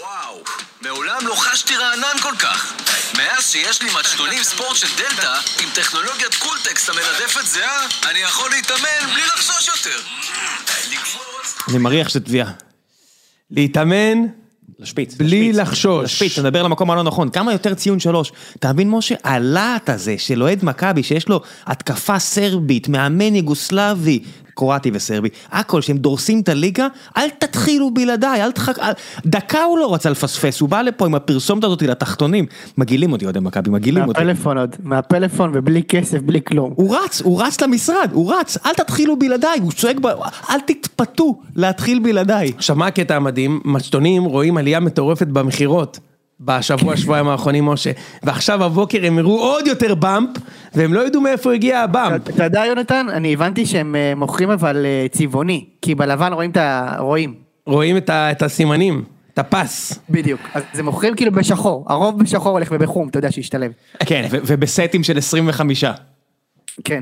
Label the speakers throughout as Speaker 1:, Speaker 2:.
Speaker 1: וואו, מעולם לא חשתי רענן כל כך. מאז שיש לי מצ'טונים ספורט של דלטה, עם טכנולוגיית קולטקס המנדפת זהה, אני יכול להתאמן בלי לחשוש יותר.
Speaker 2: אני מריח שזה תביעה. להתאמן בלי לחשוש.
Speaker 3: לשפיץ, נדבר למקום הלא נכון. כמה יותר ציון 3? אתה מבין, משה, הלהט הזה של אוהד מכבי, שיש לו התקפה סרבית, מאמן יוגוסלבי, קרואטי וסרבי, הכל, שהם דורסים את הליגה, אל תתחילו בלעדיי, דקה הוא לא רצה לפספס, הוא בא לפה עם הפרסומת הזאת לתחתונים, מגילים אותי אוהדי מכבי, מגילים אותי.
Speaker 4: מהפלאפון ובלי כסף, בלי כלום.
Speaker 3: הוא רץ למשרד, הוא רץ, אל תתחילו בלעדיי, הוא צועק, אל תתפתו להתחיל בלעדיי.
Speaker 2: עכשיו מה הקטע המדהים? מצ'טונים רואים עלייה מטורפת במחירות, שבועיים האחרונים, משה, ועכשיו הבוקר הם הראו עוד יותר באמפ, והם לא ידעו מאיפה הגיע הבאמפ.
Speaker 4: אתה יודע יונתן, אני הבנתי שהם מוכרים אבל צבעוני, כי בלבן רואים את
Speaker 2: הסימנים, את הפס.
Speaker 4: בדיוק, אז זה מוכרים כאילו בשחור, הרוב בשחור הולך ובחום, אתה יודע שישתלב.
Speaker 3: כן, ובסטים של 25.
Speaker 4: כן.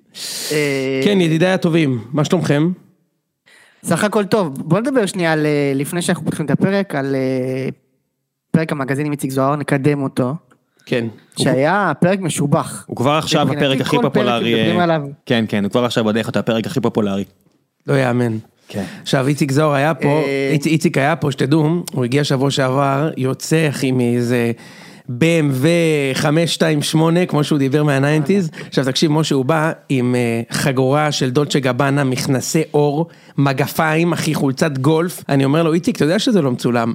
Speaker 2: כן, ידידיי הטובים, מה שלומכם?
Speaker 4: סך הכל טוב, בוא נדבר שנייה לפני שאנחנו פותחים את הפרק, על פרק המגזין עם איציק זוהר, נקדם אותו.
Speaker 2: כן.
Speaker 4: שהיה פרק משובח.
Speaker 3: הוא כבר עכשיו הפרק הכי פופולרי. כן, הוא כבר עכשיו בדרך אותו הפרק הכי פופולרי.
Speaker 2: לא יאמן. עכשיו איציק זוהר היה פה, איציק היה פה, שתדעו, הוא הגיע שבוע שעבר, יוצא אחי מאיזה BMW 528, כמו שהוא דיבר מה-90s. עכשיו תקשיב, משה, הוא בא עם חגורה של דולצ'ה גבנה, מכנסי אור, מגפיים, אחי, חולצת גולף. אני אומר לו, איציק, אתה יודע שזה לא מצולם?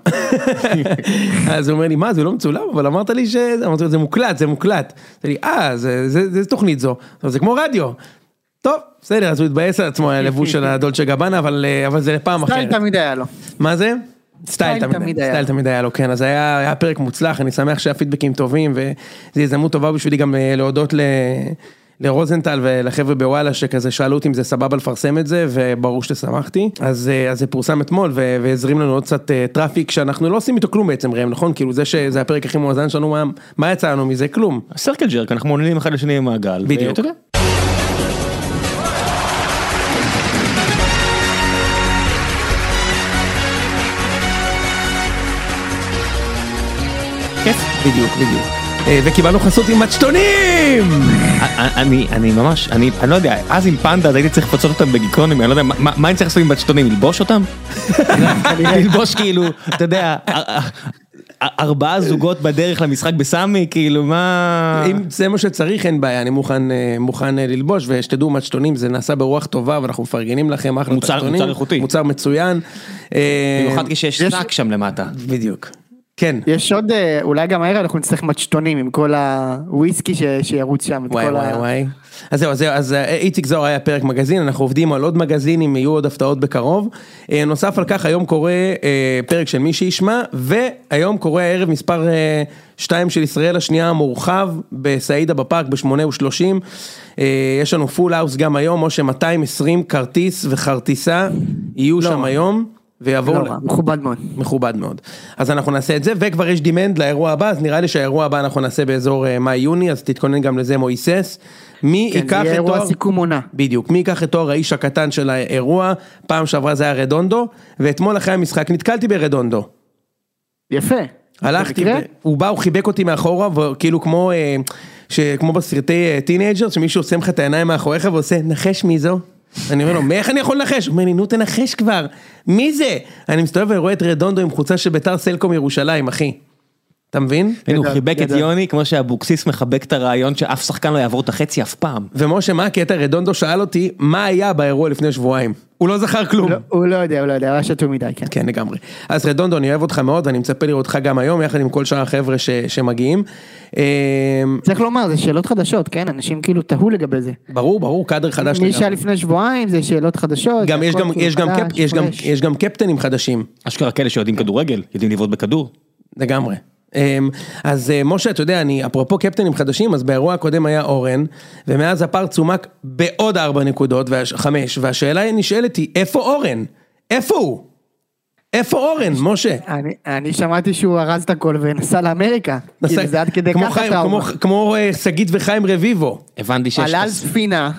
Speaker 2: אז הוא אומר לי, מה, זה לא מצולם? אבל אמרת לי אמרתי לו, זה מוקלט. אמרתי לי, זה תוכנית זו. זה כמו רדיו. טוב, בסדר, אז הוא התבאס על עצמו, הלבוש של הדולצ'ה גבנה, אבל זה לפעם אחרת.
Speaker 4: סטייל תמיד היה לו.
Speaker 2: מה זה? סטייל תמיד היה לו, כן, אז היה פרק מוצלח, אני שמח שהפידבקים טובים, וזו הזדמנות טובה בשבילי גם להודות לרוזנטל ולחבר'ה בוואלה, שכזה שאלו אותי אם זה סבבה לפרסם את זה, וברור ששמחתי, אז זה פורסם אתמול, והזרים לנו עוד קצת טראפיק, שאנחנו לא עושים איתו כלום בעצם, ראם, נכון? כאילו זה שזה הפרק הכי מואזן שלנו, מה יצא לנו מזה? כלום.
Speaker 3: סרקל ג'רק, אנחנו עונים אחד לשני עם מעגל.
Speaker 2: בדיוק. בדיוק. וקיבלנו חסות עם מצ'טונים!
Speaker 3: אני ממש, אני לא יודע, אז עם פנדה, אז הייתי צריך לפצות אותם בגיקונים, אני לא יודע, מה אני צריך לעשות עם מצ'טונים? ללבוש אותם? ללבוש כאילו, אתה יודע, 4 זוגות בדרך למשחק בסמי, כאילו מה...
Speaker 2: אם זה מה שצריך, אין בעיה, אני מוכן ללבוש, ושתדעו, מצ'טונים זה נעשה ברוח טובה, ואנחנו מפרגנים לכם,
Speaker 3: מוצר איכותי.
Speaker 2: מוצר מצוין.
Speaker 3: במיוחד כשיש שק שם למטה.
Speaker 2: בדיוק. כן.
Speaker 4: יש עוד, אולי גם הערב אנחנו נצטרך מצ'טונים עם כל הוויסקי שירוץ שם.
Speaker 2: וואי. אז זהו, אז איציק זוהר היה פרק מגזין, אנחנו עובדים על עוד מגזינים, יהיו עוד הפתעות בקרוב. נוסף על כך, היום קורה פרק של מי שישמע, והיום קורה הערב מספר 2 של ישראל השנייה המורחב, בסעידה בפארק ב8:30. יש לנו פול האוס גם היום, או ש220 כרטיס וחרטיסה יהיו שם היום. מכובד מאוד. אז אנחנו נעשה את זה, וכבר יש דימנד לאירוע הבא, אז נראה לי שהאירוע הבא אנחנו נעשה באזור מאי-יוני, אז תתכונן גם לזה מויסס. מי ייקח את תואר...
Speaker 4: סיכום עונה.
Speaker 2: בדיוק, מי ייקח את תואר האיש הקטן של האירוע, פעם שעברה זה היה רדונדו, ואתמול אחרי המשחק נתקלתי ברדונדו.
Speaker 4: יפה.
Speaker 2: הלכתי, הוא בא, הוא חיבק אותי מאחורה, וכאילו כמו בסרטי טינג'ר, שמישהו עושה לך את העיניים מאחוריך ועושה, נחש מי זו? אני אומר לו, איך אני יכול לנחש? הוא אומר לי, נו תנחש כבר, מי זה? אני מסתובב ורואה את רדונדו עם חוצה של ביתר סלקום ירושלים, אחי. אתה מבין?
Speaker 3: הוא חיבק את יוני, כמו שאבוקסיס מחבק את הרעיון שאף שחקן לא יעבור את החצי אף פעם.
Speaker 2: ומשה, מה הקטע? רדונדו שאל אותי, מה היה באירוע לפני שבועיים? הוא לא זכר כלום.
Speaker 4: הוא לא יודע, היה שתו מדי, כן.
Speaker 2: כן, לגמרי. אז רדונדו, אני אוהב אותך מאוד, ואני מצפה לראות אותך גם היום, יחד עם כל שאר החבר'ה שמגיעים.
Speaker 4: צריך לומר, זה שאלות חדשות, כן? אנשים כאילו תהו לגבי זה.
Speaker 2: ברור, קאדר חדש.
Speaker 4: מי שהיה לפני שבועיים, זה שאלות חדשות.
Speaker 2: יש גם קפטנים חדשים.
Speaker 3: אשכרה כאלה שיודעים כדורגל, יודעים לבעוט בכדור.
Speaker 2: לגמרי. אז משה, אתה יודע, אפרופו קפטנים חדשים, אז באירוע הקודם היה אורן, ומאז הפער צומק בעוד 4 נקודות, 5, והשאלה נשאלת היא, איפה אורן? איפה הוא? איפה אורן, משה?
Speaker 4: אני שמעתי שהוא הרז את הכל ונסע לאמריקה, כאילו זה עד כדי ככה טראומה.
Speaker 2: כמו סגית וחיים רביבו.
Speaker 3: הבנתי שיש...
Speaker 4: עלה על ספינה.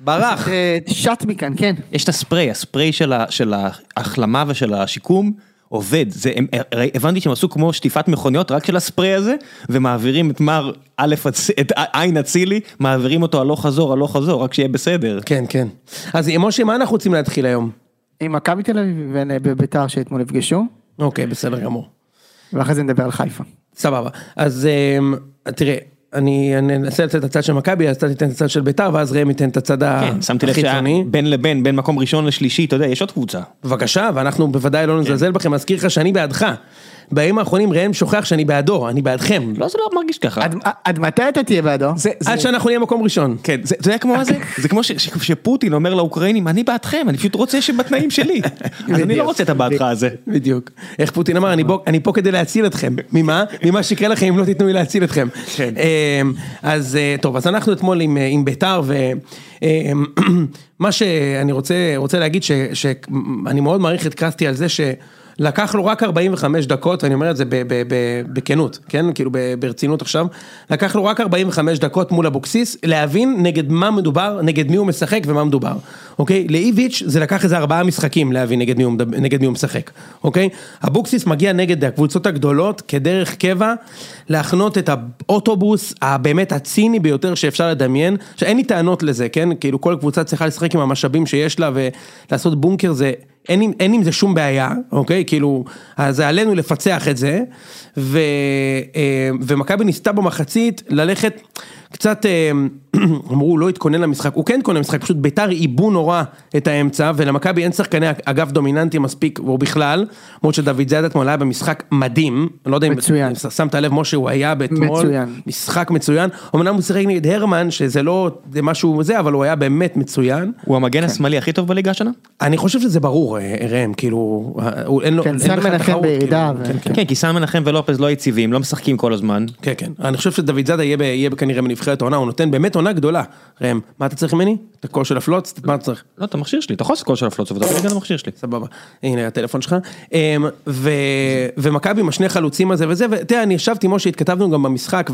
Speaker 2: ברח.
Speaker 4: שט מכאן, כן.
Speaker 3: יש את הספרי של ההחלמה ושל השיקום, עובד, הבנתי שהם עשו כמו שטיפת מכוניות רק של הספרי הזה, ומעבירים את עין הצילי, מעבירים אותו הלוך חזור, רק שיהיה בסדר.
Speaker 2: כן, כן. אז משה, מה אנחנו רוצים להתחיל היום?
Speaker 4: עם מכבי תל אביב ובביתר שאתמול נפגשו.
Speaker 2: אוקיי, בסדר גמור.
Speaker 4: ואחרי זה נדבר על חיפה.
Speaker 2: סבבה. אז תראה, אני אנסה לתת את הצד של מכבי, אז אתה תיתן את הצד של ביתר, ואז ראם ייתן את הצד החיצוני.
Speaker 3: כן, שמתי לב שבין לבין, בין מקום ראשון לשלישי, אתה יודע, יש עוד קבוצה.
Speaker 2: בבקשה, ואנחנו בוודאי לא נזלזל בכם, אזכיר לך שאני בעדך. בימים האחרונים ראם שוכח שאני בעדו, אני בעדכם.
Speaker 3: לא, זה לא מרגיש ככה.
Speaker 4: עד מתי אתה תהיה בעדו?
Speaker 2: עד שאנחנו נהיה מקום ראשון.
Speaker 3: כן, זה היה כמו מה זה? זה כמו שפוטין אומר לאוקראינים, אני בעדכם, אני פשוט רוצה שבתנאים שלי. אז אני לא רוצה את הבעדך הזה.
Speaker 2: בדיוק. איך פוטין אמר, אני פה כדי להציל אתכם. ממה? ממה שיקרה לכם אם לא תיתנו לי להציל אתכם. אז טוב, אז אנחנו אתמול עם ביתר, ומה שאני רוצה להגיד, שאני מאוד מעריך את קרסטי על זה לקח לו רק 45 דקות, ואני אומר את זה בכנות, כן? כאילו ברצינות עכשיו, לקח לו רק 45 דקות מול אבוקסיס, להבין נגד מה מדובר, נגד מי הוא משחק ומה מדובר, אוקיי? לאיביץ' זה לקח איזה 4 משחקים להבין נגד מי הוא משחק, אוקיי? אבוקסיס מגיע נגד הקבוצות הגדולות, כדרך קבע, להכנות את האוטובוס הבאמת הציני ביותר שאפשר לדמיין, שאין לי טענות לזה, כן? כאילו כל קבוצה צריכה לשחק עם המשאבים שיש לה, ולעשות בונקר זה אין עם זה שום בעיה, אוקיי? כאילו, אז עלינו לפצח את זה, ומכבי ניסתה במחצית ללכת קצת, אמרו, לא התכונן למשחק, הוא כן התכונן למשחק, פשוט ביתר איבו נורא את האמצע, ולמכבי אין שחקני אגף דומיננטי מספיק, או בכלל, כמו שדוד זאדה אתמול היה במשחק מדהים, לא יודע אם שמת לב משה, הוא היה באתמול, משחק מצוין, אמנם הוא שיחק נגד הרמן, שזה לא משהו זה, אבל הוא היה באמת מצוין.
Speaker 3: הוא המגן השמאלי הכי טוב בליגה השנה?
Speaker 2: אני חושב שזה ברור, ראם, כאילו,
Speaker 4: כן, סן מנחם בירידה.
Speaker 3: כן, כי סן מנחם ולופז לא יציבים, לא משחקים כל הזמן.
Speaker 2: כן, כן. אני חושב שדוד זאדה יהיה כנראה בנבחרת העונה, הוא נותן באמת עונה גדולה. ראם, מה אתה צריך ממני? את הקול של הפלוץ? מה אתה צריך?
Speaker 3: לא, אתה מכשיר שלי, אתה יכול לעשות קול של הפלוץ, אבל אתה רגע למכשיר שלי.
Speaker 2: סבבה. הנה הטלפון שלך. ומכבי עם השני חלוצים הזה וזה, ותראה, אני ישבתי משה, התכתבנו גם במשחק,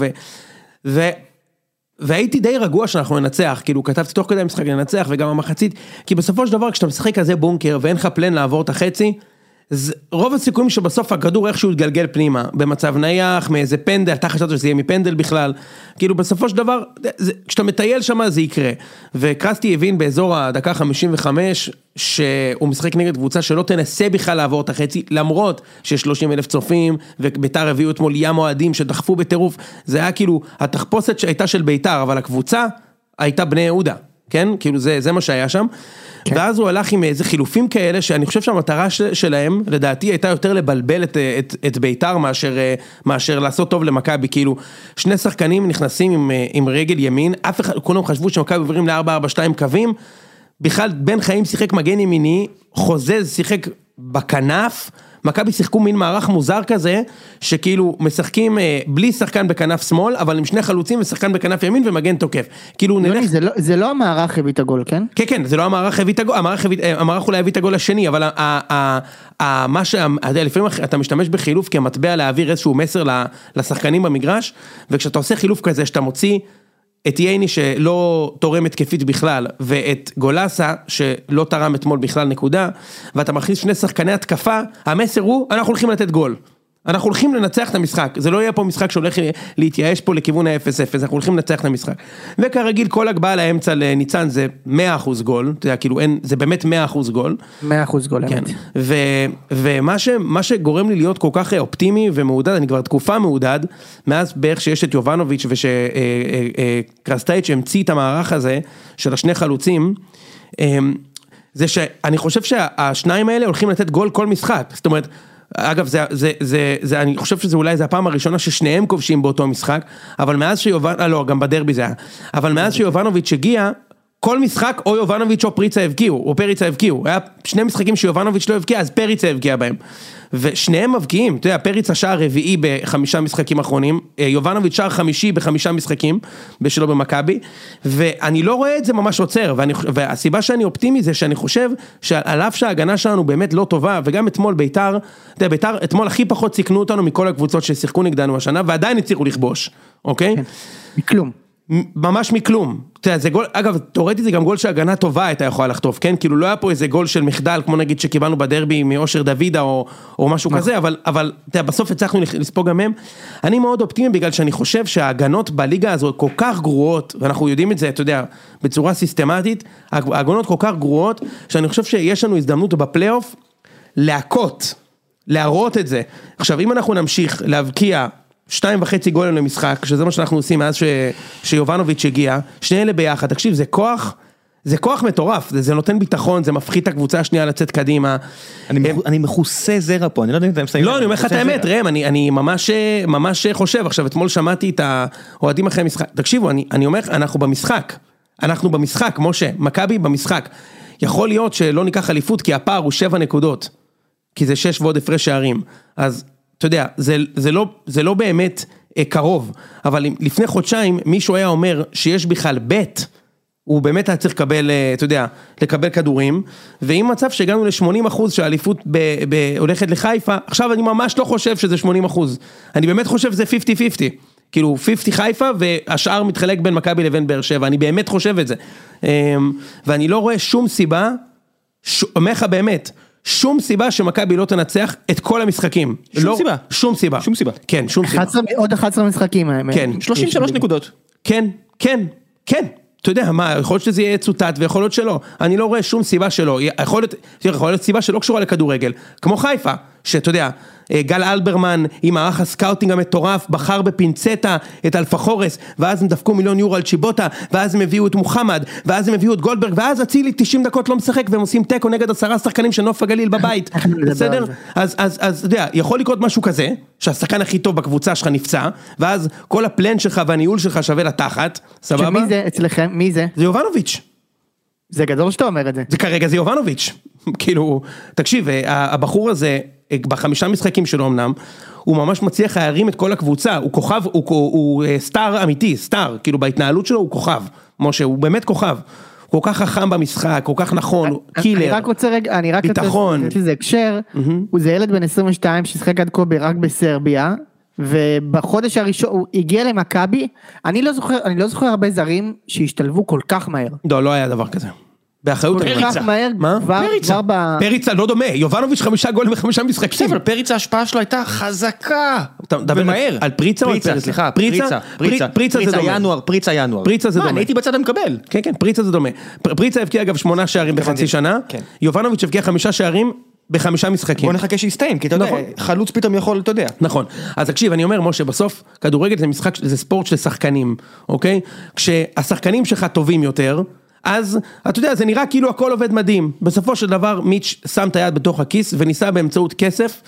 Speaker 2: והייתי די רגוע שאנחנו ננצח, כאילו כתבתי תוך כדי המשחק לנצח, וגם המחצית, כי בסופו של דבר, כשאתה משחק כזה בונקר, ואין לך פלן לעבור את החצי, רוב הסיכויים שבסוף הכדור איכשהו יתגלגל פנימה, במצב נייח, מאיזה פנדל, אתה חשבת שזה יהיה מפנדל בכלל, כאילו בסופו של דבר, כשאתה מטייל שם זה יקרה, וקרסטי הבין באזור הדקה 55, שהוא משחק נגד קבוצה שלא תנסה בכלל לעבור את החצי, למרות שיש 30,000 צופים, וביתר הביאו אתמול ים אוהדים שדחפו בטירוף, זה היה כאילו התחפושת שהייתה של ביתר, אבל הקבוצה הייתה בני יהודה, כן? כאילו זה מה שהיה שם, ואז הוא הלך עם איזה חילופים כאלה, שאני חושב שהמטרה שלהם, לדעתי, הייתה יותר לבלבל את ביתר, מאשר לעשות טוב למכבי, כאילו, שני שחקנים נכנסים עם רגל ימין, אף אחד, כולם חשבו שמכבי עוברים ל-4-4-2 קווים, בכלל, בן חיים שיחק מגן ימיני, חוזז שיחק בכנף, מכבי שיחקו מין מערך מוזר כזה, שכאילו משחקים בלי שחקן בכנף שמאל, אבל עם שני חלוצים ושחקן בכנף ימין ומגן תוקף. כאילו נלך...
Speaker 4: זה לא המערך הביא את הגול, כן?
Speaker 2: כן, כן, זה לא המערך הביא את הגול, המערך אולי הביא את הגול השני, אבל מה לפעמים אתה משתמש בחילוף כמטבע להעביר איזשהו מסר לשחקנים במגרש, וכשאתה עושה חילוף כזה שאתה מוציא את ייני שלא תורם התקפית בכלל, ואת גולסה שלא תרם אתמול בכלל נקודה, ואתה מכניס שני שחקני התקפה, המסר הוא, אנחנו הולכים לתת גול. אנחנו הולכים לנצח את המשחק, זה לא יהיה פה משחק שהולך להתייאש פה לכיוון ה-0-0, אנחנו הולכים לנצח את המשחק. וכרגיל כל הגבהה לאמצע לניצן זה 100% גול, אתה יודע, כאילו זה באמת 100% גול.
Speaker 4: 100% גול,
Speaker 2: כן. ומה שגורם לי להיות כל כך אופטימי ומעודד, אני כבר תקופה מעודד, מאז בערך שיש את יובנוביץ' ושקרסטייץ' המציא את המערך הזה של השני חלוצים, זה שאני חושב שהשניים האלה הולכים לתת גול כל משחק, זאת אומרת, אגב, אני חושב שזה אולי זה הפעם הראשונה ששניהם כובשים באותו משחק, אבל מאז לא, גם בדרבי זה היה, אבל מאז שיובנוביץ' הגיע, כל משחק או יובנוביץ' או פריצה הבקיעו, או פריצה הבקיעו, היה שני משחקים שיובנוביץ' לא הבקיע, אז פריצה הבקיע בהם, ושניהם מבקיעים, אתה יודע, פריצה שער רביעי ב5 משחקים האחרונים, יובנוביץ' שער חמישי ב5 משחקים, בשלו במכבי, ואני לא רואה את זה ממש עוצר, והסיבה שאני אופטימי זה שאני חושב שעל אף שההגנה שלנו באמת לא טובה, וגם אתמול ביתר, אתה יודע, ביתר אתמול הכי פחות סיכנו אותנו מכל הקבוצות ששיחקו נגדנו השנה, ועדיין הצליחו לכבוש, אוקיי?
Speaker 4: מכלום.
Speaker 2: ממש מכלום. זה גול, אגב, תאורטית זה גם גול שהגנה טובה הייתה יכולה לחטוף, כן? כאילו לא היה פה איזה גול של מחדל, כמו נגיד שקיבלנו בדרבי מאושר דוידה או משהו כזה, אבל בסוף הצלחנו לספוג גם הם. אני מאוד אופטימי בגלל שאני חושב שההגנות בליגה הזאת כל כך גרועות, ואנחנו יודעים את זה, אתה יודע, בצורה סיסטמטית, ההגנות כל כך גרועות, שאני חושב שיש לנו הזדמנות בפלייאוף להראות את זה. עכשיו, אם אנחנו נמשיך להבקיע 2.5 גולים למשחק, שזה מה שאנחנו עושים מאז שיובנוביץ' הגיע, שני אלה ביחד, תקשיב, זה כוח מטורף, זה נותן ביטחון, זה מפחית את הקבוצה השנייה לצאת קדימה.
Speaker 3: אני מחוסה זרע פה, אני לא יודע אם אתה מסיים.
Speaker 2: לא, אני אומר לך את האמת, ראם, אני ממש חושב, עכשיו אתמול שמעתי את האוהדים אחרי המשחק, תקשיבו, אני אומר, אנחנו במשחק, משה, מכבי במשחק, יכול להיות שלא ניקח אליפות, כי הפער הוא 7 נקודות, כי זה 6 ועוד הפרש שערים, אז אתה יודע, זה לא באמת קרוב, אבל לפני חודשיים מישהו היה אומר שיש בכלל בית, הוא באמת היה צריך לקבל, אתה יודע, לקבל כדורים, ועם מצב שהגענו ל-80% שהאליפות הולכת לחיפה, עכשיו אני ממש לא חושב שזה 80%, אני באמת חושב שזה 50-50, כאילו 50 חיפה והשאר מתחלק בין מכבי לבין באר שבע, אני באמת חושב את זה, ואני לא רואה שום סיבה, אומר לך באמת, שום סיבה שמכבי לא תנצח את כל המשחקים. שום סיבה. כן, שום סיבה.
Speaker 4: עוד 11 משחקים.
Speaker 2: כן.
Speaker 3: 33 נקודות.
Speaker 2: כן. אתה יודע מה, יכול להיות שזה יהיה צוטט ויכול להיות שלא. אני לא רואה שום סיבה שלא. יכול להיות סיבה שלא קשורה לכדורגל. כמו חיפה, שאתה יודע, גל אלברמן עם מערך הסקאוטינג המטורף, בחר בפינצטה את אלפה חורס, ואז הם דפקו €1,000,000 על צ'יבוטה, ואז הם הביאו את מוחמד, ואז הם הביאו את גולדברג, ואז אצילי 90 דקות לא משחק, והם עושים טקו נגד 10 שחקנים של נוף הגליל בבית. בסדר? אז אתה יודע, יכול לקרות משהו כזה, שהשחקן הכי טוב בקבוצה שלך נפצע, ואז כל הפלן שלך והניהול שלך שווה לתחת, סבבה?
Speaker 4: מי זה אצלכם? מי זה?
Speaker 2: זה יובנוביץ'.
Speaker 4: זה גדול שאתה אומר את זה.
Speaker 2: זה כרגע זה יובנוביץ'. כאילו, תקשיב, הבחור הזה, ב5 משחקים שלו אמנם, הוא ממש מצליח להרים את כל הקבוצה, הוא כוכב, הוא סטאר אמיתי, סטאר, כאילו בהתנהלות שלו הוא כוכב, משה, הוא באמת כוכב, הוא כל כך חכם במשחק, כל כך נכון, קילר,
Speaker 4: אני רק רוצה רגע, אני רק
Speaker 2: ביטחון.
Speaker 4: רוצה שזה הקשר, הוא זה ילד בן 22 ששחק עד כה רק בסרביה, ובחודש הראשון הוא הגיע למכבי, אני לא זוכר הרבה זרים שהשתלבו כל כך מהר.
Speaker 2: לא היה דבר כזה. באחריות
Speaker 4: פריצה.
Speaker 2: פריצה לא דומה, יובנוביץ' 5 גולים ב5 משחקים.
Speaker 3: אבל פריצה ההשפעה שלו הייתה חזקה. ומהר.
Speaker 2: על פריצה או על פריצה?
Speaker 3: סליחה,
Speaker 2: פריצה זה דומה.
Speaker 3: פריצה ינואר.
Speaker 2: פריצה זה דומה.
Speaker 3: אני הייתי בצד המקבל.
Speaker 2: כן, פריצה זה דומה. פריצה הבקיע אגב 8 שערים בחצי שנה, יובנוביץ' הבקיע 5 שערים ב5 משחקים.
Speaker 3: בוא נחכה שיסתיים, כי אתה יודע, חלוץ פתאום יכול, אתה יודע.
Speaker 2: נכון. אז תקשיב, אני אומר, משה, בסוף, כדורגל זה משחק, זה ספורט של שחקנים, אוקיי? כשהשחקנים שלך טובים יותר, אז, אתה יודע, זה נראה כאילו הכל עובד מדהים. בסופו של דבר, מיץ' שם את היד בתוך הכיס, וניסה באמצעות כסף,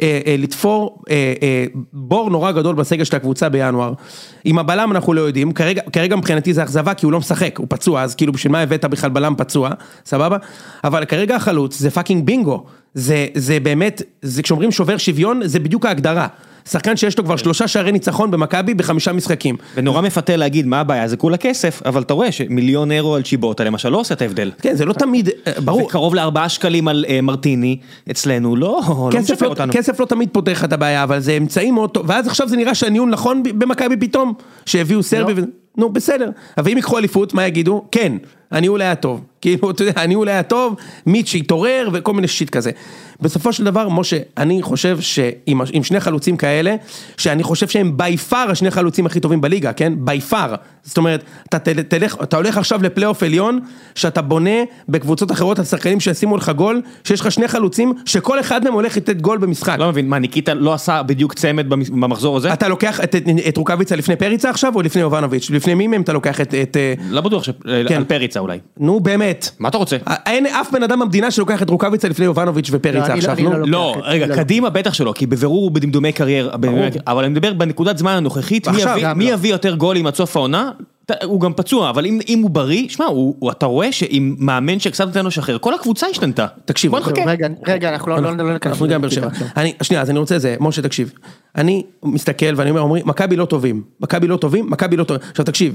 Speaker 2: לתפור בור נורא גדול בסגל של הקבוצה בינואר. עם הבלם אנחנו לא יודעים, כרגע מבחינתי זה אכזבה, כי הוא לא משחק, הוא פצוע, אז כאילו בשביל מה הבאת בכלל בלם פצוע, סבבה? אבל כרגע החלוץ, זה פאקינג בינגו, זה באמת, כשאומרים שובר שוויון, זה בדיוק ההגדרה. שחקן שיש לו כבר 3 שערי ניצחון במכבי ב5 משחקים.
Speaker 3: ונורא מפתה להגיד מה הבעיה, זה כולה כסף, אבל אתה רואה ש1,000,000 על צ'יבוטה למשל לא עושה את ההבדל.
Speaker 2: כן, זה לא תמיד, ברור.
Speaker 3: וקרוב ל4 שקלים על מרטיני, אצלנו לא משפר אותנו.
Speaker 2: כסף לא תמיד פותח את הבעיה, אבל זה אמצעים מאוד טוב, ואז עכשיו זה נראה שהניהול נכון במכבי פתאום, שהביאו סרבי, נו בסדר, אבל אם יקחו אליפות, מה יגידו? כן, הניהול היה טוב, כאילו, אתה יודע, הניהול היה טוב, מיץ' התעורר וכל מיני שיט כזה. בסופו של דבר, משה, אני חושב שעם שני חלוצים כאלה, שאני חושב שהם by far השני חלוצים הכי טובים בליגה, כן? by far. זאת אומרת, אתה הולך עכשיו לפלייאוף עליון, שאתה בונה בקבוצות אחרות על שחקנים שישימו לך גול, שיש לך שני חלוצים, שכל אחד מהם הולך לתת גול במשחק.
Speaker 3: לא מבין, מה, ניקיטה לא עשה בדיוק צמד במחזור הזה?
Speaker 2: אתה לוקח את רוקאביצה לפני פריצה עכשיו, או לפני יובנוביץ'? לפני מי מהם אתה לוקח את...
Speaker 3: לא בטוח על פריצה אולי.
Speaker 2: נו, באמת.
Speaker 3: מה אתה רוצה?
Speaker 2: אין אף בן אדם במדינה שלוקח את רוקאביצה לפני יובנוביץ' ופריצה עכשיו, נו?
Speaker 3: לא, רגע, קדימה בטח שלא, כי בברור הוא בדמדומי קריירה, אבל אני מדבר בנקודת זמן הנוכחית, מי יביא יותר גולים עד סוף העונה? הוא גם פצוע, אבל אם הוא בריא, שמע, אתה רואה שעם מאמן שקצת נתן לו שחרר, כל הקבוצה השתנתה.
Speaker 2: תקשיב,
Speaker 4: רגע, אנחנו
Speaker 2: אנחנו גם ברשבה. שנייה, אז אני רוצה זה, משה, תקשיב. אני מסתכל ואני אומר, מכבי לא טובים, מכבי לא טובים. עכשיו תקשיב,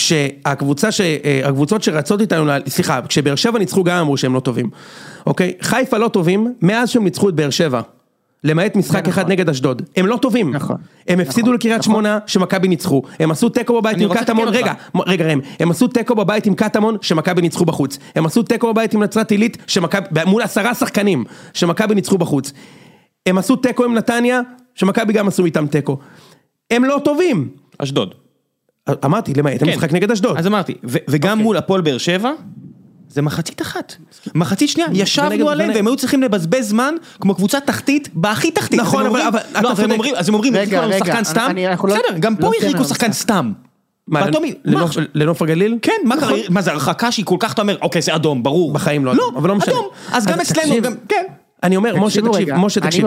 Speaker 2: כשהקבוצות שרצות איתנו, סליחה, כשבאר שבע ניצחו גם אמרו שהם לא טובים. אוקיי? חיפה לא טובים, מאז שהם ניצחו את באר שבע. למעט משחק אחד נגד אשדוד. הם לא טובים.
Speaker 4: נכון.
Speaker 2: הם הפסידו לקריית שמונה שמכבי ניצחו. הם עשו טקו בבית עם קטמון. רגע, הם עשו טקו בבית עם קטמון שמכבי ניצחו בחוץ. הם עשו טקו בבית עם נצרת עילית מול 10 שחקנים שמכבי ניצחו בחוץ. הם עשו טקו עם נתניה שמכבי גם עשו איתם טקו. הם לא טובים.
Speaker 3: אשדוד.
Speaker 2: אמרתי, למעט המשחק נגד אשדוד.
Speaker 3: אז אמרתי, וגם מול הפועל באר שבע, זה מחצית אחת. מחצית שנייה, ישבנו עליהם, והם היו צריכים לבזבז זמן, כמו קבוצה תחתית, בהכי תחתית.
Speaker 2: נכון, אבל
Speaker 3: אז הם אומרים, הרחיקו לנו שחקן סתם, בסדר, גם פה הרחיקו שחקן סתם.
Speaker 2: לנוף הגליל?
Speaker 3: כן, מה זה הרחקה שהיא כל כך, אתה אומר, אוקיי, זה אדום, ברור.
Speaker 2: בחיים לא אדום, אבל לא משנה.
Speaker 3: אדום, אז גם אצלנו, כן.
Speaker 2: אני אומר, משה תקשיב,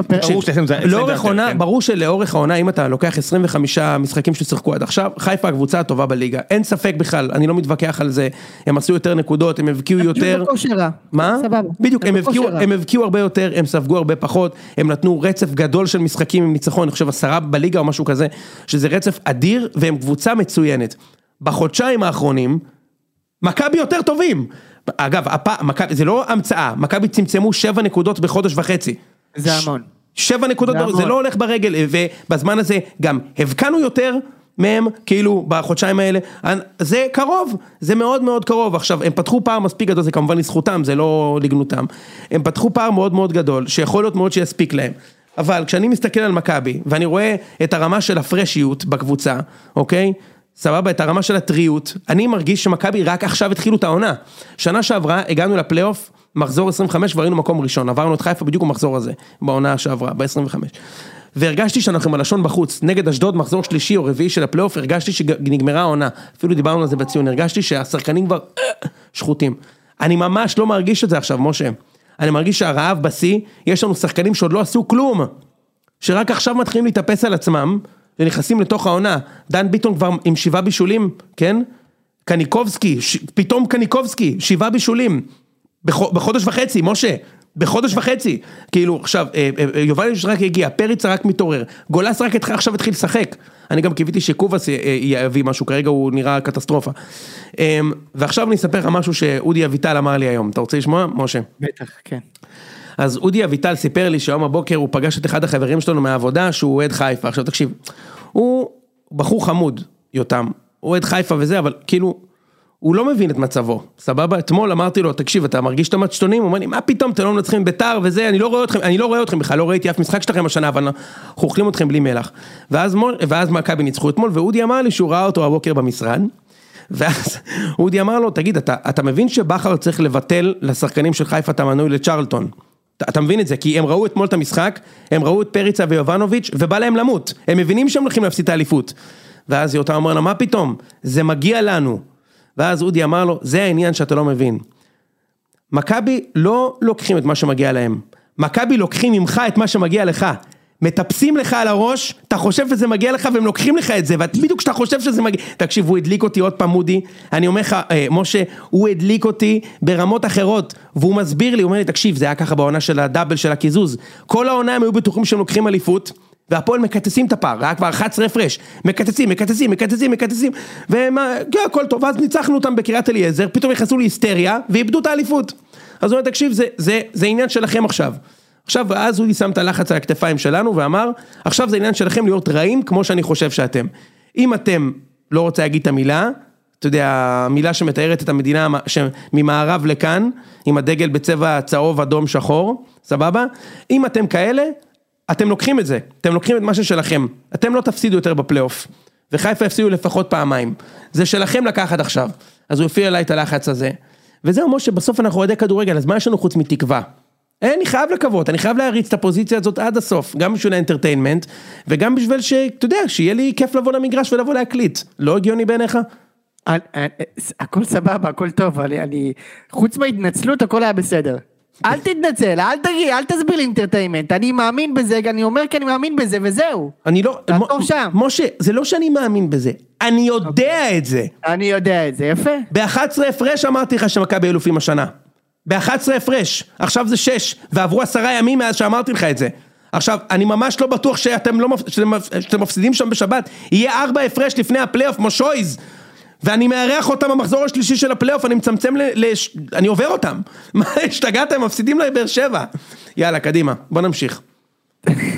Speaker 2: ברור שלאורך העונה, אם אתה לוקח 25 משחקים ששיחקו עד עכשיו, חיפה הקבוצה הטובה בליגה, אין ספק בכלל, אני לא מתווכח על זה, הם עשו יותר נקודות, הם הבקיעו יותר, מה? בדיוק, הם הבקיעו הרבה יותר, הם ספגו הרבה פחות, הם נתנו רצף גדול של משחקים עם ניצחון, אני חושב 10 בליגה או משהו כזה, שזה רצף אדיר, והם קבוצה מצוינת. בחודשיים האחרונים, מכבי יותר טובים. אגב, זה לא המצאה, מכבי צמצמו 7 נקודות בחודש וחצי.
Speaker 4: זה המון.
Speaker 2: 7 נקודות, זה לא הולך ברגל, ובזמן הזה גם הבקענו יותר מהם, כאילו בחודשיים האלה, זה קרוב, זה מאוד מאוד קרוב. עכשיו, הם פתחו פער מספיק גדול, זה כמובן לזכותם, זה לא לגנותם. הם פתחו פער מאוד מאוד גדול, שיכול להיות מאוד שיספיק להם. אבל כשאני מסתכל על מכבי, ואני רואה את הרמה של הפרשיות בקבוצה, אוקיי? סבבה, את הרמה של הטריות, אני מרגיש שמכבי רק עכשיו התחילו את העונה. שנה שעברה, הגענו לפלייאוף, מחזור 25, והיינו מקום ראשון, עברנו את חיפה בדיוק במחזור הזה, בעונה שעברה, ב-25. והרגשתי שאנחנו מלשון בחוץ, נגד אשדוד, מחזור שלישי או רביעי של הפלייאוף, הרגשתי שנגמרה העונה, אפילו דיברנו על זה בציון, הרגשתי שהשחקנים כבר שחוטים. אני ממש לא מרגיש את זה עכשיו, משה. אני מרגיש שהרעב בסי, יש לנו שחקנים שעוד לא עשו כלום, שרק עכשיו מתחילים להתאפס על עצמם, ונכנסים לתוך העונה, דן ביטון כבר עם 7 בישולים, כן? קניקובסקי, פתאום קניקובסקי, 7 בישולים, בחודש וחצי, משה, בחודש וחצי, כאילו, עכשיו, יובליץ' רק הגיע, פריץ רק מתעורר, גולס רק עכשיו התחיל לשחק, אני גם קיוויתי שקובס יביא משהו, כרגע הוא נראה קטסטרופה, ועכשיו אני אספר לך משהו שאודי אביטל אמר לי היום, אתה רוצה לשמוע, משה?
Speaker 4: בטח, כן.
Speaker 2: אז אודי אביטל סיפר לי שהיום הבוקר הוא פגש את אחד החברים שלנו מהעבודה, שהוא אוהד חיפה. עכשיו תקשיב, הוא בחור חמוד, יותם, הוא אוהד חיפה וזה, אבל כאילו, הוא לא מבין את מצבו, סבבה? אתמול אמרתי לו, תקשיב, אתה מרגיש את המצ'טונים? הוא אומר לי, מה פתאום, אתם לא מנצחים ביתר וזה, אני לא רואה אתכם בכלל, לא ראיתי אף משחק שלכם השנה, אבל אנחנו אוכלים אתכם בלי מלח. ואז מכבי ניצחו אתמול, ואודי אמר לי שהוא ראה אותו הבוקר במשרד, ואז אודי אמר לו, תגיד, אתה מבין שבחר צריך לבטל לשחקנים של חיפה את המנוי לצ'רלטון? אתה מבין את זה, כי הם ראו אתמול את המשחק, הם ראו את פריצה ויובנוביץ' ובא להם למות, הם מבינים שהם הולכים להפסיד את האליפות, ואז יותם אמר לה, מה פתאום? זה מגיע לנו, ואז אודי אמר לו, זה העניין שאתה לא מבין, מכבי לא לוקחים את מה שמגיע להם, מכבי לוקחים ממך את מה שמגיע לך, מטפסים לך על הראש, אתה חושב שזה מגיע לך והם לוקחים לך את זה, ובדיוק כשאתה חושב שזה מגיע, תקשיב, הוא הדליק אותי עוד פעם מודי, אני אומר לך, משה, הוא הדליק אותי ברמות אחרות, והוא מסביר לי, הוא אומר לי, תקשיב, זה היה ככה בעונה של הדאבל של הקיזוז, כל העונה הם היו בטוחים שהם לוקחים אליפות, והפועל מקטסים את הפער, היה כבר 11 הפרש, מקטסים, והכל טוב, אז ניצחנו אותם בקריית אליעזר, פתאום נכנסו להיסטריה, ואיבדו את האליפות. אז הוא אומר, תקשיב, זה עניין שלכם עכשיו. עכשיו, אז הוא שם את הלחץ על הכתפיים שלנו, ואמר, עכשיו זה עניין שלכם להיות רעים, כמו שאני חושב שאתם. אם אתם לא רוצה להגיד את המילה, אתה יודע, המילה שמתארת את המדינה ממערב לכאן, עם הדגל בצבע צהוב, אדום, שחור, סבבה? אם אתם כאלה, אתם לוקחים את זה, אתם לוקחים את מה ששלכם, אתם לא תפסידו יותר בפלייאוף, וחיפה יפסידו לפחות פעמיים, זה שלכם לקחת עכשיו, אז הוא הפעיל עליי את הלחץ הזה, וזהו משה, בסוף אנחנו עדי כדורגל, אז מה יש לנו חוץ מתקווה? אני חייב לקוות, אני חייב להריץ את הפוזיציה הזאת עד הסוף, גם בשביל האנטרטיינמנט, וגם בשביל שאתה יודע, שיהיה לי כיף לבוא למגרש ולבוא להקליט, לא הגיוני בעיניך?
Speaker 4: הכל סבבה, הכל טוב, חוץ מההתנצלות הכל היה בסדר. אל תתנצל, אל תסביר לי אינטרטיימנט, אני מאמין בזה, אני אומר כי אני מאמין בזה וזהו.
Speaker 2: אני לא, משה, זה לא שאני מאמין בזה, אני יודע את זה.
Speaker 4: אני יודע את זה, יפה.
Speaker 2: ב-11 הפרש אמרתי לך שמכבי אלופים השנה. ב-11 הפרש, עכשיו זה 6, ועברו 10 ימים מאז שאמרתי לך את זה. עכשיו, אני ממש לא בטוח שאתם מפסידים שם בשבת, יהיה 4 הפרש לפני הפלייאוף, מושויז, ואני מארח אותם במחזור השלישי של הפלייאוף, אני מצמצם אני עובר אותם. מה, השתגעתם, מפסידים לבאר שבע. יאללה, קדימה, בוא נמשיך.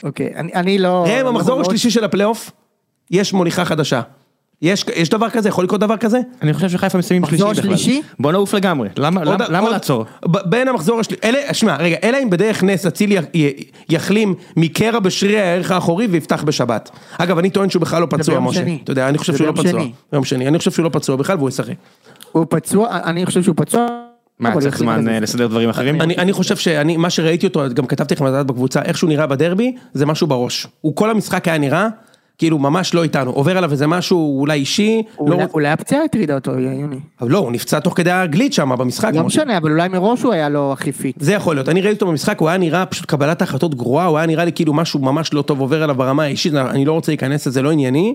Speaker 4: אוקיי, אני לא...
Speaker 2: ראם, המחזור השלישי של הפלייאוף, יש מוליכה חדשה. יש דבר כזה? יכול לקרות דבר כזה?
Speaker 3: אני חושב שחיפה מסיימים שלישי בכלל.
Speaker 4: מחזור שלישי?
Speaker 3: בוא נעוף לגמרי. למה לעצור?
Speaker 2: בין המחזור השלישי... שמע, רגע, אלא אם בדרך נס אצילי יחלים מקרע בשריר הערך האחורי ויפתח בשבת. אגב, אני טוען שהוא בכלל לא פצוע, משה. אתה יודע, אני חושב שהוא לא פצוע. ביום שני. אני חושב שהוא לא פצוע בכלל והוא ישחק.
Speaker 4: הוא פצוע, אני חושב שהוא פצוע.
Speaker 3: מה, צריך זמן לסדר דברים אחרים?
Speaker 2: אני חושב מה שראיתי אותו, גם כתבתי לכם לדעת בקבוצה, איך שהוא נראה בדרבי, זה משהו בראש. הוא כל המשחק היה נראה, כאילו ממש לא איתנו, עובר עליו איזה משהו אולי אישי.
Speaker 4: אולי הפציעה הטרידה אותו, יוני.
Speaker 2: אבל לא, הוא נפצע תוך כדי הגליץ' שם במשחק.
Speaker 4: לא משנה, אבל אולי מראש הוא היה לא הכי פיט.
Speaker 2: זה יכול להיות, אני ראיתי אותו במשחק, הוא היה נראה פשוט קבלת החלטות גרועה, הוא היה נראה לי כאילו משהו ממש לא טוב עובר עליו ברמה האישית, אני לא רוצה להיכנס לזה, לא ענייני.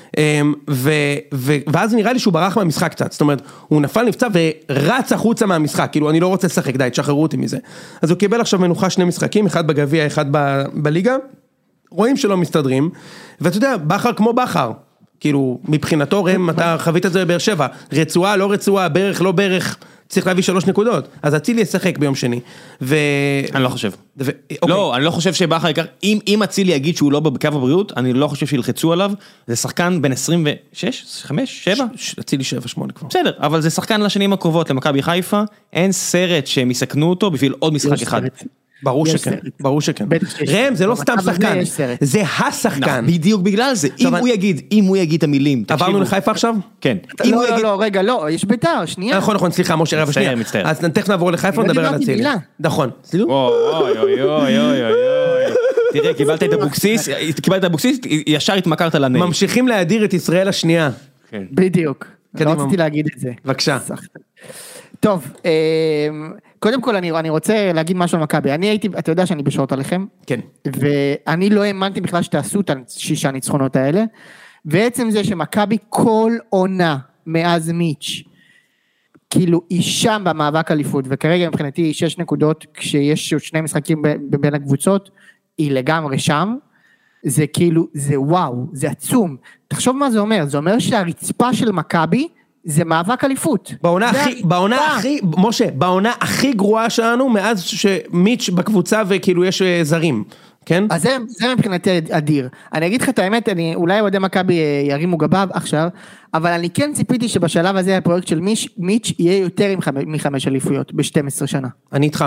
Speaker 2: ואז נראה לי שהוא ברח מהמשחק קצת, זאת אומרת, הוא נפל נפצע ורץ החוצה מהמשחק, כאילו אני לא רוצה לשחק, די, תשחררו אותי מזה. אז הוא קיבל עכשיו מנוחה 2 משחקים, אחד בגביע, אחד בליגה, רואים שלא מסתדרים, ואתה יודע, בחר כמו בחר, כאילו מבחינתו רם, אתה חווית את זה בבאר שבע, רצועה, לא רצועה, ברך, לא ברך, צריך להביא 3 נקודות, אז אצילי ישחק ביום שני.
Speaker 3: אני לא חושב. לא, אני לא חושב שבחר יקר, אם אצילי יגיד שהוא לא בקו הבריאות, אני לא חושב שילחצו עליו, זה שחקן בין 26, 5, 7?
Speaker 2: אצילי 7, 8 כבר.
Speaker 3: בסדר, אבל זה שחקן לשנים הקרובות למכבי חיפה, אין סרט שהם יסכנו אותו בשביל עוד משחק אחד.
Speaker 2: ברור שכן, ברור שכן. ראם, זה לא סתם שחקן, זה השחקן.
Speaker 3: בדיוק בגלל זה, אם הוא יגיד את המילים.
Speaker 2: עברנו לחיפה עכשיו?
Speaker 3: כן.
Speaker 4: לא, רגע, לא, יש ביתר, שנייה.
Speaker 2: נכון, סליחה, משה, רבע שנייה. אז תכף נעבור לחיפה, נדבר על אצילי. נכון.
Speaker 3: אוי. תראה, קיבלת את אבוקסיס, ישר התמכרת לנהל.
Speaker 2: ממשיכים להדיר את ישראל השנייה.
Speaker 4: בדיוק. לא רציתי להגיד את זה.
Speaker 2: בבקשה.
Speaker 4: טוב, קודם כל אני רוצה להגיד משהו על מכבי, אני הייתי, אתה יודע שאני בשורט עליכם,
Speaker 2: כן,
Speaker 4: ואני לא האמנתי בכלל שתעשו את 6 ניצחונות האלה, ועצם זה שמכבי כל עונה מאז מיץ', כאילו היא שם במאבק אליפות, וכרגע מבחינתי 6 נקודות, כשיש 2 משחקים בין הקבוצות, היא לגמרי שם, זה כאילו, זה וואו, זה עצום, תחשוב מה זה אומר, זה אומר שהרצפה של מכבי, זה מאבק אליפות.
Speaker 2: בעונה הכי גרועה שלנו, מאז שמיץ' בקבוצה וכאילו יש זרים, כן?
Speaker 4: אז זה מבחינתי אדיר. אני אגיד לך את האמת, אולי אוהדי מכבי ירימו גביו עכשיו, אבל אני כן ציפיתי שבשלב הזה הפרויקט של מיץ' יהיה יותר מ5 אליפויות, ב-12 שנה.
Speaker 2: אני איתך.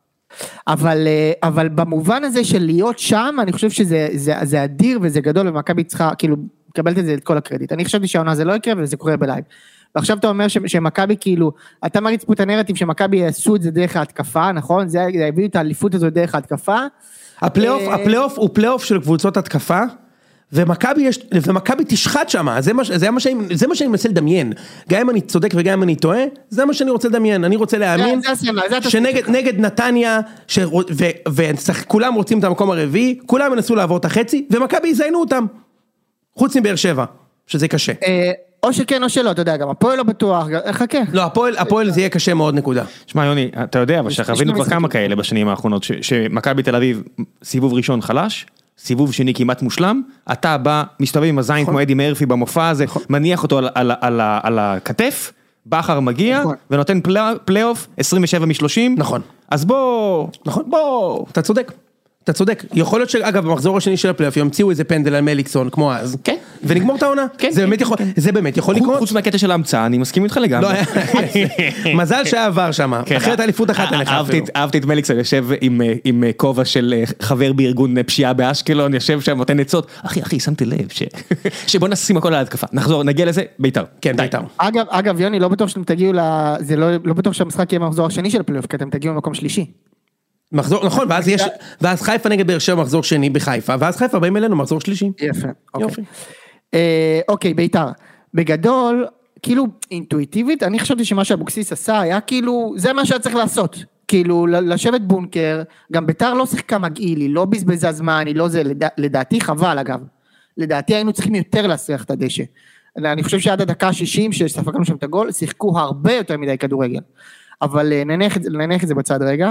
Speaker 4: אבל במובן הזה של להיות שם, אני חושב שזה אדיר וזה גדול, ומכבי צריכה, כאילו, קבלת את זה את כל הקרדיט. אני חשבתי שהעונה זה לא יקרה, וזה קורה בלייב. ועכשיו אתה אומר שמכבי כאילו, אתה מריץ פה את הנרטיב שמכבי יעשו את זה דרך ההתקפה, נכון? זה הביאו את האליפות הזו דרך ההתקפה.
Speaker 2: הפלייאוף הוא פלייאוף של קבוצות התקפה, ומכבי תשחט שם, זה מה שאני מנסה לדמיין. גם אם אני צודק וגם אם אני טועה, זה מה שאני רוצה לדמיין. אני רוצה להאמין שנגד נתניה, וכולם רוצים את המקום הרביעי, כולם ינסו לעבור את החצי, ומכבי יזיינו אותם. חוץ מבאר שבע, שזה קשה.
Speaker 4: או שכן או שלא, אתה יודע, גם הפועל לא בטוח, חכה.
Speaker 2: לא, הפועל זה יהיה קשה מאוד, נקודה.
Speaker 3: שמע יוני, אתה יודע, אבל שחווינו כבר כמה כאלה בשנים האחרונות, שמכבי תל אביב, סיבוב ראשון חלש, סיבוב שני כמעט מושלם, אתה בא, מסתובב עם הזין כמו אדי מרפי במופע הזה, מניח אותו על הכתף, בחר מגיע, ונותן פלייאוף 27 מ-30.
Speaker 2: נכון.
Speaker 3: אז בוא,
Speaker 2: אתה צודק. אתה צודק, יכול להיות שאגב במחזור השני של הפלייאוף ימציאו איזה פנדל על מליקסון כמו אז,
Speaker 3: כן,
Speaker 2: ונגמור את העונה, זה באמת יכול לקרות.
Speaker 3: חוץ מהקטע של ההמצאה, אני מסכים איתך לגמרי.
Speaker 2: מזל שעבר שם, אחרת אליפות אחת עליך אפילו.
Speaker 3: אהבתי את מליקסון, יושב עם כובע של חבר בארגון פשיעה באשקלון, יושב שם נותן עצות, אחי, שמתי לב שבוא נשים הכל על ההתקפה, נחזור, נגיע לזה, ביתר.
Speaker 2: כן, ביתר.
Speaker 4: אגב יוני, לא בטוח שאתם תגיעו, לא בטוח שהמשחק יהיה במחזור השני של הפלייאוף, כי אתם תגיעו למקום שלישי.
Speaker 2: נכון, ואז חיפה נגד באר שבע מחזור שני בחיפה, ואז חיפה באים אלינו מחזור שלישי.
Speaker 4: יפה, אוקיי, ביתר. בגדול, כאילו אינטואיטיבית, אני חשבתי שמה שאבוקסיס עשה היה כאילו, זה מה שהיה צריך לעשות. כאילו, לשבת בונקר, גם ביתר לא שיחקה מגעיל, היא לא בזבזה זמן, היא לא זה, לדעתי חבל אגב. לדעתי היינו צריכים יותר להסריח את הדשא. אני חושב שעד הדקה ה-60, שספקנו שם את הגול, שיחקו הרבה יותר מדי כדורגל. אבל נניח את זה בצד רגע.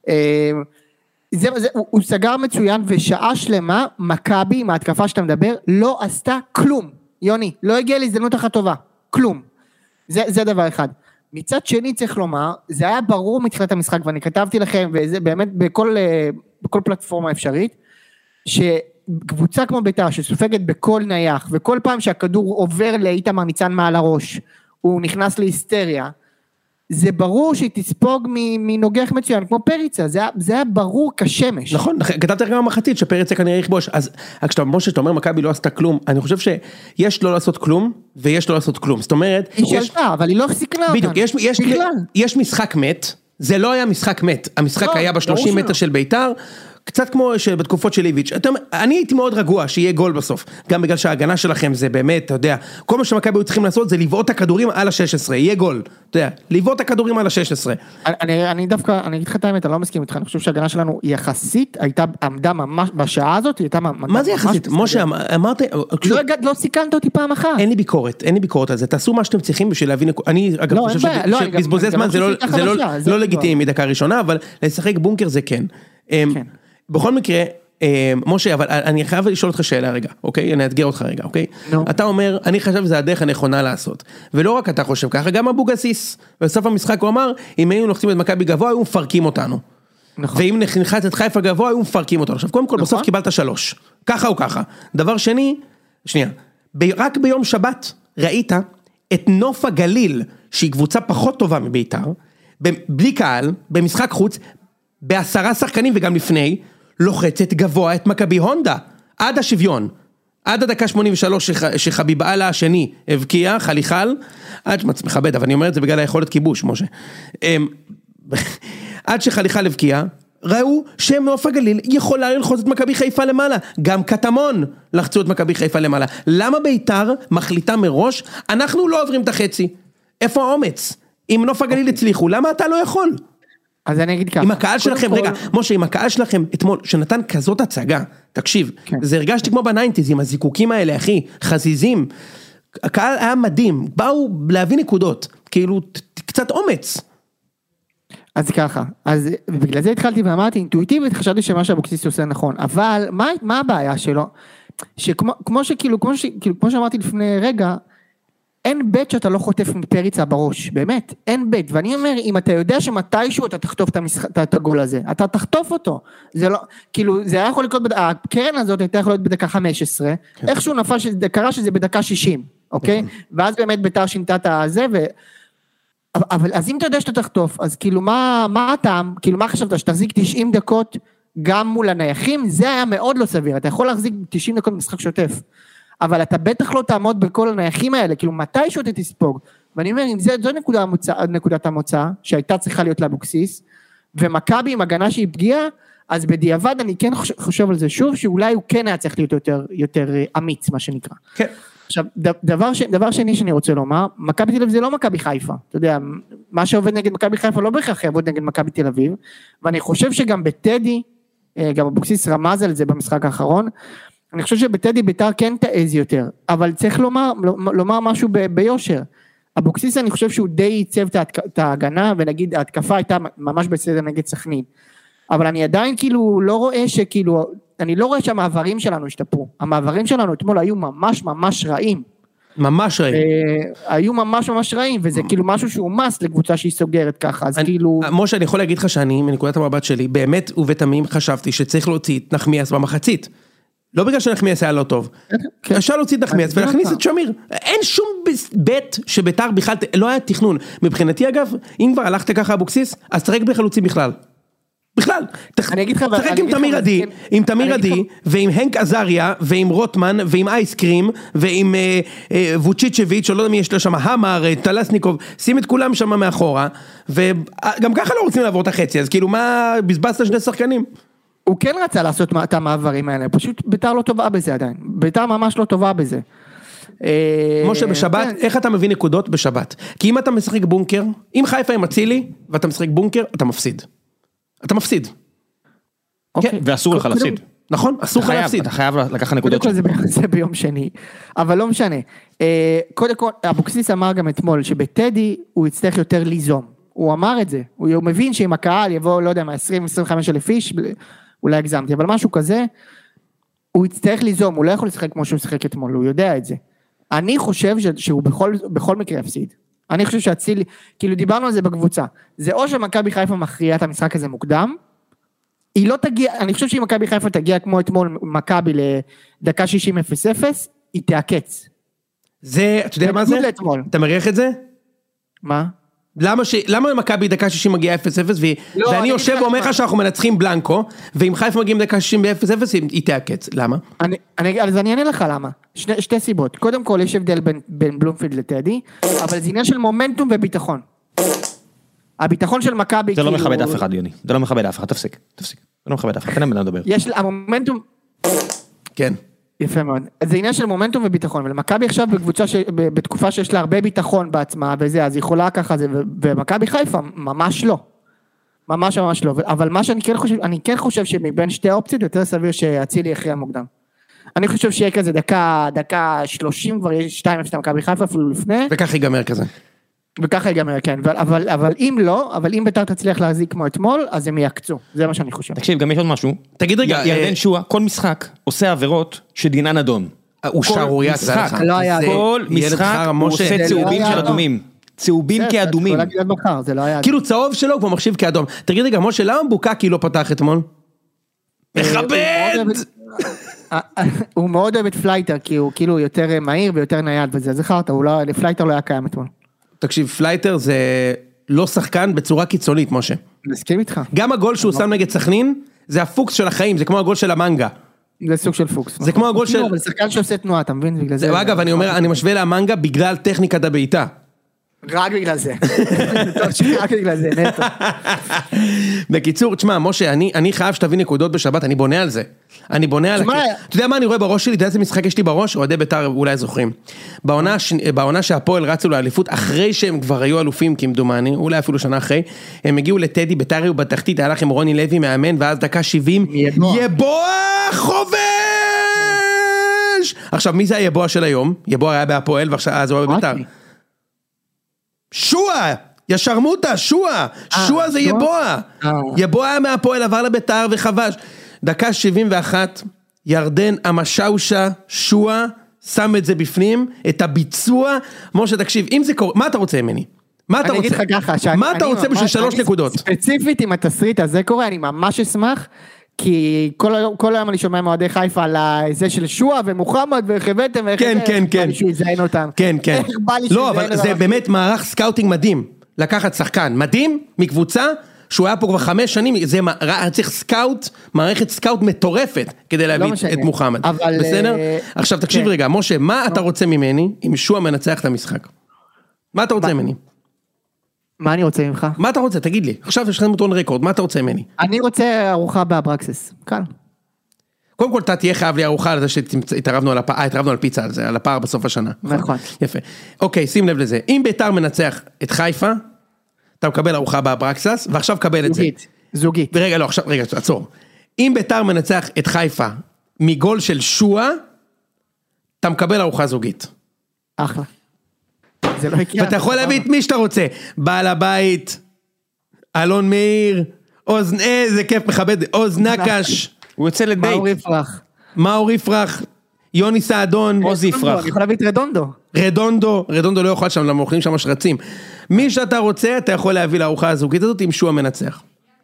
Speaker 4: הוא סגר מצוין, ושעה שלמה, מכבי, מההתקפה שאתה מדבר, לא עשתה כלום. יוני, לא הגיע להזדמנות אחת טובה. כלום. זה דבר אחד. מצד שני צריך לומר, זה היה ברור מתחילת המשחק, ואני כתבתי לכם, וזה באמת בכל פלטפורמה אפשרית, שקבוצה כמו בית"ר שסופגת בכל נייח, וכל פעם שהכדור עובר לאיתמר ניצן מעל הראש, הוא נכנס להיסטריה, זה ברור שהיא תספוג מנוגח מצוין, כמו פריצה, זה היה ברור כשמש.
Speaker 2: נכון, כתבת גם במחצית שפריצה כנראה יכבוש, אז כשאתה אומר מכבי לא עשתה כלום, אני חושב שיש לא לעשות כלום, ויש לא לעשות כלום, זאת אומרת...
Speaker 4: היא שלטה, אבל היא לא סיכנה אותנו.
Speaker 2: בדיוק, יש משחק מת, זה לא היה משחק מת, המשחק היה ב-30 מטר של בית"ר, קצת כמו בתקופות של איביץ', אני הייתי מאוד רגוע שיהיה גול בסוף, גם בגלל שההגנה שלכם זה באמת, אתה יודע, כל מה שמכבי היו צריכים לעשות זה לבעוט את הכדורים על ה-16, יהיה גול, אתה יודע, לבעוט את הכדורים על ה-16.
Speaker 4: אני דווקא, אני אגיד לך את האמת, אני לא מסכים איתך, אני חושב שההגנה שלנו היא יחסית, עמדה ממש, בשעה הזאת, היא הייתה ממש...
Speaker 2: מה זה יחסית? משה, אמרת...
Speaker 4: לא סיכנת אותי פעם אחת.
Speaker 2: אין לי ביקורת על זה, תעשו מה שאתם צריכים בשביל להבין, אני אגב חושב שבזבוזי זמן זה לא לגיטימי מדקה ראשונה, אבל לשחק בונקר זה כן. בכל מקרה, משה, אבל אני חייב לשאול אותך שאלה רגע, אוקיי? אני אתגר אותך רגע, אוקיי? אתה אומר, אני חושב שזה הדרך הנכונה לעשות. ולא רק אתה חושב ככה, גם אבוקסיס, בסוף המשחק הוא אמר, אם היינו לוחצים את מכבי גבוה, היו מפרקים אותנו. ואם נחלץ את חיפה גבוה, היו מפרקים אותנו. עכשיו, קודם כל, בסוף קיבלת 3. ככה או ככה. דבר שני, שנייה, רק ביום שבת ראית את נוף הגליל, שהיא קבוצה פחות טובה מביתר, בלי קהל, במשחק חוץ, ב10 שחקנים וגם לפני, לוחצת גבוה את מכבי הונדה, עד השוויון, עד הדקה 83 שחביב אללה השני הבקיע, חליחל, עד מכבד, אבל אני אומר את זה בגלל היכולת כיבוש, משה, עד שחליחל הבקיע, ראו שנוף הגליל יכולה ללחוץ את מכבי חיפה למעלה, גם קטמון לחצו את מכבי חיפה למעלה, למה ביתר מחליטה מראש, אנחנו לא עוברים את החצי, איפה האומץ? אם נוף הגליל הצליחו, למה אתה לא יכול?
Speaker 4: אז אני אגיד ככה.
Speaker 2: עם הקהל שלכם, רגע, משה, עם הקהל שלכם, אתמול, שנתן כזאת הצגה, תקשיב, זה הרגשתי כמו בניינטיז, עם הזיקוקים האלה, אחי, חזיזים, הקהל היה מדהים, באו להביא נקודות, כאילו, קצת אומץ.
Speaker 4: אז ככה, אז בגלל זה התחלתי ואמרתי, אינטואיטיבית, חשבתי שמה שאבוקסיס עושה נכון, אבל מה הבעיה שלו? שכמו שאמרתי לפני רגע, אין בית שאתה לא חוטף מפריצה בראש, באמת, אין בית, ואני אומר, אם אתה יודע שמתישהו אתה תחטוף את הגול הזה, אתה תחטוף אותו, זה לא, כאילו, זה היה יכול לקרות, הקרן הזאת הייתה יכול להיות בדקה 15, איכשהו נפל, קרה שזה בדקה 60, אוקיי? ואז באמת ביתר שינתה את הזה, אבל אז אם אתה יודע שאתה תחטוף, אז כאילו, מה הטעם, כאילו, מה חשבת, שתחזיק 90 דקות גם מול הנייחים, זה היה מאוד לא סביר, אתה יכול להחזיק 90 דקות במשחק שוטף, אבל אתה בטח לא תעמוד בכל הנייחים האלה, כאילו מתישהו אתה תספוג, ואני אומר, אם זו נקודת המוצא, שהייתה צריכה להיות לאבוקסיס, ומכבי עם הגנה שהיא פגיעה, אז בדיעבד אני כן חושב על זה שוב, שאולי הוא כן היה צריך להיות יותר אמיץ, מה שנקרא. כן. עכשיו, דבר שני שאני רוצה לומר, מכבי תל אביב זה לא מכבי חיפה, אתה יודע, מה שעובד נגד מכבי חיפה לא בהכרח יעבוד נגד מכבי תל אביב, ואני חושב שגם בטדי, גם אבוקסיס רמז על זה במשחק האחרון, אני חושב שבטדי ביתר כן תעז יותר, אבל צריך לומר משהו ביושר. אבוקסיס אני חושב שהוא די ייצב את ההגנה, ונגיד ההתקפה הייתה ממש בסדר נגד סכנין. אבל אני עדיין כאילו לא רואה שכאילו, אני לא רואה שהמעברים שלנו השתפרו. המעברים שלנו אתמול היו ממש ממש רעים.
Speaker 2: ממש רעים.
Speaker 4: היו ממש ממש רעים, וזה כאילו משהו שהוא מס לקבוצה שהיא סוגרת ככה, אז כאילו...
Speaker 2: משה, אני יכול להגיד לך שאני, מנקודת המבט שלי, באמת ובתמים חשבתי שצריך להוציא את נחמיאס במחצית. לא בגלל שנחמיאס היה לא טוב. אפשר להוציא את נחמיאס ולהכניס את שמיר. אין שום בית שביתר בכלל, לא היה תכנון. מבחינתי אגב, אם כבר הלכת ככה אבוקסיס, אז תרק בחלוצים בכלל. בכלל. תרק עם תמיר עדי, ועם הנק עזריה, ועם רוטמן, ועם אייסקרים, ועם ווצ'יצ'ביץ', או לא יודע מי יש לו שם, המר, טלסניקוב, שים את כולם שם מאחורה, וגם ככה לא רוצים לעבור את החצי, אז כאילו מה, בזבזת 2 שחקנים?
Speaker 4: הוא כן רצה לעשות את המעברים האלה, פשוט ביתר לא טובה בזה עדיין, ביתר ממש לא טובה בזה.
Speaker 2: משה, בשבת, איך אתה מביא נקודות בשבת? כי אם אתה משחק בונקר, אם חיפה עם אצילי, ואתה משחק בונקר, אתה מפסיד. אתה מפסיד.
Speaker 3: ואסור לך להפסיד.
Speaker 2: נכון, אסור לך להפסיד.
Speaker 3: אתה חייב לקחת נקודות.
Speaker 4: זה ביום שני, אבל לא משנה. קודם כל, אבוקסיס אמר גם אתמול, שבטדי הוא יצטרך יותר ליזום. הוא אמר את זה, הוא מבין שאם הקהל יבוא, לא יודע, 20-25 אלף איש, אולי הגזמתי, אבל משהו כזה, הוא יצטרך ליזום, הוא לא יכול לשחק כמו שהוא שחק אתמול, הוא יודע את זה. אני חושב שהוא בכל מקרה יפסיד. אני חושב שהצילי, כאילו דיברנו על זה בקבוצה, זה או שמכבי חיפה מכריעה את המשחק הזה מוקדם, היא לא תגיע, אני חושב שאם מכבי חיפה תגיע כמו אתמול מכבי לדקה 60-0-0, היא תעקץ.
Speaker 2: זה, אתה יודע מה זה? אתה מריח את זה?
Speaker 4: מה?
Speaker 2: למה מכבי דקה 60 מגיעה 0-0 ואני יושב ואומר לך שאנחנו מנצחים בלנקו, ואם חיפה מגיעים דקה 60 ב-0-0 היא תעקץ, למה?
Speaker 4: אז אני אענה לך למה, שתי סיבות, קודם כל יש הבדל בין בלומפילד לטדי, אבל זה עניין של מומנטום וביטחון. הביטחון של מכבי
Speaker 3: זה לא מכבד אף אחד, יוני, זה לא מכבד אף אחד, תפסיק. זה לא מכבד אף אחד, תן לנו לדבר.
Speaker 4: יש המומנטום...
Speaker 2: כן.
Speaker 4: יפה מאוד. זה עניין של מומנטום וביטחון, ולמכבי עכשיו בתקופה שיש לה הרבה ביטחון בעצמה, וזה, אז היא יכולה ככה, ומכבי חיפה, ממש לא. ממש לא. אבל מה שאני כן חושב, אני כן חושב שמבין שתי האופציות, יותר סביר שאצילי יכריע מוקדם. אני חושב שיהיה כזה דקה 30, כבר יש 2-0 מכבי חיפה אפילו לפני.
Speaker 2: וכך ייגמר כזה.
Speaker 4: וככה ייגמר, כן. אבל אם לא, אבל אם בית"ר תצליח להזיק כמו אתמול, אז הם יקצו. זה מה שאני חושב.
Speaker 3: תקשיב, גם יש עוד משהו.
Speaker 2: תגיד רגע,
Speaker 3: ירדן שועה, כל משחק עושה עבירות שדינן אדום.
Speaker 2: הוא שערוריה.
Speaker 3: כל משחק הוא עושה צהובים של אדומים. צהובים כאדומים.
Speaker 2: כאילו צהוב שלו הוא כבר מחשיב כאדום. תגיד רגע, משה, למה בוקקי לא פתח אתמול? מכבד!
Speaker 4: הוא מאוד אוהב את פלייטר, כי הוא כאילו יותר מהיר ויותר נייד וזה. זכרת, פלייטר לא היה קיים אתמול.
Speaker 2: תקשיב, פלייטר זה לא שחקן בצורה קיצונית, משה.
Speaker 4: מסכים איתך.
Speaker 2: גם הגול שהוא שם נגד סכנין, זה הפוקס של החיים, זה כמו הגול של המנגה.
Speaker 4: זה סוג של פוקס.
Speaker 2: זה כמו הגול של...
Speaker 4: אבל שחקן שעושה תנועה, אתה מבין? בגלל זה...
Speaker 2: אגב, אני אומר, אני משווה להמנגה בגלל טכניקת הבעיטה.
Speaker 4: רק בגלל זה. רק בגלל זה, נטו.
Speaker 2: בקיצור, תשמע, משה, אני חייב שתביא נקודות בשבת, אני בונה על זה. אני בונה על... אתה יודע מה אני רואה בראש שלי? אתה יודע איזה משחק יש לי בראש? אוהדי בית"ר אולי זוכרים. בעונה שהפועל רצו לאליפות, אחרי שהם כבר היו אלופים, כמדומני, אולי אפילו שנה אחרי, הם הגיעו לטדי, בית"ר היו בתחתית, היה לכם רוני לוי מאמן, ואז דקה 70, יבוע חובש! עכשיו, מי זה היבוע של היום? יבוע היה בהפועל, ועכשיו הוא בבית"ר. שועה, ישרמוטה, שועה זה יבוע. יבוע היה מהפועל, עבר לבית"ר וחבש. דקה 71, ירדן המשאושה, שועה, שם את זה בפנים, את הביצוע. משה, תקשיב, אם זה קורה, מה אתה רוצה ממני? מה אתה רוצה?
Speaker 4: אני אגיד לך ככה,
Speaker 2: מה אתה רוצה בשביל 3 נקודות?
Speaker 4: ספציפית עם התסריט הזה קורה, אני ממש אשמח, כי כל היום אני שומע מועדי חיפה על זה של שועה ומוחמד וחבטם,
Speaker 2: כן.
Speaker 4: בא לי שהוא יזיין אותם.
Speaker 2: כן. לא, אבל זה באמת מערך סקאוטינג מדהים. לקחת שחקן מדהים מקבוצה, שהוא היה פה כבר 5 שנים, זה צריך סקאוט, מערכת סקאוט מטורפת, כדי להביא את מוחמד. בסדר? עכשיו תקשיב רגע, משה, מה אתה רוצה ממני, אם שועה מנצח את המשחק? מה אתה רוצה ממני?
Speaker 4: מה אני רוצה ממך?
Speaker 2: מה אתה רוצה? תגיד לי. עכשיו יש לכם מוטון רקורד, מה אתה רוצה ממני?
Speaker 4: אני רוצה ארוחה באברקסס, קל.
Speaker 2: קודם כל, אתה תהיה חייב לי ארוחה על זה שהתערבנו על פיצה על זה, על הפער בסוף השנה.
Speaker 4: נכון.
Speaker 2: יפה. אוקיי, שים לב לזה. אם בית"ר מנצח את חיפה, אתה מקבל ארוחה באברקסס, ועכשיו קבל את זה.
Speaker 4: זוגית.
Speaker 2: ורגע, לא, עכשיו, רגע, עצור. אם בית"ר מנצח את חיפה מגול של שועה, אתה מקבל ארוחה זוגית.
Speaker 4: אחלה. זה לא יקרה.
Speaker 2: ואתה יכול להביא את מי שאתה רוצה. בעל הבית, אלון מאיר, איזה כיף מכבד, עוז נקש.
Speaker 3: הוא יוצא לדייט.
Speaker 2: מאור יפרח, יוני סעדון.
Speaker 3: עוז יפרח.
Speaker 4: אני יכול להביא את
Speaker 2: רדונדו לא יכול שם, למה אוכלים שם שרצים. מי שאתה רוצה, אתה יכול להביא לארוחה הזוגית הזאת עם שועה מנצח.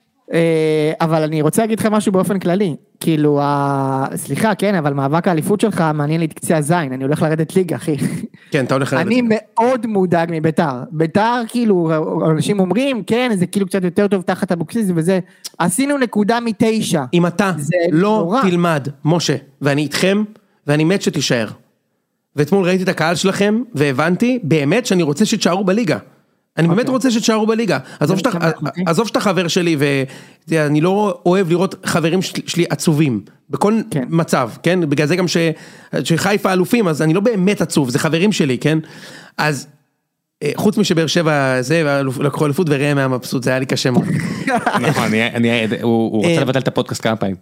Speaker 4: אבל אני רוצה להגיד לך משהו באופן כללי, כאילו, סליחה, כן, אבל מאבק האליפות שלך מעניין לי את קצה הזין, אני הולך לרדת ליגה, אחי.
Speaker 2: כן, אתה הולך לרדת.
Speaker 4: אני מאוד מודאג מביתר, ביתר, כאילו, אנשים אומרים, כן, זה כאילו קצת יותר טוב תחת אבוקסיס וזה, עשינו נקודה מ9.
Speaker 2: אם אתה לא תלמד, משה, ואני איתכם, ואני מת שתישאר. ואתמול ראיתי את הקהל שלכם, והבנתי באמת שאני רוצה שתשארו בליגה. אני באמת רוצה שתשארו בליגה. עזוב שאתה חבר שלי, ואני לא אוהב לראות חברים שלי עצובים, בכל מצב, כן? בגלל זה גם שחיפה אלופים, אז אני לא באמת עצוב, זה חברים שלי, כן? אז חוץ משבאר שבע זה, לקחו אליפות וראם היה מבסוט, זה היה לי קשה מאוד.
Speaker 3: נכון, הוא רוצה לבטל את הפודקאסט כמה פעמים.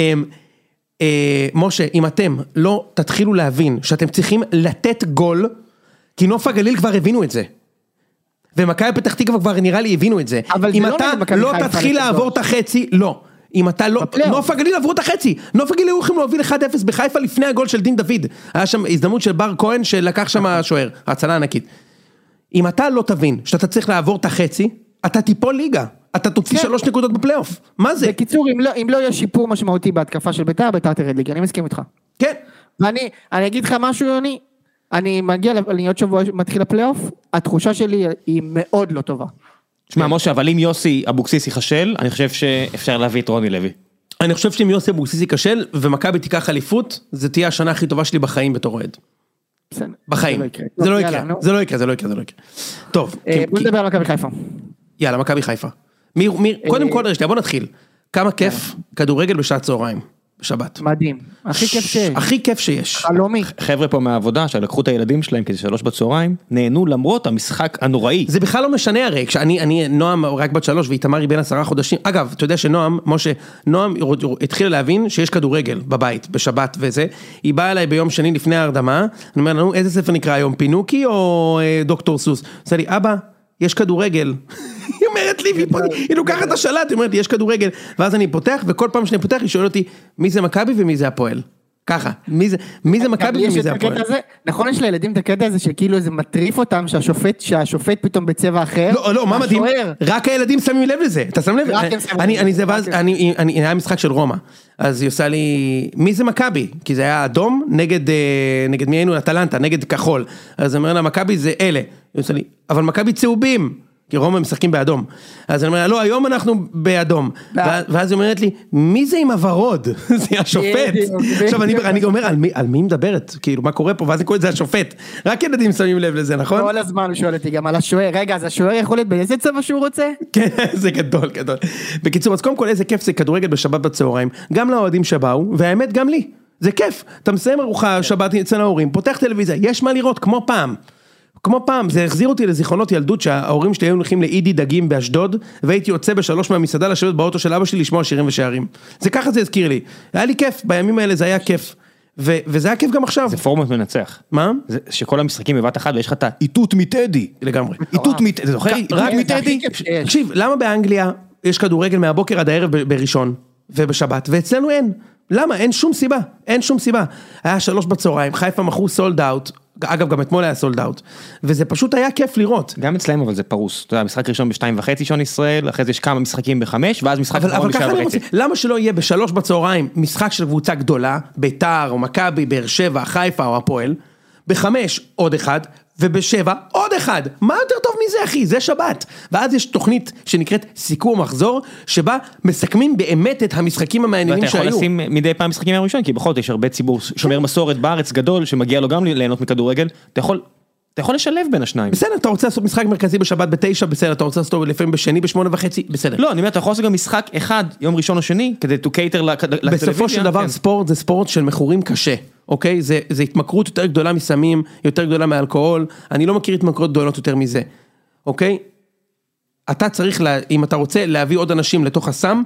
Speaker 2: משה, אם אתם לא תתחילו להבין שאתם צריכים לתת גול, כי נוף הגליל כבר הבינו את זה. ומכבי פתח תקווה כבר נראה לי הבינו את זה. אם אתה לא תתחיל לעבור את החצי, לא. אם אתה לא... נוף הגליל עברו את החצי. נוף הגליל היו יכולים להוביל 1-0 בחיפה לפני הגול של דין דוד. היה שם הזדמנות של בר כהן שלקח שם השוער, הצלה ענקית. אם אתה לא תבין שאתה צריך לעבור את החצי, אתה תיפול ליגה. אתה תוציא 3 נקודות בפלייאוף, מה זה?
Speaker 4: בקיצור, אם לא יהיה שיפור משמעותי בהתקפה של ביתר, ביתר תרד ליגה, אני מסכים איתך.
Speaker 2: כן.
Speaker 4: ואני אגיד לך משהו, יוני, אני מגיע לעוד שבוע מתחיל הפלייאוף, התחושה שלי היא מאוד לא טובה.
Speaker 3: שמע, משה, אבל אם יוסי אבוקסיס יחשל, אני חושב שאפשר להביא את רוני לוי.
Speaker 2: אני חושב שאם יוסי אבוקסיס ייכשל, ומכבי תיקח אליפות, זה תהיה השנה הכי טובה שלי בחיים בתור אוהד. בחיים. זה לא יקרה. טוב.
Speaker 4: בוא נדבר על מכבי חיפה.
Speaker 2: יאללה, מכבי חיפה. קודם כל, בוא נתחיל. כמה כיף כדורגל בשעת צהריים, בשבת.
Speaker 4: מדהים. הכי כיף שיש.
Speaker 2: הכי כיף שיש.
Speaker 4: חלומי.
Speaker 3: חבר'ה פה מהעבודה, שלקחו את הילדים שלהם כדי 3 בצהריים, נהנו למרות המשחק הנוראי.
Speaker 2: זה בכלל לא משנה הרי, כשאני, נועם רק בת 3 ואיתמרי בין 10 חודשים, אגב, אתה יודע שנועם, משה, נועם התחילה להבין שיש כדורגל בבית, בשבת וזה, היא באה אליי ביום שני לפני ההרדמה, אני אומר לנו, איזה ספר נקרא היום, פינוקי או דוקטור סוס? עושה לי, אבא, יש כדורגל. היא אומרת לי, היא לוקחת את השלט, היא אומרת לי, יש כדורגל, ואז אני פותח, וכל פעם שאני פותח, היא שואלת אותי, מי זה מכבי ומי זה הפועל? ככה, מי זה מכבי ומי זה הפועל?
Speaker 4: נכון, יש לילדים את הקטע הזה, שכאילו זה מטריף אותם, שהשופט פתאום בצבע אחר.
Speaker 2: לא, מה מדהים? רק הילדים שמים לב לזה, אתה שם לב? אני היה משחק של רומא, אז היא עושה לי, מי זה מכבי? כי זה היה אדום, נגד מי היינו? אטלנטה, נגד כחול. אז אני אומר לה, מכבי זה אלה. היא עושה לי, אבל מכבי צהובים. כי רומא משחקים באדום. אז אני אומר, לא, היום אנחנו באדום. ואז היא אומרת לי, מי זה עם הוורוד? זה השופט. עכשיו אני אומר, על מי מדברת? כאילו, מה קורה פה? ואז אני קורא את זה השופט. רק ילדים שמים לב לזה, נכון?
Speaker 4: כל הזמן הוא שואל אותי גם על השוער. רגע, אז השוער יכול להיות באיזה צבע שהוא רוצה?
Speaker 2: כן, זה גדול. בקיצור, אז קודם כל, איזה כיף זה כדורגל בשבת בצהריים. גם לאוהדים שבאו, והאמת גם לי. זה כיף. אתה מסיים ארוחה שבת אצל ההורים, פותח טלוויזיה, יש מה לראות, כמו פעם, זה החזיר אותי לזיכרונות ילדות שההורים שלי היו הולכים לאידי דגים באשדוד, והייתי יוצא ב3 מהמסעדה לשבת באוטו של אבא שלי לשמוע שירים ושערים. זה ככה זה הזכיר לי. היה לי כיף, בימים האלה זה היה כיף. וזה היה כיף גם עכשיו.
Speaker 3: זה פורמט מנצח.
Speaker 2: מה?
Speaker 3: שכל המשחקים בבת אחת, ויש לך את האיתות מטדי.
Speaker 2: לגמרי.
Speaker 3: איתות מטדי, זוכר? איתות מטדי?
Speaker 2: תקשיב, למה באנגליה יש כדורגל מהבוקר עד הערב בראשון ובשבת, ואצלנו אין? למה? אין שום סיבה. היה 3 בצהריים, חיפה מכרו סולד אאוט, אגב, גם אתמול היה סולד אאוט, וזה פשוט היה כיף לראות.
Speaker 3: גם אצלם, אבל זה פרוס. אתה יודע, משחק ראשון ב2:30 שעון ישראל, אחרי זה יש כמה משחקים ב5, ואז משחק אחרון ב7:30.
Speaker 2: למה שלא יהיה ב3 בצהריים משחק של קבוצה גדולה, ביתר או מכבי, באר שבע, חיפה או הפועל, ב5 עוד אחד, וב7 עוד אחד. מה יותר טוב מזה, אחי? זה שבת. ואז יש תוכנית שנקראת סיכום מחזור, שבה מסכמים באמת את המשחקים המעניינים שהיו.
Speaker 3: ואתה יכול לשים מדי פעם משחקים מהראשון, כי בכל זאת יש הרבה ציבור שומר מסורת בארץ גדול, שמגיע לו גם ליהנות מכדורגל. אתה יכול לשלב בין השניים.
Speaker 2: בסדר, אתה רוצה לעשות משחק מרכזי בשבת ב9, בסדר, אתה רוצה לעשות לפעמים בשני ב8:30, בסדר.
Speaker 3: לא, אני אומר, אתה יכול לעשות גם משחק אחד, יום ראשון או שני, כדי to cater לטלוויזיה.
Speaker 2: בסופו של דבר ספורט זה ספורט של מכורים קשה, אוקיי? זה התמכרות יותר גדולה מסמים, יותר גדולה מאלכוהול, אני לא מכיר התמכרות גדולות יותר מזה, אוקיי? אתה צריך, אם אתה רוצה להביא עוד אנשים לתוך הסם,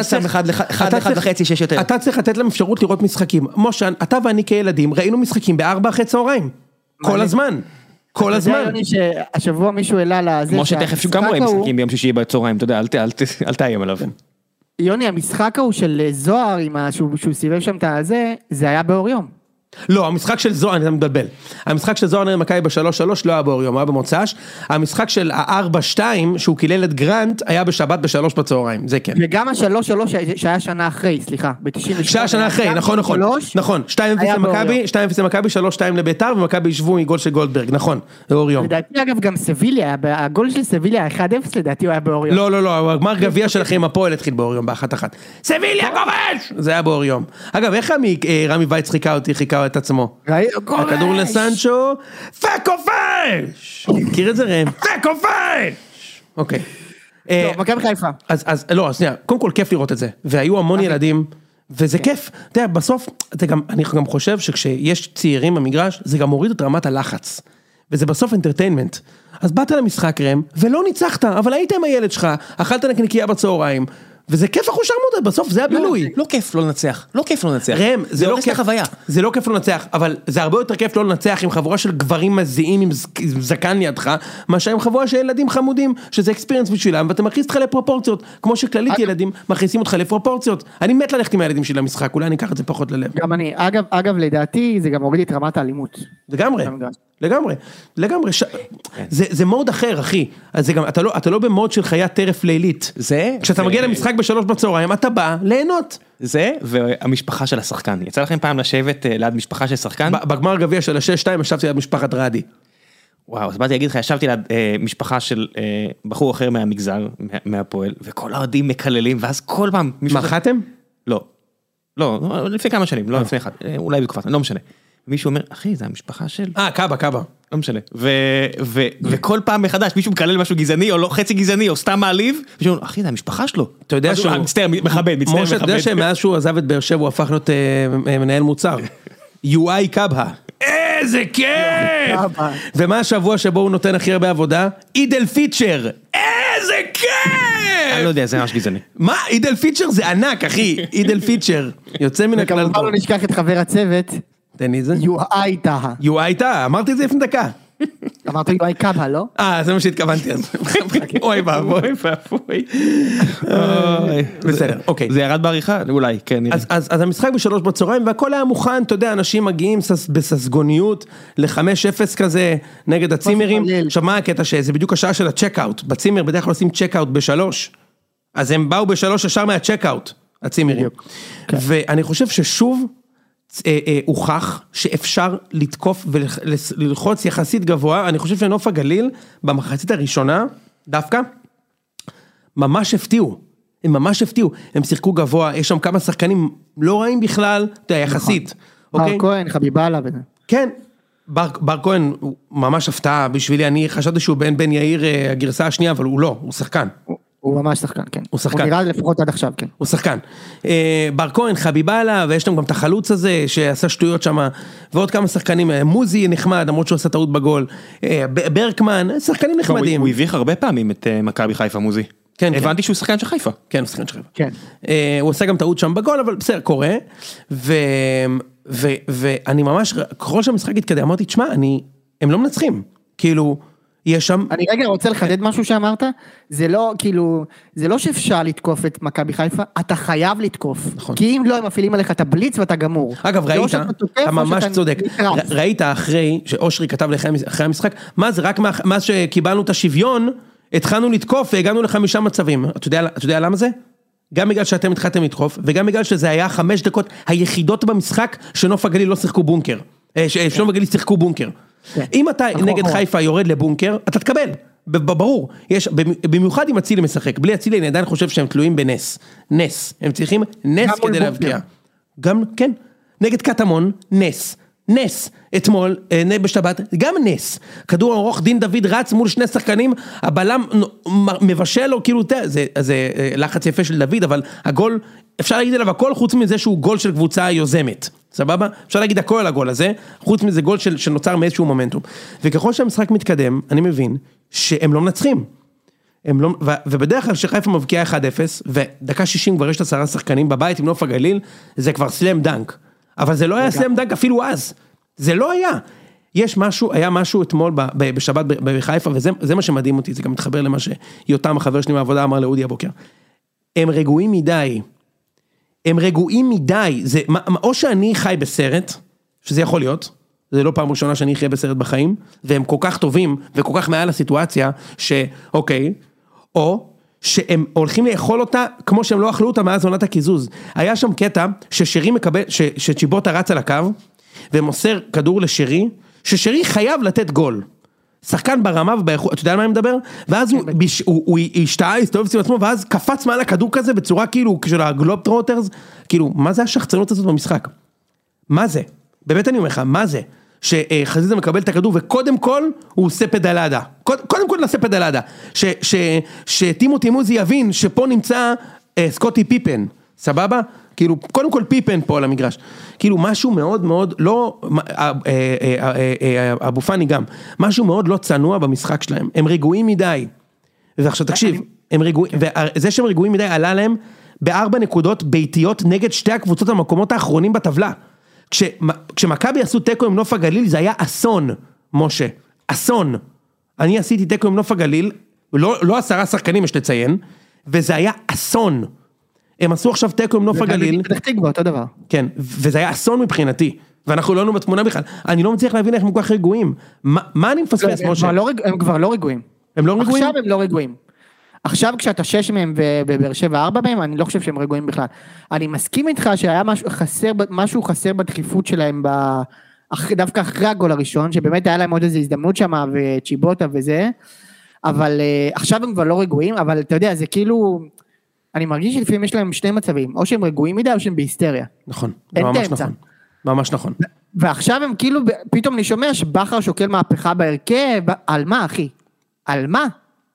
Speaker 2: אתה צריך לתת להם אפשרות לראות משחקים. משה, אתה ואני כילדים ראינו משחקים ב4 אחרי צהריים, כל הזמן. כל הזמן.
Speaker 4: השבוע מישהו העלה לזה.
Speaker 3: כמו שתכף גם רואים משחקים ביום שישי בצהריים, אתה יודע, אל תאיים עליו.
Speaker 4: יוני, המשחק ההוא של זוהר, שהוא סיבב שם את הזה, זה היה באור יום.
Speaker 2: לא, המשחק של זוהר, אני מדבל. המשחק של זוהר נראה מכבי ב3-3 לא היה באור יום, היה במוצ"ש. המשחק של ה4-2, שהוא קילל את גרנט, היה בשבת ב3 בצהריים, זה כן.
Speaker 4: וגם ה3-3 שהיה שנה אחרי, סליחה, ב-98.
Speaker 2: שהיה שנה אחרי, נכון. נכון, 2-0 למכבי, 2-0 למכבי, 3-2 לביתר, ומכבי ישבו מגול של גולדברג, נכון, באור יום.
Speaker 4: לדעתי אגב גם סביליה, הגול של סביליה 1-0 לדעתי הוא היה באור יום.
Speaker 2: לא, הגמר גביע שלכם הפועל התחיל באור יום, ב1-1. סביליה כובש! זה היה באור יום. אגב, איך רמי וייץ חיכה את עצמו. הכדור לסנצ'ו, פקופש! מכיר את זה רם? פקופש! אוקיי.
Speaker 4: מכבי חיפה.
Speaker 2: אז לא, שנייה, קודם כל כיף לראות את זה, והיו המון ילדים, וזה כיף. אתה יודע, בסוף, אני גם חושב שכשיש צעירים במגרש, זה גם מוריד את רמת הלחץ, וזה בסוף אנטרטיינמנט. אז באת למשחק רם, ולא ניצחת, אבל היית עם הילד שלך, אכלת נקניקייה בצהריים, וזה כיף אחושר מודד, בסוף זה הבילוי.
Speaker 3: לא כיף לא לנצח, לא כיף לא לנצח.
Speaker 2: ראם, זה לא כיף,
Speaker 3: החוויה.
Speaker 2: זה לא כיף לא לנצח, אבל זה הרבה יותר כיף לא לנצח עם חבורה של גברים מזיעים עם זקן לידך, מאשר עם חבורה של ילדים חמודים, שזה אקספיריאנס בשבילם, ואתה מכניס אותך לפרופורציות, כמו שכללית ילדים מכניסים אותך לפרופורציות. אני מת ללכת עם הילדים שלי למשחק, אולי אני אקח את זה פחות ללב.
Speaker 4: גם אני, אגב, לדעתי, זה גם הוריד את רמת האלימות.
Speaker 2: לגמרי. זה מוד אחר, אחי. אז גם, אתה לא במוד של חיית טרף לילית. כשאתה מגיע למשחק ב3 בצהריים, אתה בא ליהנות.
Speaker 3: זה, והמשפחה של השחקן. יצא לכם פעם לשבת ליד משפחה של שחקן?
Speaker 2: בגמר הגביע של ה6-2, ישבתי ליד משפחת רדי.
Speaker 3: וואו, אז באתי להגיד לך, ישבתי ליד משפחה של בחור אחר מהמגזר, מהפועל, וכל העודים מקללים, ואז כל פעם...
Speaker 2: מחתם?
Speaker 3: לא, לפני כמה שנים, לא לפני אחד, אולי בתקופת, לא משנה. מישהו אומר, אחי, זה המשפחה של...
Speaker 2: קאבה.
Speaker 3: לא משנה. וכל פעם מחדש, מישהו מקלל משהו גזעני, או לא חצי גזעני, או סתם מעליב, ושאומר, אחי, זה המשפחה שלו.
Speaker 2: אתה יודע שהוא...
Speaker 3: מצטער, מכבד.
Speaker 2: משה, אתה יודע שמאז שהוא עזב את באר שבע, הוא הפך להיות מנהל מוצר. UI קאבה. איזה כיף! ומה השבוע שבו הוא נותן הכי הרבה עבודה? אידל פיצ'ר. איזה כיף!
Speaker 3: אני לא יודע, זה ממש גזעני.
Speaker 2: מה? אידל פיצ'ר זה ענק, אחי. אידל פיצ'ר. יוצא מן הכלל.
Speaker 4: וכמובן לא נשכח את חבר הצוות.
Speaker 2: תן לי זה.
Speaker 4: UI טהה.
Speaker 2: UI טהה, אמרתי את זה לפני דקה.
Speaker 4: אמרת UI קאבה, לא?
Speaker 2: זה מה שהתכוונתי אז. אוי ואבוי. בסדר, אוקיי.
Speaker 3: זה ירד בעריכה? אולי, כן.
Speaker 2: אז המשחק ב3 בצהריים, והכל היה מוכן, אתה יודע, אנשים מגיעים בססגוניות, ל5-0 כזה, נגד הצימרים. עכשיו מה הקטע שזה בדיוק השעה של הצ'קאוט. בצימר בדרך כלל עושים צ'קאוט ב3. אז הם באו ב3 ישר מהצ'קאוט, הצימרים. ואני חושב ששוב, הוכח שאפשר לתקוף וללחוץ יחסית גבוה. אני חושב שנוף הגליל במחצית הראשונה דווקא ממש הפתיעו, הם שיחקו גבוה, יש שם כמה שחקנים לא רעים בכלל, אתה יודע, יחסית.
Speaker 4: בר כהן, חביבאללה.
Speaker 2: כן, בר כהן הוא ממש הפתעה בשבילי, אני חשבתי שהוא בן יאיר הגרסה השנייה, אבל הוא לא, הוא שחקן.
Speaker 4: הוא ממש שחקן, כן.
Speaker 2: הוא שחקן.
Speaker 4: הוא נראה לפחות עד עכשיו, כן.
Speaker 2: הוא שחקן. בר כהן, חביבאללה, ויש להם גם את החלוץ הזה, שעשה שטויות שם, ועוד כמה שחקנים, מוזי נחמד, למרות שהוא עשה טעות בגול, ברקמן, שחקנים נחמדים.
Speaker 3: הוא הביך הרבה פעמים את מכבי חיפה, מוזי.
Speaker 2: כן.
Speaker 3: הבנתי שהוא שחקן של חיפה.
Speaker 2: כן, הוא שחקן של חיפה.
Speaker 4: כן.
Speaker 2: הוא עשה גם טעות שם בגול, אבל בסדר, קורה. ואני ממש, ככל שהמשחק התקדם, אמרתי, תשמע, הם לא מנצחים. כאילו, יש שם...
Speaker 4: אני רגע רוצה לחדד משהו שאמרת, זה לא, כאילו, זה לא שאפשר לתקוף את מכבי חיפה, אתה חייב לתקוף. נכון. כי אם לא, הם מפעילים עליך את הבליץ ואתה גמור.
Speaker 2: אגב, ראית, אתה ממש צודק, ראית אחרי, שאושרי כתב אחרי המשחק, מה זה, רק מה שקיבלנו את השוויון, התחלנו לתקוף והגענו ל5 מצבים. אתה יודע למה זה? גם בגלל שאתם התחלתם לתקוף, וגם בגלל שזה היה 5 דקות היחידות במשחק, שנוף הגליל לא שיחקו בונקר. שנוף הגליל שיחקו בונקר. אם אתה נגד חיפה יורד לבונקר, אתה תקבל, ברור, במיוחד אם אצילי משחק, בלי אצילי אני עדיין חושב שהם תלויים בנס, הם צריכים נס כדי להבקיע, גם, כן, נגד קטמון, נס, אתמול, בשבת, גם נס, כדור ארוך, דין דוד רץ מול 2 שחקנים, הבלם מבשל לו, כאילו, זה לחץ יפה של דוד, אבל הגול, אפשר להגיד עליו הכל, חוץ מזה שהוא גול של קבוצה יוזמת, סבבה? אפשר להגיד הכל על הגול הזה, חוץ מזה גול שנוצר מאיזשהו מומנטום, וככל שהמשחק מתקדם, אני מבין שהם לא מנצחים, ובדרך כלל שחיפה מבקיעה 1-0, ודקה 60 כבר יש 10 שחקנים בבית עם נוף הגליל, זה כבר סלאם דנק, אבל זה לא היה סלאם דנק אפילו אז, זה לא היה, היה משהו אתמול בשבת בחיפה, וזה מה שמדהים אותי, זה גם מתחבר למה שיותם החבר שלי מהעבודה אמר לאודי הבוקר, הם רגועים מדי, או שאני חי בסרט, שזה יכול להיות, זה לא פעם ראשונה שאני חי בסרט בחיים, והם כל כך טובים, וכל כך מעל הסיטואציה, שאוקיי, או שהם הולכים לאכול אותה, כמו שהם לא אכלו אותה מאז עונת הקיזוז. היה שם קטע, ששרי מקבל, שצ'יבוטה רץ על הקו, ומוסר כדור לשרי, ששרי חייב לתת גול. שחקן ברמה ובאיכות, אתה יודע על מה אני מדבר? ואז הוא השתעה, הסתובב סביב עצמו, ואז קפץ מעל הכדור כזה, בצורה כאילו, של הגלוב טרוטרס, כאילו, מה זה השחצנות הזאת במשחק? מה זה? באמת אני אומר לך, מה זה? שחזיזה מקבל את הכדור, וקודם כל, הוא עושה פדלדה. קודם כל נעשה פדלדה. שטימותי מוזי יבין, שפה נמצא סקוטי פיפן, סבבה? כאילו, קודם כל פיפן פה על המגרש. כאילו, משהו מאוד מאוד, לא, אבו פני גם, משהו מאוד לא צנוע במשחק שלהם. הם רגועים מדי. ועכשיו תקשיב, הם רגועים, וזה שהם רגועים מדי עלה להם ב4 נקודות ביתיות נגד שתי הקבוצות המקומות האחרונים בטבלה. כשמכבי עשו תיקו עם נוף הגליל, זה היה אסון, משה. אסון. אני עשיתי תיקו עם נוף הגליל, לא 10 שחקנים יש לציין, וזה היה אסון. הם עשו עכשיו תיקו עם נוף הגליל.
Speaker 4: פתח תקווה, אותו דבר.
Speaker 2: כן, וזה היה אסון מבחינתי. ואנחנו לא היינו בתמונה בכלל. אני לא מצליח להבין איך הם כל כך רגועים. מה אני מפספס, משה?
Speaker 4: הם כבר לא רגועים.
Speaker 2: הם לא רגועים?
Speaker 4: עכשיו הם לא רגועים. עכשיו כשאתה 6 מהם ובאר שבע 4 מהם, אני לא חושב שהם רגועים בכלל. אני מסכים איתך שהיה משהו חסר בדחיפות שלהם, דווקא אחרי הגול הראשון, שבאמת היה להם עוד איזו הזדמנות שם, וצ'יבוטה וזה, אבל עכשיו הם כבר לא רגועים, אבל אתה יודע, זה כאילו, אני מרגיש שלפעמים יש להם שני מצבים, או שהם רגועים מדי, או שהם בהיסטריה.
Speaker 2: נכון, ממש נכון. ממש נכון.
Speaker 4: ועכשיו הם כאילו, פתאום אני שומע שבחר שוקל מהפכה בהרכב, על מה אחי? על מה?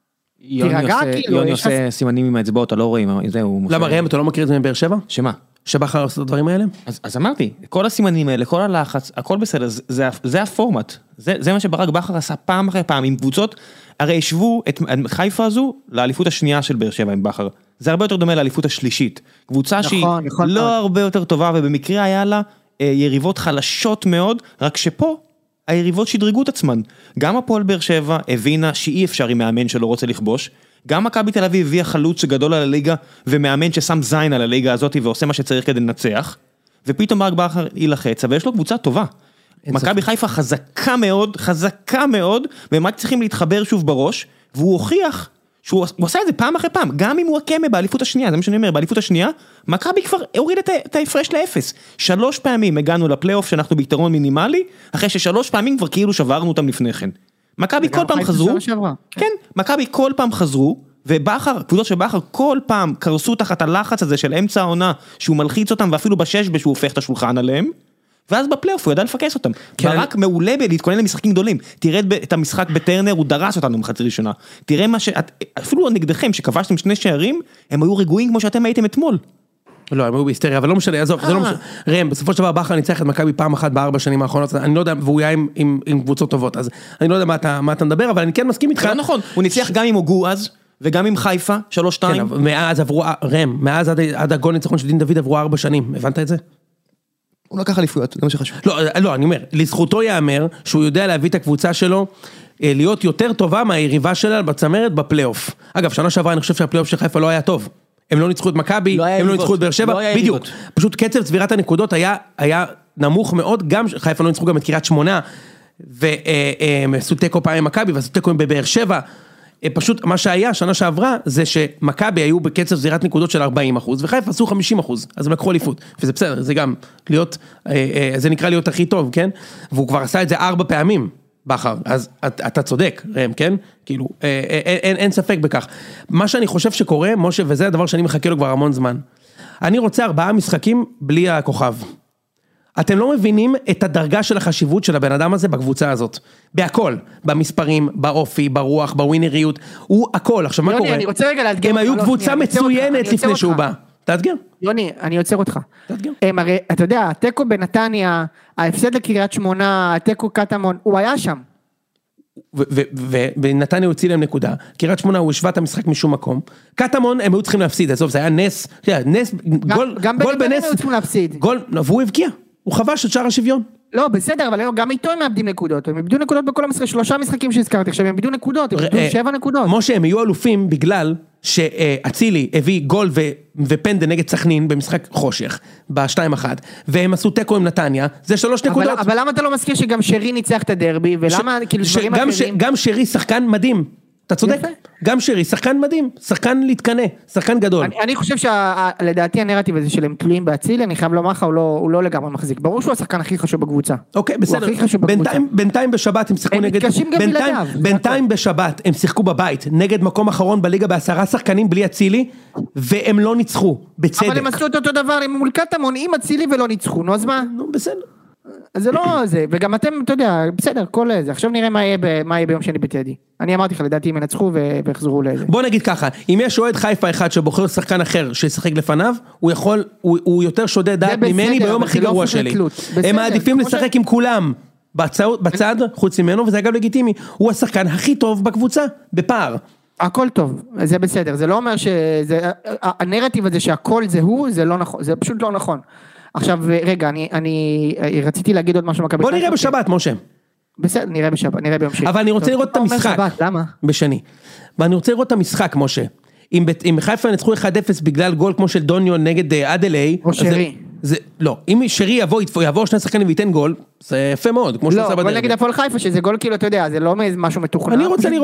Speaker 3: יוני עושה סימנים עם האצבעות, אתה לא רואים, זהו.
Speaker 2: למה ראם, אתה לא מכיר את זה מבאר שבע?
Speaker 3: שמה?
Speaker 2: שבחר עושה את הדברים האלה?
Speaker 3: אז אמרתי, כל הסימנים האלה, כל הלחץ, הכל בסדר, זה הפורמט, זה מה שברק בכר עשה פעם אחרי פעם, עם קבוצות, הרי השוו את חיפה הזו לאליפות השנייה של באר שבע עם בכר, זה הרבה יותר דומה לאליפות השלישית, קבוצה שהיא לא הרבה יותר טובה, ובמקרה היה לה יריבות חלשות מאוד, רק שפה היריבות שדרגו את עצמן, גם הפועל באר שבע הבינה שאי אפשר עם מאמן שלא רוצה לכבוש, גם מכבי תל אביב הביאה חלוץ גדול על הליגה, ומאמן ששם זין על הליגה הזאת, ועושה מה שצריך כדי לנצח, ופתאום ברק בכר ילחץ, ויש לו קבוצה טובה. מכבי חיפה חזקה מאוד, והם רק צריכים להתחבר שוב בראש, והוא הוכיח שהוא עושה את זה פעם אחרי פעם, גם אם הוא הקמה באליפות השנייה, זה מה שאני אומר, באליפות השנייה, מכבי כבר הוריד את ההפרש לאפס. 3 פעמים הגענו לפלייאוף שאנחנו ביתרון מינימלי, אחרי ש3 פעמים כבר כאילו שברנו אותם לפני כן. מכבי כל פעם חזרו, כן, מכבי כל פעם חזרו, ובחר, קבוצות של בחר כל פעם קרסו תחת הלחץ הזה של אמצע העונה, שהוא מלחיץ אותם, ואפילו בשש שהוא הופך את השולחן עליהם, ואז בפלייאוף הוא ידע לפקס אותם. ברק מעולה להתכונן למשחקים גדולים. תראה את המשחק בטרנר, הוא דרס אותנו מחצי ראשונה. תראה מה אפילו נגדכם, שכבשתם 2 שערים, הם היו רגועים כמו שאתם הייתם אתמול.
Speaker 2: לא, הם היו בהיסטריה, אבל לא משנה, עזוב, זה לא משנה. ראם, בסופו של דבר בכר ניצח את מכבי פעם אחת ב4 שנים האחרונות, אני לא יודע, והוא היה עם קבוצות טובות, אז אני לא יודע מה אתה מדבר, אבל אני כן מסכים איתך.
Speaker 3: לא נכון, הוא ניצח גם עם הוגו אז, וגם עם חיפה, 3-2.
Speaker 2: מאז עברו, ראם, מאז עד הגול ניצחון של דין דוד עברו 4 שנים, הבנת את זה?
Speaker 3: הוא לקח אליפויות, זה מה שחשוב.
Speaker 2: לא, אני אומר, לזכותו יאמר שהוא יודע להביא את הקבוצה שלו, להיות יותר טובה מהיריבה שלה בצמרת בפלייאוף. אגב, שנה שעברה אני חושב שהפלייאוף של חיפה לא היה טוב. הם לא ניצחו את מכבי, הם לא ניצחו את באר שבע, בדיוק. פשוט קצב צבירת הנקודות היה נמוך מאוד, גם חיפה לא ניצחו גם את קריית שמונה, והם עשו תיקו פעם עם מכבי, ועשו תיקו עם בבאר שבע. פשוט מה שהיה שנה שעברה, זה שמכבי היו בקצב צבירת נקודות של 40%, וחיפה עשו 50%, אז הם לקחו אליפות. וזה בסדר, זה גם להיות, זה נקרא להיות הכי טוב, כן? והוא כבר עשה את זה 4 פעמים. בכר, אז אתה צודק, ראם, כן? כאילו, אין ספק בכך. מה שאני חושב שקורה, משה, וזה הדבר שאני מחכה לו כבר המון זמן. אני רוצה 4 משחקים בלי הכוכב. אתם לא מבינים את הדרגה של החשיבות של הבן אדם הזה בקבוצה הזאת. בהכל, במספרים, באופי, ברוח, בווינריות, הוא הכל. עכשיו, מה קורה?
Speaker 4: אני רוצה רגע להדגר.
Speaker 2: הם היו קבוצה מצוינת לפני שהוא בא. תאתגר.
Speaker 4: יוני, אני יוצר אותך.
Speaker 2: תאתגר.
Speaker 4: הרי, אתה יודע, הטקו בנתניה, ההפסד לקריית שמונה, הטקו קטמון, הוא היה שם.
Speaker 2: ובנתניה הוא הציל להם נקודה. קריית שמונה הוא השווה את המשחק משום מקום. קטמון הם היו צריכים להפסיד, בסוף זה היה נס,
Speaker 4: גם בנתניה הם היו צריכים להפסיד.
Speaker 2: והוא הבקיע, הוא חבש את שער השוויון.
Speaker 4: לא, בסדר, אבל גם איתו הם מאבדים נקודות, הם איבדו נקודות בכל המשחק, 3 משחקים שהזכרתי, עכשיו הם איבדו נקודות, הם איבדו 7 נקודות.
Speaker 2: משה, הם היו אלופים בגלל שאצילי הביא גול ופנדל נגד סכנין במשחק חושך, ב2-1, והם עשו טקו עם נתניה, זה 3 נקודות.
Speaker 4: אבל למה אתה לא מזכיר שגם שרי ניצח את הדרבי, ולמה כאילו דברים אחרים?
Speaker 2: גם שרי שחקן מדהים. אתה צודק, גם שרי, שחקן מדהים, שחקן להתקנה, שחקן גדול. אני
Speaker 4: חושב שלדעתי הנרטיב הזה של הם תלויים באצילי, אני חייב לומר לך, הוא לא לגמרי מחזיק. ברור שהוא השחקן הכי חשוב בקבוצה.
Speaker 2: אוקיי, בסדר. בינתיים בשבת הם שיחקו נגד...
Speaker 4: הם מתקשים גם בלעדיו.
Speaker 2: בינתיים בשבת הם שיחקו בבית, נגד מקום אחרון בליגה ב10 שחקנים בלי אצילי, והם לא ניצחו, בצדק. אבל
Speaker 4: הם עשו את אותו דבר עם מול קטמון, עם אצילי ולא ניצחו, נו אז מה?
Speaker 2: נו, בסדר.
Speaker 4: אז זה לא זה, וגם אתם, אתה יודע, בסדר, כל זה, עכשיו נראה מה יהיה ביום שני בטדי. אני אמרתי לך, לדעתי הם ינצחו ויחזרו לזה.
Speaker 2: בוא נגיד ככה, אם יש אוהד חיפה אחד שבוחר שחקן אחר שישחק לפניו, הוא יותר שודד דעת ממני ביום הכי גרוע שלי. הם מעדיפים לשחק עם כולם, בצד, חוץ ממנו, וזה אגב לגיטימי, הוא השחקן הכי טוב בקבוצה, בפער.
Speaker 4: הכל טוב, זה בסדר, זה לא אומר הנרטיב הזה שהכל זה הוא, זה לא נכון, זה פשוט לא נכון. עכשיו, רגע, אני רציתי להגיד עוד משהו מכבי חיפה.
Speaker 2: בוא נראה בשבת, משה.
Speaker 4: בסדר, נראה בשבת, נראה ביום שני.
Speaker 2: אבל אני רוצה לראות את המשחק.
Speaker 4: למה?
Speaker 2: בשני. ואני רוצה לראות את המשחק, משה. אם חיפה נצחו 1-0 בגלל גול כמו של דוניו נגד אדלי,
Speaker 4: או שרי.
Speaker 2: לא, אם שרי יבוא שני שחקנים וייתן גול, זה יפה מאוד, כמו שעושה בדרך.
Speaker 4: לא, בוא נגיד הפועל חיפה, שזה גול כאילו, אתה יודע, זה לא משהו מתוכנן.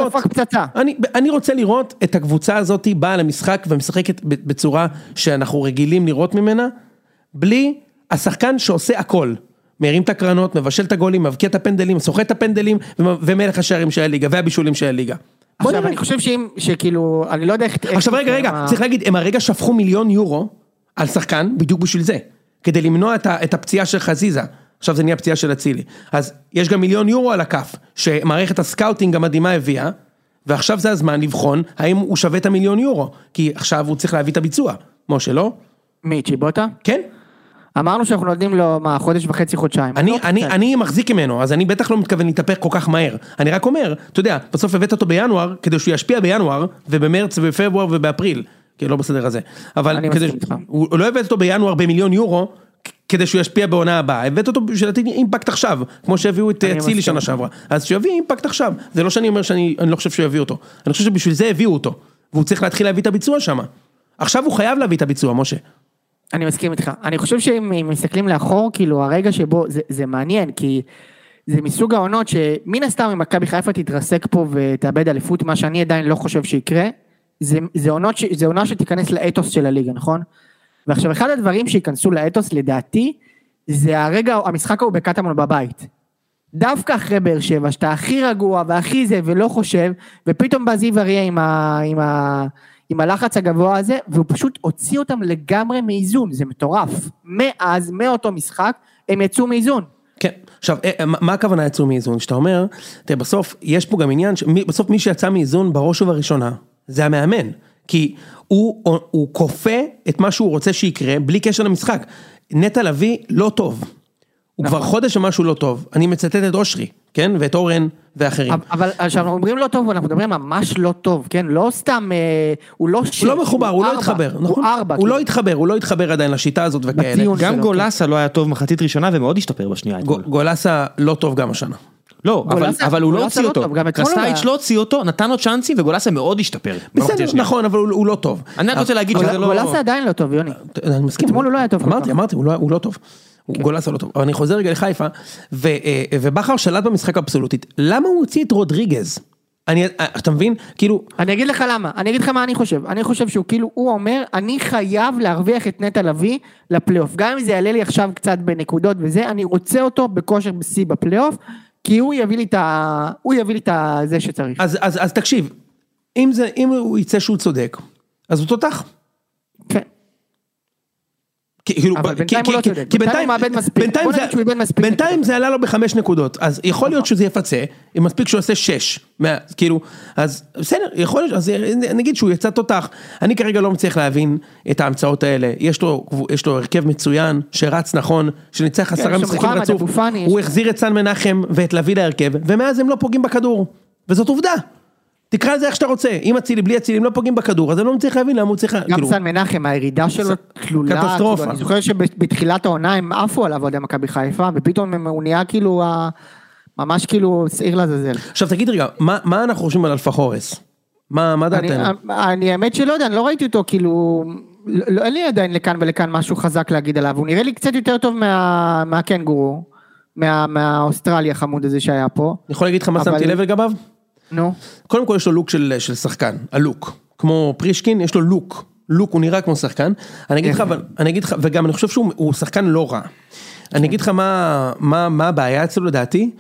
Speaker 2: אני רוצה לראות את הקבוצה הזאת באה למשחק ומשחקת בצורה שאנחנו רגילים לראות ממנה, בלי השחקן שעושה הכל. מרים את הקרנות, מבשל את הגולים, מבקיע את הפנדלים, סוחט את הפנדלים, ומלך השערים של הליגה, והבישולים של הליגה.
Speaker 4: עכשיו אני חושב שכאילו, אני לא יודע איך...
Speaker 2: עכשיו רגע, צריך להגיד, הם הרגע שפכו 1,000,000 יורו על שחקן, בדיוק בשביל זה, כדי למנוע את הפציעה של חזיזה, עכשיו זה נהיה פציעה של אצילי, אז יש גם 1,000,000 יורו על הכף, שמערכת הסקאוטינג המדהימה הביאה, ועכשיו זה הזמן לבחון, האם הוא שווה את 1,000,000 יורו, כי עכשיו הוא צריך להביא את הביצוע, משה, לא?
Speaker 4: מי, צ'יבוטה?
Speaker 2: כן.
Speaker 4: אמרנו שאנחנו נותנים לו, חודש וחצי, חודשיים.
Speaker 2: אני מחזיק ממנו, אז אני בטח לא מתכוון להתהפך כל כך מהר. אני רק אומר, אתה יודע, בסוף הבאת אותו בינואר, כדי שהוא ישפיע בינואר, ובמרץ ובפברואר ובאפריל, כי לא בסדר הזה. אבל הוא לא הבאת אותו בינואר ב1,000,000 יורו, כדי שהוא ישפיע בעונה הבאה. הבאת אותו בשביל לתת אימפקט עכשיו, כמו שהביאו את צילי שנה שעברה. אז שיביא אימפקט עכשיו. זה לא שאני אומר שאני לא חושב שהוא יביא אותו. אני חושב שבשביל זה הביאו אותו. והוא צריך להתחיל להביא את הביצוע שם. עכשיו הוא חייב להביא את הביצוע, משה.
Speaker 4: אני מסכים איתך, אני חושב שאם מסתכלים לאחור, כאילו הרגע שבו, זה מעניין, כי זה מסוג העונות שמן הסתם אם מכבי חיפה תתרסק פה ותאבד אליפות, מה שאני עדיין לא חושב שיקרה, זה עונה שתיכנס לאתוס של הליגה, נכון? ועכשיו אחד הדברים שיכנסו לאתוס לדעתי, זה הרגע, המשחק הוא בקטמון בבית, דווקא אחרי באר שבע, שאתה הכי רגוע והכי זה ולא חושב, ופתאום בא זיו אריה עם הלחץ הגבוה הזה, והוא פשוט הוציא אותם לגמרי מאיזון, זה מטורף. מאז, מאותו משחק, הם יצאו מאיזון.
Speaker 2: כן, עכשיו, מה הכוונה יצאו מאיזון? שאתה אומר, תראה, בסוף, יש פה גם עניין, בסוף מי שיצא מאיזון בראש ובראשונה, זה המאמן, כי הוא כופה את מה שהוא רוצה שיקרה, בלי קשר למשחק. נטע לביא לא טוב. הוא כבר חודש שמשהו לא טוב. אני מצטט את אושרי, כן? ואת אורן ואחרים.
Speaker 4: אבל כשאנחנו אומרים לא טוב, אנחנו מדברים ממש לא טוב, כן? לא סתם, הוא לא שיר.
Speaker 2: הוא לא מחובר, הוא לא התחבר, נכון? הוא לא התחבר עדיין לשיטה הזאת וכאלה.
Speaker 3: גם גולסה לא היה טוב מחצית ראשונה, ומאוד השתפר בשנייה.
Speaker 2: גולסה לא טוב גם השנה.
Speaker 3: לא, אבל הוא לא הוציא אותו. קרסטייץ' לא הוציא אותו, נתן לו צ'אנסים, וגולסה מאוד השתפר.
Speaker 2: בסדר, נכון, אבל הוא לא טוב.
Speaker 3: אני רוצה להגיד שזה לא...
Speaker 4: גולסה עדיין לא טוב, יוני.
Speaker 2: אני מסכים.
Speaker 4: אתמול הוא לא היה טוב.
Speaker 2: אמרתי, הוא לא טוב. גולסה לא טוב, אבל אני חוזר רגע לחיפה, ובחר שלט במשחק אבסולוטית, למה הוא הוציא את רודריגז? אתה מבין? כאילו...
Speaker 4: אני אגיד לך למה, אני אגיד לך מה אני חושב, אני חושב שהוא כאילו, הוא אומר, אני חייב להרוויח את נטע לביא לפלייאוף, גם אם זה יעלה לי עכשיו קצת בנקודות וזה, אני רוצה אותו בכושר בסי בפלייאוף, כי הוא יביא לי את זה שצריך.
Speaker 2: אז תקשיב, אם הוא יצא שהוא צודק, אז הוא תותח.
Speaker 4: כן. אבל בינתיים הוא לא צודק, בינתיים הוא מאבד מספיק.
Speaker 2: בינתיים זה עלה לו ב5 נקודות, אז יכול להיות שזה יפצה, אם מספיק שהוא עושה 6, כאילו, אז בסדר, יכול להיות, אז נגיד שהוא יצא תותח, אני כרגע לא מצליח להבין את ההמצאות האלה, יש לו הרכב מצוין, שרץ נכון, שניצח 10 משחקים רצוף, הוא החזיר את סן מנחם ואת לביא להרכב, ומאז הם לא פוגעים בכדור, וזאת עובדה. תקרא את זה איך שאתה רוצה, אם הצילי, בלי הצילי, הם לא פוגעים בכדור, אז אני לא מצליח להבין למה הוא צריך...
Speaker 4: גם סן מנחם, הירידה שלו תלולה,
Speaker 2: קטסטרופה.
Speaker 4: אני זוכר שבתחילת העונה הם עפו עליו עוד מכבי חיפה, ופתאום הוא נהיה כאילו, ממש כאילו שעיר לעזאזל.
Speaker 2: עכשיו תגיד רגע, מה אנחנו חושבים על אלפה חורס? מה דעתנו?
Speaker 4: אני האמת שלא יודע, אני לא ראיתי אותו כאילו, אין לי עדיין לכאן ולכאן משהו חזק להגיד עליו, הוא נראה לי קצת יותר טוב מהקנגורו, מהאוסטרליה חמוד הזה שהיה פה.
Speaker 2: אני יכול להגיד לך מה שמתי לב לגביו?
Speaker 4: נו.
Speaker 2: קודם כל יש לו לוק של שחקן, הלוק. כמו פרישקין, יש לו לוק. לוק, הוא נראה כמו שחקן. אני אגיד לך, וגם אני חושב שהוא שחקן לא רע. אני אגיד לך מה הבעיה אצלו לדעתי,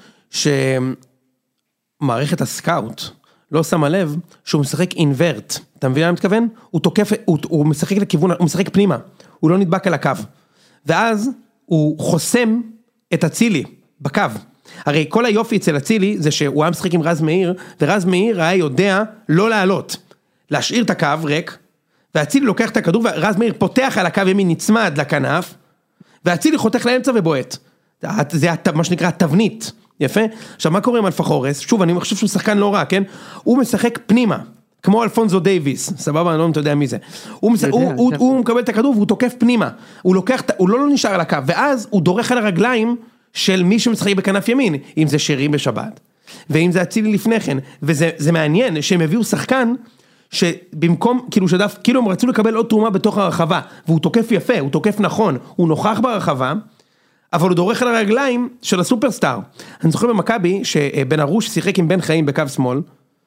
Speaker 2: שמערכת הסקאוט לא שמה לב שהוא משחק אינברט. אתה מבין מה אני מתכוון? הוא תוקף, הוא משחק לכיוון, הוא משחק פנימה. הוא לא נדבק על הקו. ואז הוא חוסם את הצילי בקו. הרי כל היופי אצל הצילי זה שהוא היה משחק עם רז מאיר, ורז מאיר היה יודע לא לעלות, להשאיר את הקו ריק, והצילי לוקח את הכדור, ורז מאיר פותח על הקו ימין נצמד לכנף, והצילי חותך לאמצע ובועט. זה מה שנקרא תבנית, יפה? עכשיו מה קורה עם אלפה חורס? שוב, אני חושב שהוא שחקן לא רע, כן? הוא משחק פנימה, כמו אלפונזו דייביס, סבבה, אני לא יודע מי זה. הוא מקבל את הכדור והוא תוקף פנימה, הוא לא נשאר על הקו, ואז הוא דורך על הרגליים של מי שמשחק בכנף ימין, אם זה שרי בשבת, ואם זה אצילי לפני כן, וזה מעניין שהם הביאו שחקן, שבמקום, כאילו הם רצו לקבל עוד תרומה בתוך הרחבה, והוא תוקף יפה, הוא תוקף נכון, הוא נוכח ברחבה, אבל הוא דורך על הרגליים של הסופרסטאר. אני זוכר במכבי, שבן ארוש שיחק עם בן חיים בקו שמאל,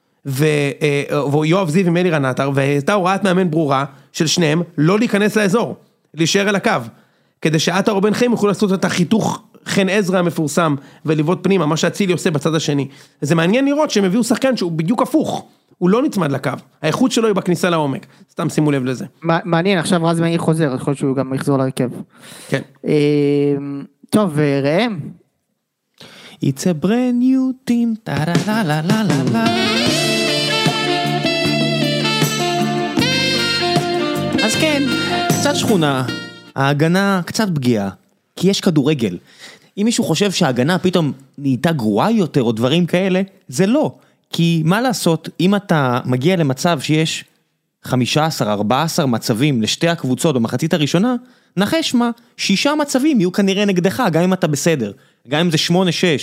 Speaker 2: ויואב זיו עם אלירן עטר, והייתה הוראת מאמן ברורה של שניהם, לא להיכנס לאזור, להישאר על הקו, כדי שעטר או בן חיים יוכלו לעשות את החיתוך חן עזרא המפורסם, ולבעוט פנימה, מה שאצילי עושה בצד השני. זה מעניין לראות שהם הביאו שחקן שהוא בדיוק הפוך, הוא לא נצמד לקו, האיכות שלו היא בכניסה לעומק, סתם שימו לב לזה.
Speaker 4: מעניין, עכשיו רז מאיר חוזר, יכול להיות שהוא גם יחזור להרכב.
Speaker 2: כן.
Speaker 4: טוב, ראם.
Speaker 3: It's a brand new team, טה-לה-לה-לה-לה-לה. אז כן, קצת שכונה, ההגנה קצת פגיעה, כי יש כדורגל. אם מישהו חושב שההגנה פתאום נהייתה גרועה יותר או דברים כאלה, זה לא. כי מה לעשות, אם אתה מגיע למצב שיש 15-14 מצבים לשתי הקבוצות במחצית הראשונה, נחש מה, 6 מצבים יהיו כנראה נגדך, גם אם אתה בסדר. גם אם זה 8-6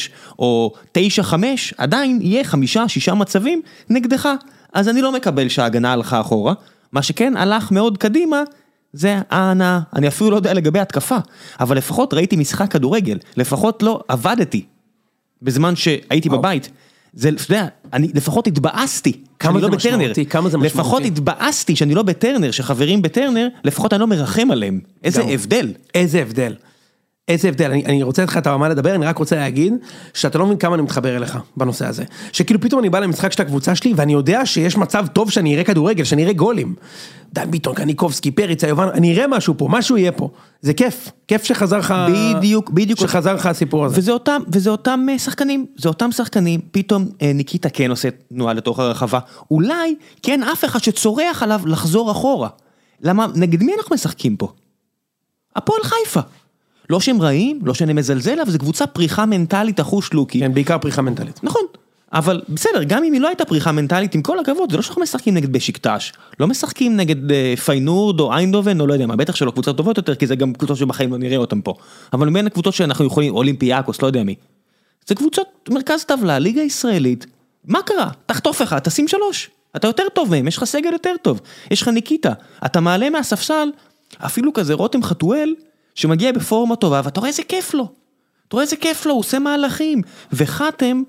Speaker 3: או 9-5, עדיין יהיה 5-6 מצבים נגדך. אז אני לא מקבל שההגנה הלכה אחורה. מה שכן הלך מאוד קדימה, זה ההנאה. אני אפילו לא יודע לגבי התקפה, אבל לפחות ראיתי משחק כדורגל, לפחות לא עבדתי בזמן שהייתי בבית. זה, אתה יודע, אני לפחות התבאסתי שאני לא בטרנר.
Speaker 2: כמה זה משמעותי?
Speaker 3: לפחות התבאסתי שאני לא בטרנר, שחברים בטרנר, לפחות אני לא מרחם עליהם. איזה הבדל.
Speaker 2: איזה הבדל. איזה הבדל, אני רוצה לתך את הבמה לדבר, אני רק רוצה להגיד שאתה לא מבין כמה אני מתחבר אליך בנושא הזה. שכאילו פתאום אני בא למשחק של הקבוצה שלי, ואני יודע שיש מצב טוב שאני אראה כדורגל, שאני אראה גולים. דן ביטון, קניקובסקי, פריצה, יובן, אני אראה משהו פה, משהו יהיה פה. זה כיף, כיף שחזר לך...
Speaker 3: בדיוק.
Speaker 2: שחזר לך הסיפור הזה.
Speaker 3: וזה אותם שחקנים, זה אותם שחקנים, פתאום ניקיטה כן עושה תנועה לתוך הרחבה. אולי כן אף אחד שצורח עליו לחזור אחורה. למה, נגד מי אנחנו משחקים פה? הפועל חיפה. לא שהם רעים, לא שאני מזלזל, אבל זה קבוצה פריחה מנטלית, אחוש לוקי.
Speaker 2: כן, בעיקר פריחה מנטלית.
Speaker 3: נכון, אבל בסדר, גם אם היא לא הייתה פריחה מנטלית, עם כל הכבוד, זה לא שאנחנו משחקים נגד בשיקטש, לא משחקים נגד פיינורד או איינדובן, או לא יודע מה, בטח שלא קבוצות טובות יותר, כי זה גם קבוצות שבחיים לא נראה אותם פה. אבל בין הקבוצות שאנחנו יכולים, אולימפיאקוס, לא יודע מי. זה קבוצות מרכז טבלה, ליגה ישראלית. מה קרה? תחטוף אחד, תשים 3. אתה יותר טוב מהם, יש לך סגל יותר טוב. יש לך ניקיטה. אתה מעלה מהספסל, אפילו כזה רותם חתואל, שמגיע בפורמה טובה, ואתה רואה איזה כיף לו. אתה רואה איזה כיף לו, הוא עושה מהלכים. וחתם,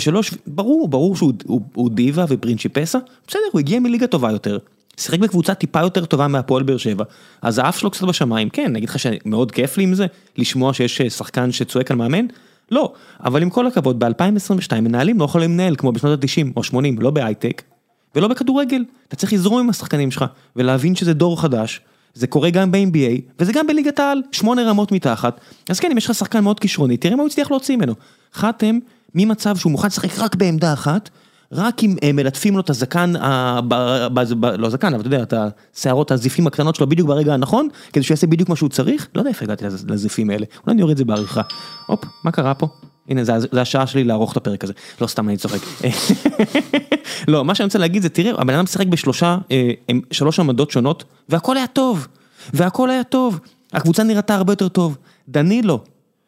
Speaker 3: ברור שהוא דיבה ופרינצ'יפסה, בסדר, הוא הגיע מליגה טובה יותר. שיחק בקבוצה טיפה יותר טובה מהפועל באר שבע, אז האף שלו קצת בשמיים, כן, נגיד לך שמאוד כיף לי עם זה, לשמוע שיש שחקן שצועק על מאמן, לא, אבל עם כל הכבוד, ב-2022 מנהלים לא יכולים לנהל, כמו בשנות ה-90 או 80, לא בהייטק, ולא בכדורגל, אתה צריך לזרום עם השחקנים שלך, ולהבין שזה דור חדש, זה קורה גם ב-NBA, וזה גם בליגת העל, 8 רמות מתחת, אז כן, אם יש לך שחקן מאוד כישרוני, תראה מה הוא הצליח להוציא ממנו, חתם ממצב שהוא מוכן לשחק רק בעמדה אחת, רק אם מלטפים לו את הזקן, לא זקן, אבל אתה יודע, את השערות, הזיפים הקטנות שלו בדיוק ברגע הנכון, כדי שהוא יעשה בדיוק מה שהוא צריך, לא יודע איפה הגעתי לזיפים האלה, אולי אני אוריד את זה בעריכה, הופ, מה קרה פה? הנה, זה השעה שלי לערוך את הפרק הזה, לא סתם אני צוחק. לא, מה שאני רוצה להגיד זה, תראה, הבן אדם משחק בשלוש עמדות שונות, והכל היה טוב, הקבוצה נראתה הרבה יותר טוב, דנילו,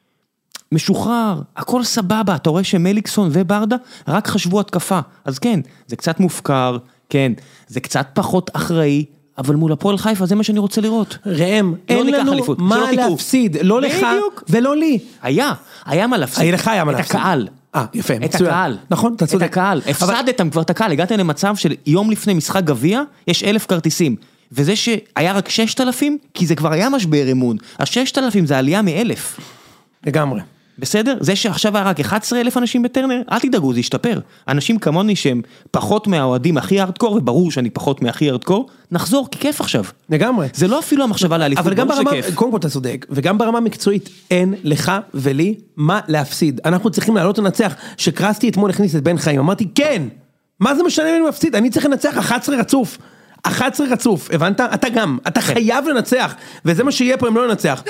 Speaker 3: משוחרר, הכל סבבה, אתה רואה שמליקסון וברדה רק חשבו התקפה, אז כן, זה קצת מופקר, כן, זה קצת פחות אחראי, אבל מול הפועל חיפה זה מה שאני רוצה לראות.
Speaker 2: ראם, אין לנו מה להפסיד, לא לך ולא לי.
Speaker 3: היה מה להפסיד. את הקהל.
Speaker 2: יפה,
Speaker 3: את הקהל.
Speaker 2: נכון, אתה צודק.
Speaker 3: את הקהל, הפסדתם כבר את הקהל, הגעתם למצב של יום לפני משחק גביע, יש 1,000 כרטיסים. וזה שהיה רק 6,000, כי זה כבר היה משבר אמון. ה-6,000 זה עלייה מ-1,000.
Speaker 2: לגמרי.
Speaker 3: בסדר? זה שעכשיו היה רק 11,000 אנשים בטרנר, אל תדאגו, זה ישתפר. אנשים כמוני שהם פחות מהאוהדים הכי הארדקור, וברור שאני פחות מהכי הארדקור, נחזור, כי כיף עכשיו.
Speaker 2: לגמרי.
Speaker 3: זה לא אפילו המחשבה לאליפות,
Speaker 2: אבל גם ברמה, קודם כל אתה צודק, וגם ברמה מקצועית, אין לך ולי מה להפסיד. אנחנו צריכים לעלות לנצח, שקרסתי אתמול הכניס את בן חיים, אמרתי, כן, מה זה משנה אם אני מפסיד? אני צריך לנצח 11 רצוף. 11 רצוף, הבנת? אתה גם, אתה חייב לנצח, וזה מה שיהיה פה אם לא לנצח.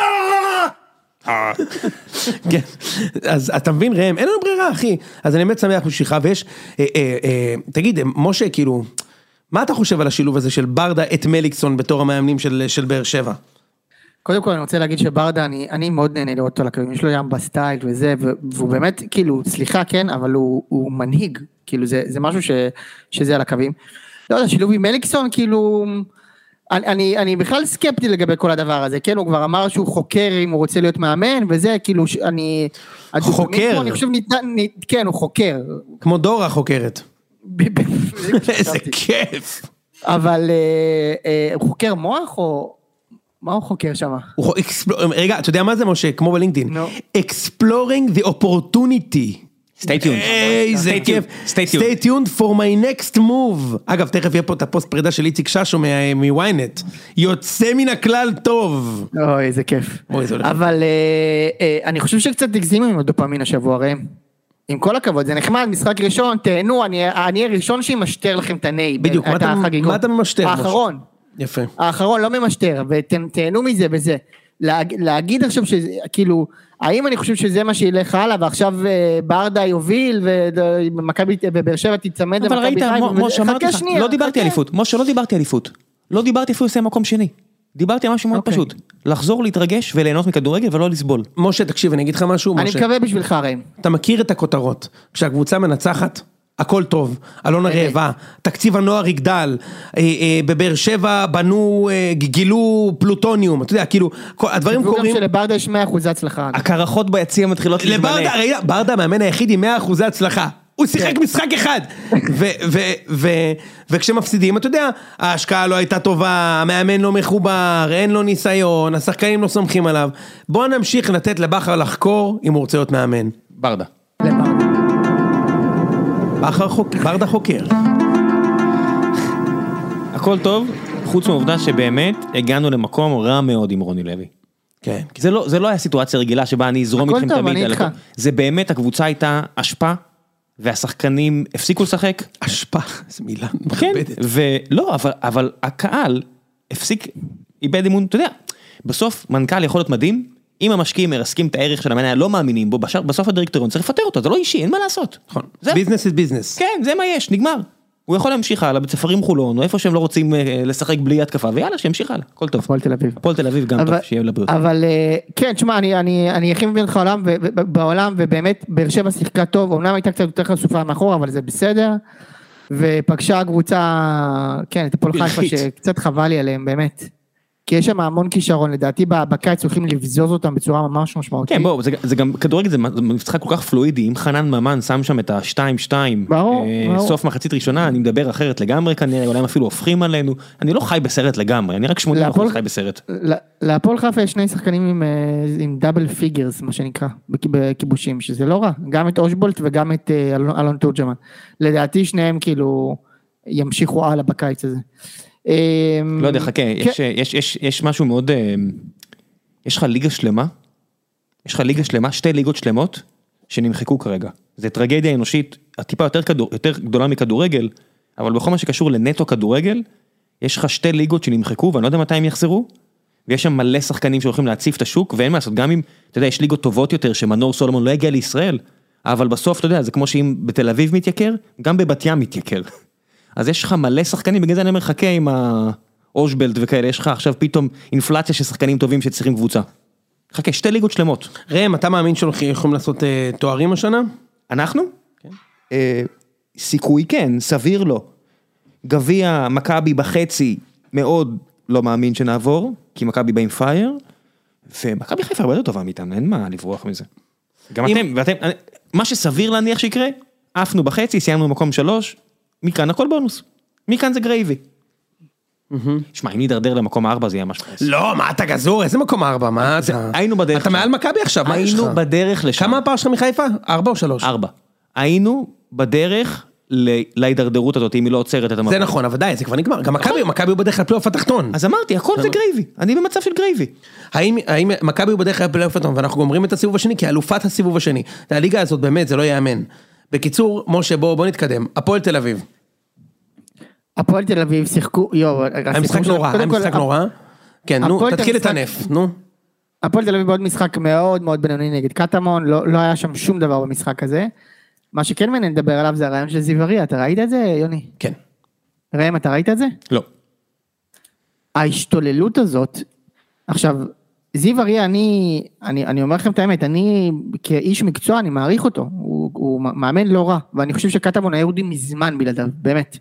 Speaker 2: כן, אז אתה מבין ראם, אין לנו ברירה אחי, אז אני באמת שמח בשבילך, ויש, תגיד, משה כאילו, מה אתה חושב על השילוב הזה של ברדה את מליקסון בתור המאמנים של באר שבע?
Speaker 4: קודם כל אני רוצה להגיד שברדה, אני מאוד נהנה לראות אותו לקווים, יש לו ים בסטייל וזה, והוא באמת, כאילו, סליחה, כן, אבל הוא מנהיג, כאילו, זה משהו שזה על הקווים. לא יודע, שילוב עם מליקסון, כאילו, אני בכלל סקפטי לגבי כל הדבר הזה, כן, הוא כבר אמר שהוא חוקר אם הוא רוצה להיות מאמן, וזה, כאילו,
Speaker 2: חוקר?
Speaker 4: אני חושב, כן, הוא חוקר.
Speaker 2: כמו דורה חוקרת. איזה כיף.
Speaker 4: אבל הוא חוקר מוח או... מה הוא חוקר שם?
Speaker 2: רגע, אתה יודע מה זה משה? כמו בלינקדין. Exploring the opportunity.
Speaker 3: Stay tuned.
Speaker 2: איזה כיף. Stay tuned for my next move. אגב, תכף יהיה פה את הפוסט פרידה של איציק ששו מוויינט. יוצא מן הכלל טוב.
Speaker 4: אוי, איזה כיף. אבל אני חושב שקצת הגזימו עם הדופמין השבוע, ראם. עם כל הכבוד, זה נחמד, משחק ראשון, תהנו, אני הראשון שימשטר לכם את הניי.
Speaker 2: בדיוק, מה אתה ממשטר?
Speaker 4: האחרון.
Speaker 2: יפה.
Speaker 4: האחרון לא ממשטר, ותהנו מזה וזה. להגיד עכשיו שזה, כאילו, האם אני חושב שזה מה שילך הלאה, ועכשיו ברדה יוביל, ומכבי בבאר שבע תצמד
Speaker 3: אבל ראית, משה, אמרתי לך, לא דיברתי אליפות, משה, לא דיברתי אליפות. לא דיברתי אפילו לסיים מקום שני. דיברתי על משהו מאוד פשוט. לחזור, להתרגש וליהנות מכדורגל ולא לסבול.
Speaker 2: משה, תקשיב, אני אגיד לך משהו, משה.
Speaker 4: אני מקווה בשבילך, ראם.
Speaker 2: אתה מכיר את הכותרות. כשהקבוצה מנצחת, הכל טוב, אלונה רעבה, תקציב הנוער יגדל, בבאר שבע בנו, גילו פלוטוניום, אתה יודע, כאילו, הדברים קורים...
Speaker 4: וגם שלברדה יש 100% הצלחה.
Speaker 3: הקרחות ביציע מתחילות להתמלא.
Speaker 2: ברדה המאמן היחיד עם 100% הצלחה. הוא שיחק משחק אחד, וכשמפסידים, אתה יודע, ההשקעה לא הייתה טובה, המאמן לא מחובר, אין לו ניסיון, השחקנים לא סומכים עליו, בוא נמשיך לתת לבחר לחקור, אם הוא רוצה להיות מאמן.
Speaker 3: ברדה.
Speaker 2: ברדה חוקר.
Speaker 3: הכל טוב, חוץ מהעובדה שבאמת הגענו למקום רע מאוד עם רוני לוי.
Speaker 2: כן.
Speaker 3: זה לא היה סיטואציה רגילה שבה אני אזרום איתכם תמיד. זה באמת, הקבוצה הייתה השפעה, והשחקנים הפסיקו לשחק.
Speaker 2: השפעה, זו מילה
Speaker 3: מכבדת. ולא, אבל הקהל הפסיק, איבד אמון, אתה יודע, בסוף מנכ"ל יכול להיות מדהים, אם המשקיעים מרסקים את הערך של המניה, לא מאמינים בו, בסוף הדירקטוריון צריך לפטר אותו, זה לא אישי, אין מה לעשות.
Speaker 2: נכון, ביזנס is ביזנס.
Speaker 3: כן, זה מה יש, נגמר. הוא יכול להמשיך הלאה, בצפרים חולון, או איפה שהם לא רוצים לשחק בלי התקפה, ויאללה, שימשיך הלאה, הכל טוב. הפועל תל אביב גם טוב, שיהיה לבריאות.
Speaker 4: אבל כן, תשמע, אני הכי מבין לך בעולם, ובאמת, באר שבע שיחקה טוב, אומנם הייתה קצת יותר חשופה מאחורה, אבל זה בסדר, ופגשה הקבוצה, כן, את הפועל חיפה, שקצת חבל לי עליהם, באמת. כי יש שם המון כישרון, לדעתי בקיץ הולכים לבזוז אותם בצורה ממש משמעותית.
Speaker 3: כן, בואו, זה גם, כדורגל זה משחק כל כך פלואידי, אם חנן ממן שם שם את ה-2-2, סוף מחצית ראשונה, אני מדבר אחרת לגמרי כנראה, אולי הם אפילו הופכים עלינו, אני לא חי בסרט לגמרי, אני רק 80% חי בסרט.
Speaker 4: להפועל חיפה יש שני שחקנים עם דאבל פיגרס, מה שנקרא, בכיבושים, שזה לא רע, גם את אושבולט וגם את אלון תורג'מן. לדעתי שניהם כאילו ימשיכו הלאה בקיץ הזה.
Speaker 3: לא יודע, חכה, יש משהו מאוד, יש לך ליגה שלמה, שתי ליגות שלמות שנמחקו כרגע. זה טרגדיה אנושית, הטיפה יותר גדולה מכדורגל, אבל בכל מה שקשור לנטו כדורגל, יש לך שתי ליגות שנמחקו, ואני לא יודע מתי הם יחזרו, ויש שם מלא שחקנים שהולכים להציף את השוק, ואין מה לעשות, גם אם, אתה יודע, יש ליגות טובות יותר, שמנור סולומון לא יגיע לישראל, אבל בסוף, אתה יודע, זה כמו שאם בתל אביב מתייקר, גם בבת ים מתייקר. אז יש לך מלא שחקנים, בגלל זה אני מחכה עם האושבלט וכאלה, יש לך עכשיו פתאום אינפלציה של שחקנים טובים שצריכים קבוצה. חכה, שתי ליגות שלמות.
Speaker 2: ראם, אתה מאמין שיכולים לעשות תוארים השנה?
Speaker 3: אנחנו? כן. סיכוי כן, סביר לא. גביע מכבי בחצי, מאוד לא מאמין שנעבור, כי מכבי באים פייר, ומכבי חיפה הרבה יותר טובה מאיתנו, אין מה לברוח מזה. גם ואתם, מה שסביר להניח שיקרה, עפנו בחצי, סיימנו במקום 3, מכאן הכל בונוס, מכאן זה גרייבי. שמע, אם נדרדר למקום 4 זה יהיה משהו.
Speaker 2: לא, מה אתה גזור? איזה מקום 4? מה אתה?
Speaker 3: היינו בדרך.
Speaker 2: אתה מעל מכבי עכשיו, מה יש לך?
Speaker 3: היינו בדרך לשם.
Speaker 2: כמה הפער שלך מחיפה? 4 או 3?
Speaker 3: 4. היינו בדרך להידרדרות הזאת, אם היא לא עוצרת את המקום.
Speaker 2: זה נכון, אבל די, זה כבר נגמר. גם מכבי הוא בדרך לפלייאוף התחתון.
Speaker 3: אז אמרתי, הכל זה גרייבי. אני במצב של גרייבי.
Speaker 2: האם מכבי הוא בדרך לפלייאוף התחתון, ואנחנו גומרים את הסיבוב השני, כי אלופת הסיבוב השני. הליגה הזאת באמת, זה לא יאמן. בקיצור, משה, בוא נתקדם. הפועל תל אביב.
Speaker 4: הפועל תל אביב שיחקו,
Speaker 2: המשחק נורא. כן, נו, תתחיל את הנף, נו.
Speaker 4: הפועל תל אביב בעוד משחק מאוד מאוד בינוני נגד קטמון, לא היה שם שום דבר במשחק הזה. מה שכן מעניין לדבר עליו זה הרעיון של זיו אריה, אתה ראית את זה, יוני?
Speaker 2: כן.
Speaker 4: ראם, אתה ראית את זה?
Speaker 3: לא.
Speaker 4: ההשתוללות הזאת, עכשיו, זיו אריה, אני אומר לכם את האמת, אני כאיש מקצוע, אני מעריך אותו, הוא מאמן לא רע, ואני חושב שקטמון היה יהודי מזמן בלעדיו, באמת.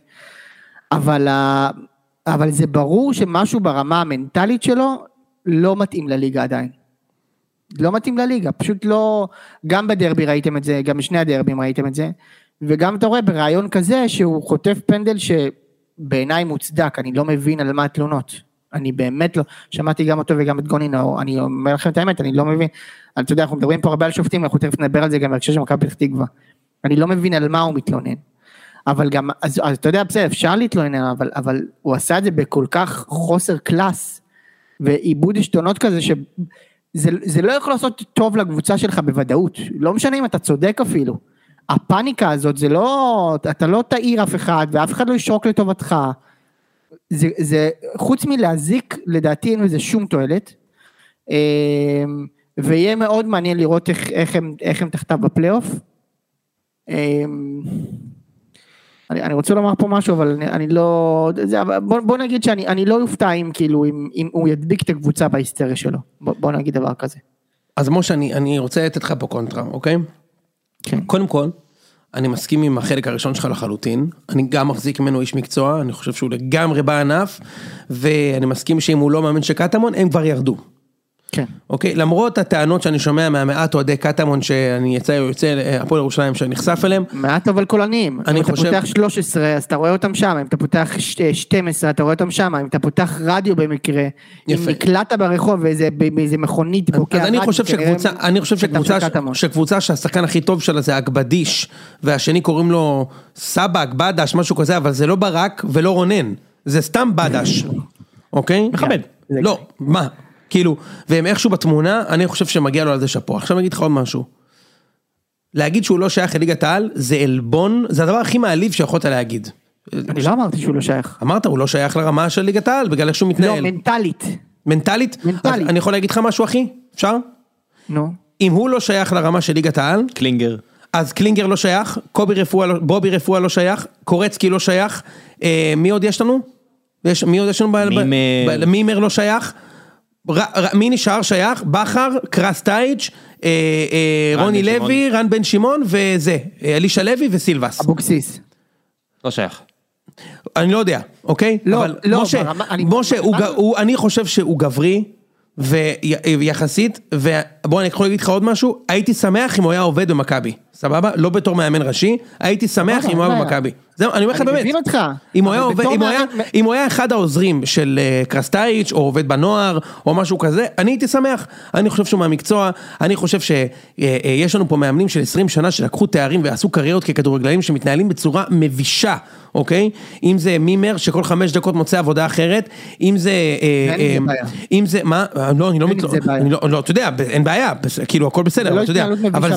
Speaker 4: אבל זה ברור שמשהו ברמה המנטלית שלו, לא מתאים לליגה עדיין. לא מתאים לליגה, פשוט לא, גם בדרבי ראיתם את זה, גם בשני הדרבים ראיתם את זה, וגם אתה רואה ברעיון כזה, שהוא חוטף פנדל שבעיניי מוצדק, אני לא מבין על מה התלונות. אני באמת לא, שמעתי גם אותו וגם את גוני נאור, אני אומר לכם את האמת, אני לא מבין, אתה יודע, אנחנו מדברים פה הרבה על שופטים, אנחנו תכף נדבר על זה גם בהקשר של מכבי פתח תקווה, אני לא מבין על מה הוא מתלונן, אבל גם, אז אתה יודע, בסדר, אפשר להתלונן, אבל הוא עשה את זה בכל כך חוסר קלאס, ועיבוד השתונות כזה, שזה לא יכול לעשות טוב לקבוצה שלך בוודאות, לא משנה אם אתה צודק אפילו, הפאניקה הזאת, זה לא, אתה לא תעיר אף אחד, ואף אחד לא ישרוק לטובתך, זה חוץ מלהזיק, לדעתי אין לזה שום תועלת, ויהיה מאוד מעניין לראות איך הם תחתיו בפלייאוף. אני רוצה לומר פה משהו, אבל אני לא, בוא נגיד שאני לא יופתע אם הוא ידביק את הקבוצה בהיסטריה שלו, בוא נגיד דבר כזה.
Speaker 2: אז משה, אני רוצה לתת לך פה קונטרה, אוקיי?
Speaker 4: כן.
Speaker 2: קודם כל, אני מסכים עם החלק הראשון שלך לחלוטין, אני גם מחזיק ממנו איש מקצוע, אני חושב שהוא לגמרי בענף, ואני מסכים שאם הוא לא מאמן של קטמון, הם כבר ירדו.
Speaker 4: כן.
Speaker 2: אוקיי, למרות הטענות שאני שומע מהמעט אוהדי קטמון, שאני יוצא הפועל ירושלים שאני נחשף אליהם.
Speaker 4: מעט אבל קולניים. אם אתה פותח 13, אז אתה רואה אותם שם, אם אתה פותח 12, אתה רואה אותם שם, אם אתה פותח רדיו במקרה, אם נקלטת ברחוב באיזה מכונית,
Speaker 2: אז אני חושב שקבוצה שהשחקן הכי טוב שלה זה אגבדיש, והשני קוראים לו סבק, בדש, משהו כזה, אבל זה לא ברק ולא רונן, זה סתם בדש. אוקיי?
Speaker 3: מכבד.
Speaker 2: לא, מה? כאילו, והם איכשהו בתמונה, אני חושב שמגיע לו על זה שפו. עכשיו אני אגיד לך עוד משהו. להגיד שהוא לא שייך לליגת העל, זה אלבון, זה הדבר הכי מעליב שיכולת להגיד.
Speaker 4: אני לא אמרתי שהוא לא שייך.
Speaker 2: אמרת, הוא לא שייך לרמה של ליגת העל, בגלל איך שהוא מתנהל.
Speaker 4: לא, מנטלית.
Speaker 2: מנטלית?
Speaker 4: מנטלית.
Speaker 2: אני יכול להגיד לך משהו, אחי? אפשר?
Speaker 4: נו.
Speaker 2: אם הוא לא שייך לרמה של ליגת העל,
Speaker 3: קלינגר.
Speaker 2: אז קלינגר לא שייך, בובי רפואה לא שייך, קורצקי לא שייך, מי עוד יש לנו? מי עוד יש לנו? מימר לא שייך. מי נשאר שייך? בחר, קרסטייץ', רוני לוי, רן בן שמעון וזה, אלישע לוי וסילבס.
Speaker 4: אבוקסיס.
Speaker 3: לא שייך.
Speaker 2: אני לא יודע, אוקיי?
Speaker 4: לא,
Speaker 2: משה, אני חושב שהוא גברי ויחסית, ובוא אני יכול להגיד לך עוד משהו, הייתי שמח אם הוא היה עובד במכבי, סבבה? לא בתור מאמן ראשי, הייתי שמח אם הוא היה במכבי. זהו, אני אומר לך באמת.
Speaker 4: אני מבין אותך.
Speaker 2: אם הוא היה אחד העוזרים של קרסטייץ' או עובד בנוער או משהו כזה, אני הייתי שמח. אני חושב שהוא מהמקצוע, אני חושב שיש לנו פה מאמנים של 20 שנה שלקחו תארים ועשו קריירות ככדורגלנים שמתנהלים בצורה מבישה, אוקיי? אם זה מימר שכל 5 דקות מוצא עבודה אחרת, אם זה, מה? לא, אני לא, לא, אתה יודע, אין בעיה, כאילו הכל בסדר, אתה יודע, אבל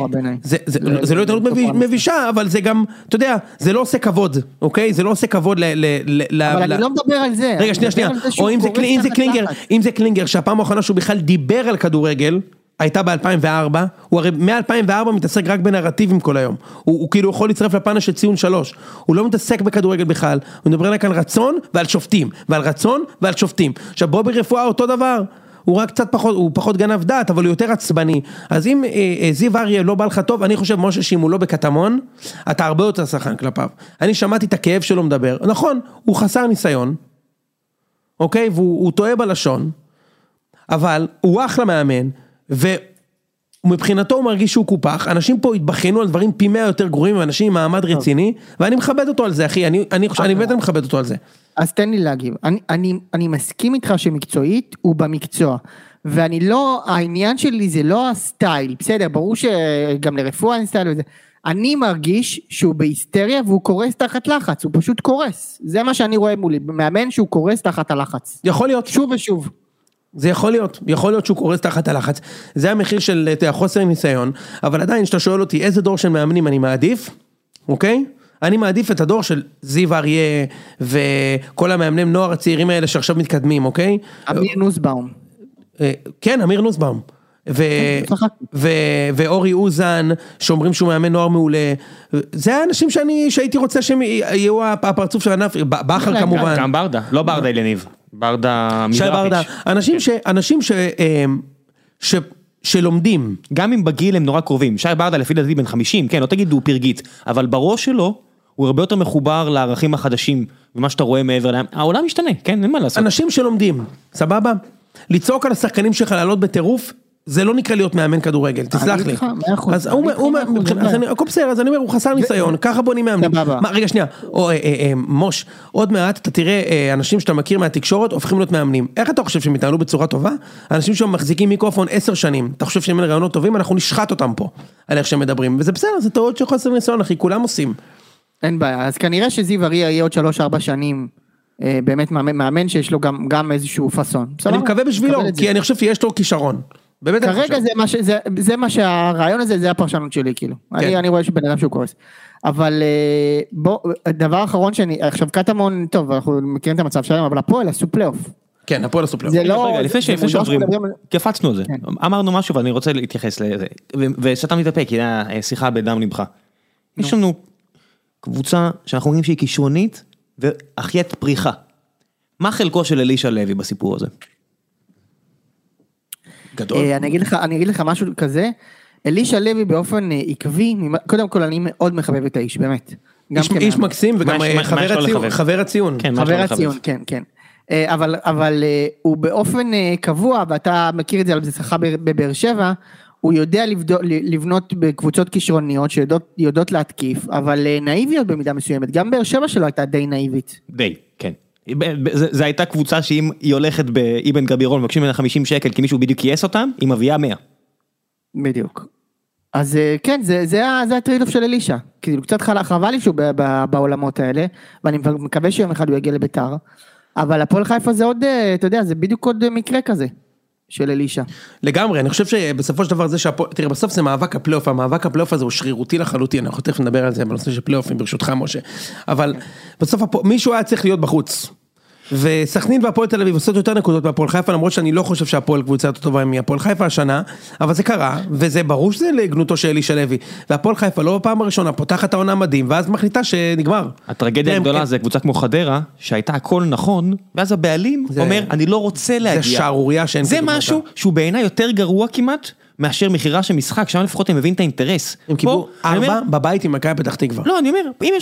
Speaker 2: זה לא התנהלות מבישה, אבל זה גם, אתה יודע, זה לא עושה כבוד, אוקיי? זה לא עושה כבוד
Speaker 4: אבל אני לא מדבר על זה.
Speaker 2: רגע, שנייה. או אם זה קלינגר, שהפעם האחרונה שהוא בכלל דיבר על כדורגל, הייתה ב-2004, הוא הרי מ-2004 מתעסק רק בנרטיבים כל היום. הוא כאילו יכול לצרף לפאנל של ציון 3. הוא לא מתעסק בכדורגל בכלל. הוא מדבר רק על רצון ועל שופטים. ועל רצון ועל שופטים. עכשיו בובי רפואה אותו דבר. הוא רק קצת פחות, הוא פחות גנב דעת, אבל הוא יותר עצבני. אז אם זיו אריה לא בא לך טוב, אני חושב, משה, שאם הוא לא בקטמון, אתה הרבה יותר שחקן כלפיו. אני שמעתי את הכאב שלו מדבר. נכון, הוא חסר ניסיון, אוקיי? והוא טועה בלשון, אבל הוא אחלה מאמן, ומבחינתו הוא מרגיש שהוא קופח. אנשים פה התבחנו על דברים פי 100 יותר גרועים, ואנשים עם מעמד רציני, ואני מכבד אותו על זה, אחי. אני באמת מכבד אותו על זה.
Speaker 4: אז תן לי להגיב, אני מסכים איתך שמקצועית הוא במקצוע, ואני לא, העניין שלי זה לא הסטייל, בסדר, ברור שגם לרפואה אין סטייל וזה, אני מרגיש שהוא בהיסטריה והוא קורס תחת לחץ, הוא פשוט קורס, זה מה שאני רואה מולי, מאמן שהוא קורס תחת הלחץ.
Speaker 2: יכול להיות.
Speaker 4: שוב ושוב.
Speaker 2: זה יכול להיות שהוא קורס תחת הלחץ, זה המחיר של חוסר ניסיון, אבל עדיין שאתה שואל אותי איזה דור של מאמנים אני מעדיף, אוקיי? אני מעדיף את הדור של זיו אריה וכל המאמנים נוער הצעירים האלה שעכשיו מתקדמים, אוקיי?
Speaker 4: אמיר נוסבאום.
Speaker 2: כן, אמיר נוסבאום. ואורי אוזן, שאומרים שהוא מאמן נוער מעולה, זה האנשים שהייתי רוצה שהם יהיו הפרצוף של הענף, בכר כמובן.
Speaker 3: גם ברדה, לא ברדה אליניב, ברדה מזרפיץ'.
Speaker 2: אנשים שלומדים.
Speaker 3: גם אם בגיל הם נורא קרובים, שי ברדה לפי דעתי בן 50, כן, לא תגיד הוא פרגית, אבל בראש שלו, הוא הרבה יותר מחובר לערכים החדשים, ומה שאתה רואה מעבר להם, העולם משתנה, כן, אין מה לעשות.
Speaker 2: אנשים שלומדים, סבבה? לצעוק על השחקנים שלך לעלות בטירוף, זה לא נקרא להיות מאמן כדורגל, תסלח לי. אז הכל בסדר, אז אני אומר, הוא חסר ניסיון, ככה בונים מאמנים. רגע, שנייה, מוש, עוד מעט אתה תראה אנשים שאתה מכיר מהתקשורת, הופכים להיות מאמנים. איך אתה חושב שהם יתנהלו בצורה טובה? אנשים שמחזיקים מיקרופון 10 שנים, אתה חושב שהם אין רעיונות טובים, אנחנו נשחט אותם פה, על איך שהם מדברים, וזה בסדר, זה טעות של חוסר ניסיון, אחי, כולם עושים.
Speaker 4: אין בעיה, אז כנראה שזיו אריה יהיה עוד 3-4 שנים, באמת מאמן שיש לו גם איזשהו פסון.
Speaker 2: אני מקווה בשבילו, כי אני חושב שיש לו כישרון.
Speaker 4: כרגע זה מה שהרעיון הזה, זה הפרשנות שלי, כאילו. אני רואה שבן אדם שהוא קורס. אבל בוא, דבר אחרון עכשיו קטמון, טוב, אנחנו מכירים את המצב שלהם, אבל הפועל עשו פלייאוף.
Speaker 2: כן, הפועל עשו פלייאוף.
Speaker 4: זה לא...
Speaker 3: לפני שעוברים, קפצנו את זה. אמרנו משהו ואני רוצה להתייחס לזה. ושאתה מתאפק, כי היה שיחה בדם לבך. יש לנו קבוצה שאנחנו אומרים שהיא כישרונית, ואחיית פריחה. מה חלקו של אלישע לוי בסיפור הזה?
Speaker 2: גדול.
Speaker 4: אני אגיד לך משהו כזה, אלישע לוי באופן עקבי, קודם כל אני מאוד מחבב את האיש, באמת.
Speaker 2: איש מקסים וגם חבר הציון.
Speaker 4: חבר הציון, כן, כן. אבל הוא באופן קבוע, ואתה מכיר את זה על בסיסך בבאר שבע, הוא יודע לבנות בקבוצות כישרוניות שיודעות להתקיף, אבל נאיביות במידה מסוימת, גם באר שבע שלו הייתה די נאיבית.
Speaker 3: די, כן. זה הייתה קבוצה שאם היא הולכת באבן גבירון, מבקשים ממנה 50 שקל, כי מישהו בדיוק קייס אותם, היא מביאה 100.
Speaker 4: בדיוק. אז כן, זה הטרייד אוף של אלישע. כאילו קצת חבל לי שהוא בעולמות האלה, ואני מקווה שיום אחד הוא יגיע לביתר, אבל הפועל חיפה זה עוד, אתה יודע, זה בדיוק עוד מקרה כזה. של אלישע.
Speaker 2: לגמרי, אני חושב שבסופו של דבר זה תראה, בסוף זה מאבק הפלייאוף, המאבק הפלייאוף הזה הוא שרירותי לחלוטין, אנחנו תכף נדבר על זה בנושא של פלייאופים, ברשותך משה, אבל בסוף מישהו היה צריך להיות בחוץ, וסכנין והפועל תל אביב עושות יותר נקודות מהפועל חיפה, למרות שאני לא חושב שהפועל קבוצה יותר טובה מהפועל חיפה השנה, אבל זה קרה, וזה ברור שזה לגנותו של אלישע לוי, והפועל חיפה לא בפעם הראשונה פותחת העונה מדהים, ואז מחליטה שנגמר.
Speaker 3: הטרגדיה הגדולה זה קבוצה כמו חדרה, שהייתה הכל נכון, ואז הבעלים אומר, אני לא רוצה להגיע.
Speaker 2: זה שערוריה שאין
Speaker 3: זה משהו שהוא בעיניי יותר גרוע כמעט, מאשר מחירה של משחק, שם לפחות הם מבין את האינטרס.
Speaker 2: הם קיבלו 4 בבית עם מכבי פתח תקווה.
Speaker 3: לא, אני אומר, אם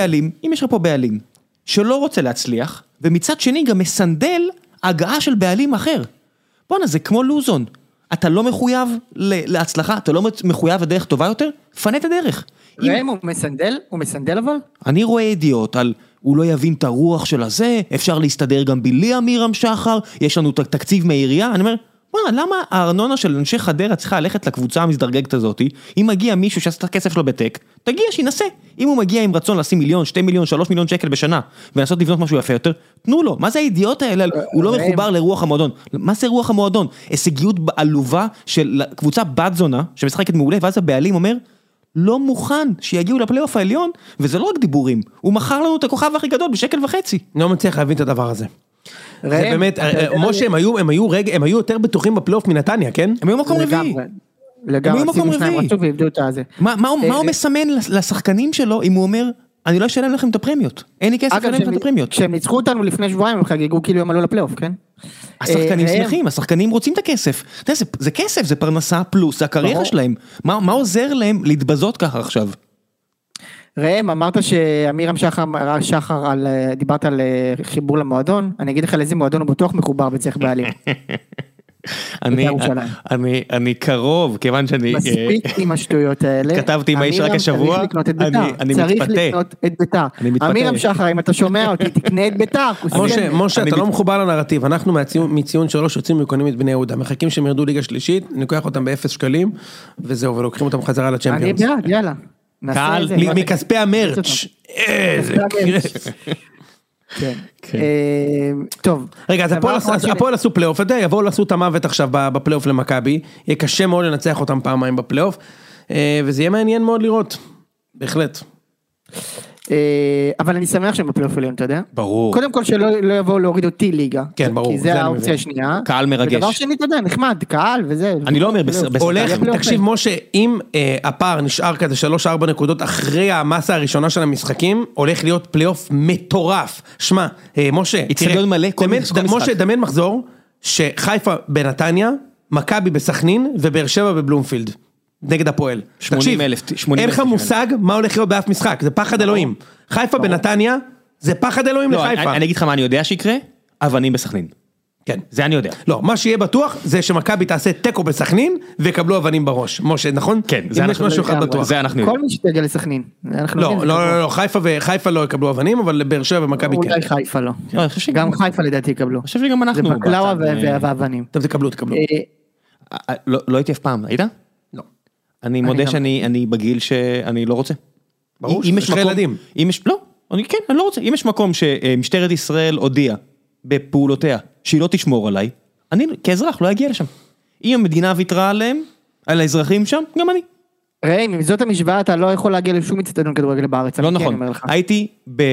Speaker 3: יש לך פה בעלים, שלא רוצה להצליח, ומצד שני גם מסנדל הגעה של בעלים אחר. בוא'נה, זה כמו לוזון. אתה לא מחויב להצלחה, אתה לא מחויב לדרך טובה יותר, פנה את הדרך.
Speaker 4: ראם, הוא מסנדל אבל?
Speaker 3: אני רואה ידיעות על, הוא לא יבין את הרוח של הזה, אפשר להסתדר גם בלי אמירם שחר, יש לנו תקציב מהעירייה, אני אומר, בוא'נה, למה הארנונה של אנשי חדרה צריכה ללכת לקבוצה המזדרגגת הזאת? אם מגיע מישהו שעשה את הכסף שלו בטק, תגיע שינסה. אם הוא מגיע עם רצון לשים 1 מיליון, 2 מיליון, 3 מיליון שקל בשנה, ולנסות לבנות משהו יפה יותר, תנו לו. מה זה הידיעות האלה? הוא לא מחובר לרוח המועדון. מה זה רוח המועדון? הישגיות בעלובה של קבוצה בת זונה, שמשחקת מעולה, ואז הבעלים אומר, לא מוכן שיגיעו לפלייאוף העליון, וזה לא רק דיבורים. הוא מכר לנו את הכוכב הכי גדול ב1.5 שקל.
Speaker 2: לא מצליח להבין את הדבר הזה. זה באמת, משה, הם היו יותר בטוחים בפלייאוף מנתניה, כן?
Speaker 3: הם היו מקום רביעי.
Speaker 4: לגמרי, שימו שניים רצו ועבדו את הזה.
Speaker 3: מה הוא מסמן לשחקנים שלו, אם הוא אומר, אני לא אשלם לכם את הפרמיות, אין לי כסף לשלם לכם את הפרמיות.
Speaker 4: כשהם ניצחו אותנו לפני שבועיים, הם חגגו כאילו הם עלו לפלייאוף, כן?
Speaker 3: השחקנים שמחים, השחקנים רוצים את הכסף. זה כסף, זה פרנסה פלוס, זה הקריירה שלהם. מה עוזר להם להתבזות ככה עכשיו?
Speaker 4: ראם, אמרת שאמירם שחר, דיברת על חיבור למועדון, אני אגיד לך לאיזה מועדון הוא בטוח מחובר וצריך בעלים.
Speaker 3: אני קרוב, כיוון שאני...
Speaker 4: מספיק עם השטויות האלה.
Speaker 3: כתבתי עם האיש רק השבוע, אני מתפתה.
Speaker 4: צריך לקנות את ביתר. אמירם שחר, אם אתה שומע אותי, תקנה את ביתר.
Speaker 2: משה, אתה לא מחובר לנרטיב, אנחנו מציון 3 יוצאים וקונים את בני יהודה, מחכים שהם ירדו ליגה שלישית, ניקח אותם ב0 שקלים, וזהו, ולוקחים אותם חזרה לצ'מפיונס.
Speaker 4: אני בעד, יאללה.
Speaker 2: מכספי המרץ'. איזה כיף.
Speaker 4: כן. טוב.
Speaker 2: רגע, אז הפועל עשו פלייאוף, יבואו לעשו את המוות עכשיו בפלייאוף למכבי, יהיה קשה מאוד לנצח אותם פעמיים בפלייאוף, וזה יהיה מעניין מאוד לראות, בהחלט.
Speaker 4: אבל אני שמח שהם בפלייאוף עליון, אתה יודע?
Speaker 3: ברור.
Speaker 4: קודם כל שלא יבואו להוריד אותי ליגה.
Speaker 2: כן, ברור.
Speaker 4: כי זה האופציה השנייה.
Speaker 3: קהל מרגש.
Speaker 4: ודבר שני, אתה יודע, נחמד, קהל וזה.
Speaker 3: אני לא אומר
Speaker 2: הולך, תקשיב משה, אם הפער נשאר כזה 3-4 נקודות אחרי המסה הראשונה של המשחקים, הולך להיות פלייאוף מטורף. שמע, משה,
Speaker 3: אצטדיון מלא, כל משחק.
Speaker 2: משה, דמיין מחזור, שחיפה בנתניה, מכבי בסכנין, ובאר שבע בבלומפילד. נגד הפועל. תקשיב, אין לך מושג מה הולך להיות באף משחק, זה פחד אלוהים. חיפה בנתניה, זה פחד אלוהים לחיפה.
Speaker 3: אני אגיד לך מה אני יודע שיקרה, אבנים בסכנין.
Speaker 2: כן.
Speaker 3: זה אני יודע.
Speaker 2: לא, מה שיהיה בטוח, זה שמכבי תעשה טקו בסכנין, ויקבלו אבנים בראש. משה, נכון?
Speaker 3: כן.
Speaker 2: אם יש משהו אחד בטוח.
Speaker 3: זה אנחנו יודעים.
Speaker 4: כל מי שתגיע לסכנין.
Speaker 2: לא, חיפה לא יקבלו אבנים, אבל לבאר שבע ומכבי כן.
Speaker 4: אולי חיפה לא. גם חיפה לדעתי יקבלו.
Speaker 3: אני חושב שגם אנחנו.
Speaker 4: זה בקלאווה ואבנים.
Speaker 2: טוב, תקבלו.
Speaker 3: לא הייתי אף פעם, היית?
Speaker 2: לא.
Speaker 3: אני מודה שאני בגיל שאני לא רוצה.
Speaker 2: ברור, יש לך ילדים.
Speaker 3: לא, אני לא רוצה. אם יש מקום שמשטרת ישראל הודיעה בפעולותיה שהיא לא תשמור עליי, אני כאזרח לא אגיע לשם. אם המדינה ויתרה עליהם, על האזרחים שם, גם אני.
Speaker 4: ראי, אם זאת המשוואה, אתה לא יכול להגיע לשום אצטדיון כדורגל בארץ.
Speaker 3: לא נכון. הייתי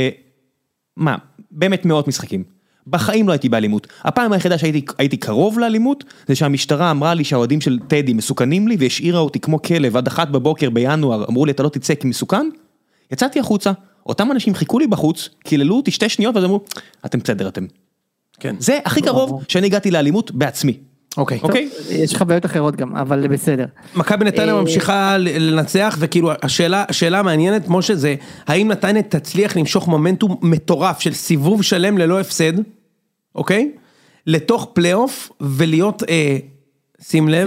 Speaker 3: באמת מאות משחקים. בחיים לא הייתי באלימות. הפעם היחידה שהייתי קרוב לאלימות, זה שהמשטרה אמרה לי שהאוהדים של טדי מסוכנים לי, והשאירה אותי כמו כלב עד 1 בבוקר בינואר, אמרו לי אתה לא תצא כי מסוכן, יצאתי החוצה, אותם אנשים חיכו לי בחוץ, קיללו אותי 2 שניות, ואז אמרו, אתם בסדר, אתם.
Speaker 2: כן.
Speaker 3: זה הכי קרוב שאני הגעתי לאלימות בעצמי.
Speaker 2: אוקיי.
Speaker 4: יש חוויות אחרות גם, אבל בסדר.
Speaker 2: מכבי נתניה ממשיכה לנצח, וכאילו השאלה המעניינת, משה, זה האם נתניה תצליח למשוך מומנטום מטורף של סיבוב שלם ללא הפסד, אוקיי? לתוך פלייאוף ולהיות, שים לב,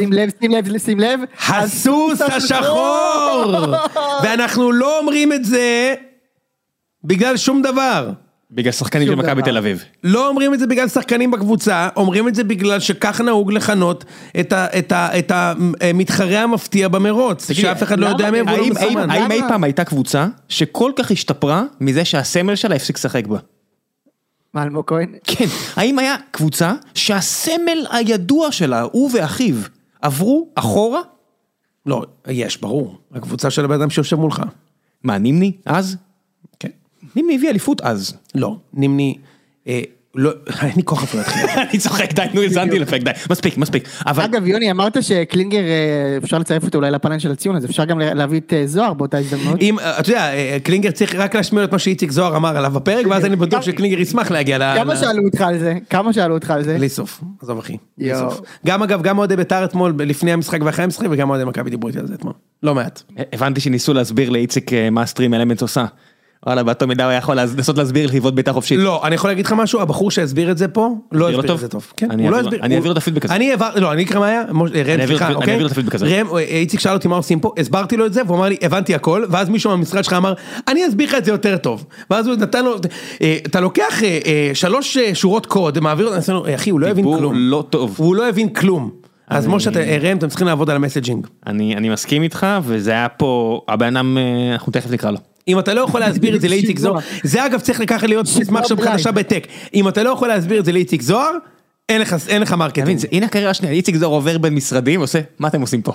Speaker 2: הסוס השחור! ואנחנו לא אומרים את זה בגלל שום דבר.
Speaker 3: בגלל שחקנים של מכבי תל אביב.
Speaker 2: לא אומרים את זה בגלל שחקנים בקבוצה, אומרים את זה בגלל שכך נהוג לכנות את המתחרה המפתיע במרוץ, שאף אחד לא יודע מהם והוא לא מסומן.
Speaker 3: האם אי פעם הייתה קבוצה שכל כך השתפרה מזה שהסמל שלה הפסיק לשחק בה?
Speaker 4: מה, אלמוג כהן?
Speaker 3: כן, האם היה קבוצה שהסמל הידוע שלה, הוא ואחיו, עברו אחורה?
Speaker 2: לא, יש, ברור. הקבוצה של הבן אדם שיושב מולך.
Speaker 3: מה, נימני אז?
Speaker 2: כן.
Speaker 3: נימני הביא אליפות אז.
Speaker 2: לא, נימני, לא, אני כוח אפילו להתחיל.
Speaker 3: אני צוחק, די, נו, הזנתי לפק, די, מספיק.
Speaker 4: אגב, יוני, אמרת שקלינגר, אפשר לצרף אותו אולי לפאנל של הציון, אז אפשר גם להביא את זוהר באותה הזדמנות.
Speaker 2: אתה יודע, קלינגר צריך רק להשמיע את מה שאיציק זוהר אמר עליו בפרק, ואז אני בטוח שקלינגר ישמח להגיע
Speaker 4: כמה שאלו אותך על זה?
Speaker 2: בלי סוף, עזוב אחי. גם אגב, גם אוהדי בית"ר אתמול, לפני המשחק ואחרי המשחק, וגם אוהדי מכבי דיברו איתי על זה אתמול. לא מעט.
Speaker 3: הבנתי שניסו להסביר לאיציק מה הסטרים אלמנטס עושה. וואלה, באותו מידה הוא יכול לנסות להסביר לחייבות ביתה חופשית.
Speaker 2: לא, אני יכול להגיד לך משהו, הבחור שהסביר את זה פה, לא הסביר את זה טוב.
Speaker 3: אני אעביר את הפידבק הזה.
Speaker 2: אני אקרא מה היה,
Speaker 3: אני אעביר את הפידבק הזה.
Speaker 2: ראם, איציק שאל אותי מה עושים פה, הסברתי לו את זה, והוא אמר לי, הבנתי הכל, ואז מישהו מהמשרד שלך אמר, אני אסביר לך את זה יותר טוב. ואז הוא נתן לו, אתה לוקח 3 שורות קוד, מעביר אותו, אחי, הוא לא הבין כלום.
Speaker 3: לא טוב.
Speaker 2: הוא לא הבין כלום. אז משה, ראם, אתם צריכים לעבוד על המסג'ינג.
Speaker 3: אני מסכים איתך, וזה היה פה, הבעינם, אנחנו תכף נקרא לו.
Speaker 2: אם אתה לא יכול להסביר את זה לאיציק זוהר, זה אגב צריך לקחת להיות מסמך שם חדשה בטק, אם אתה לא יכול להסביר את זה לאיציק זוהר, אין לך מרקטינג.
Speaker 3: הנה הקריירה השנייה, איציק זוהר עובר בין משרדים, עושה, מה אתם עושים פה?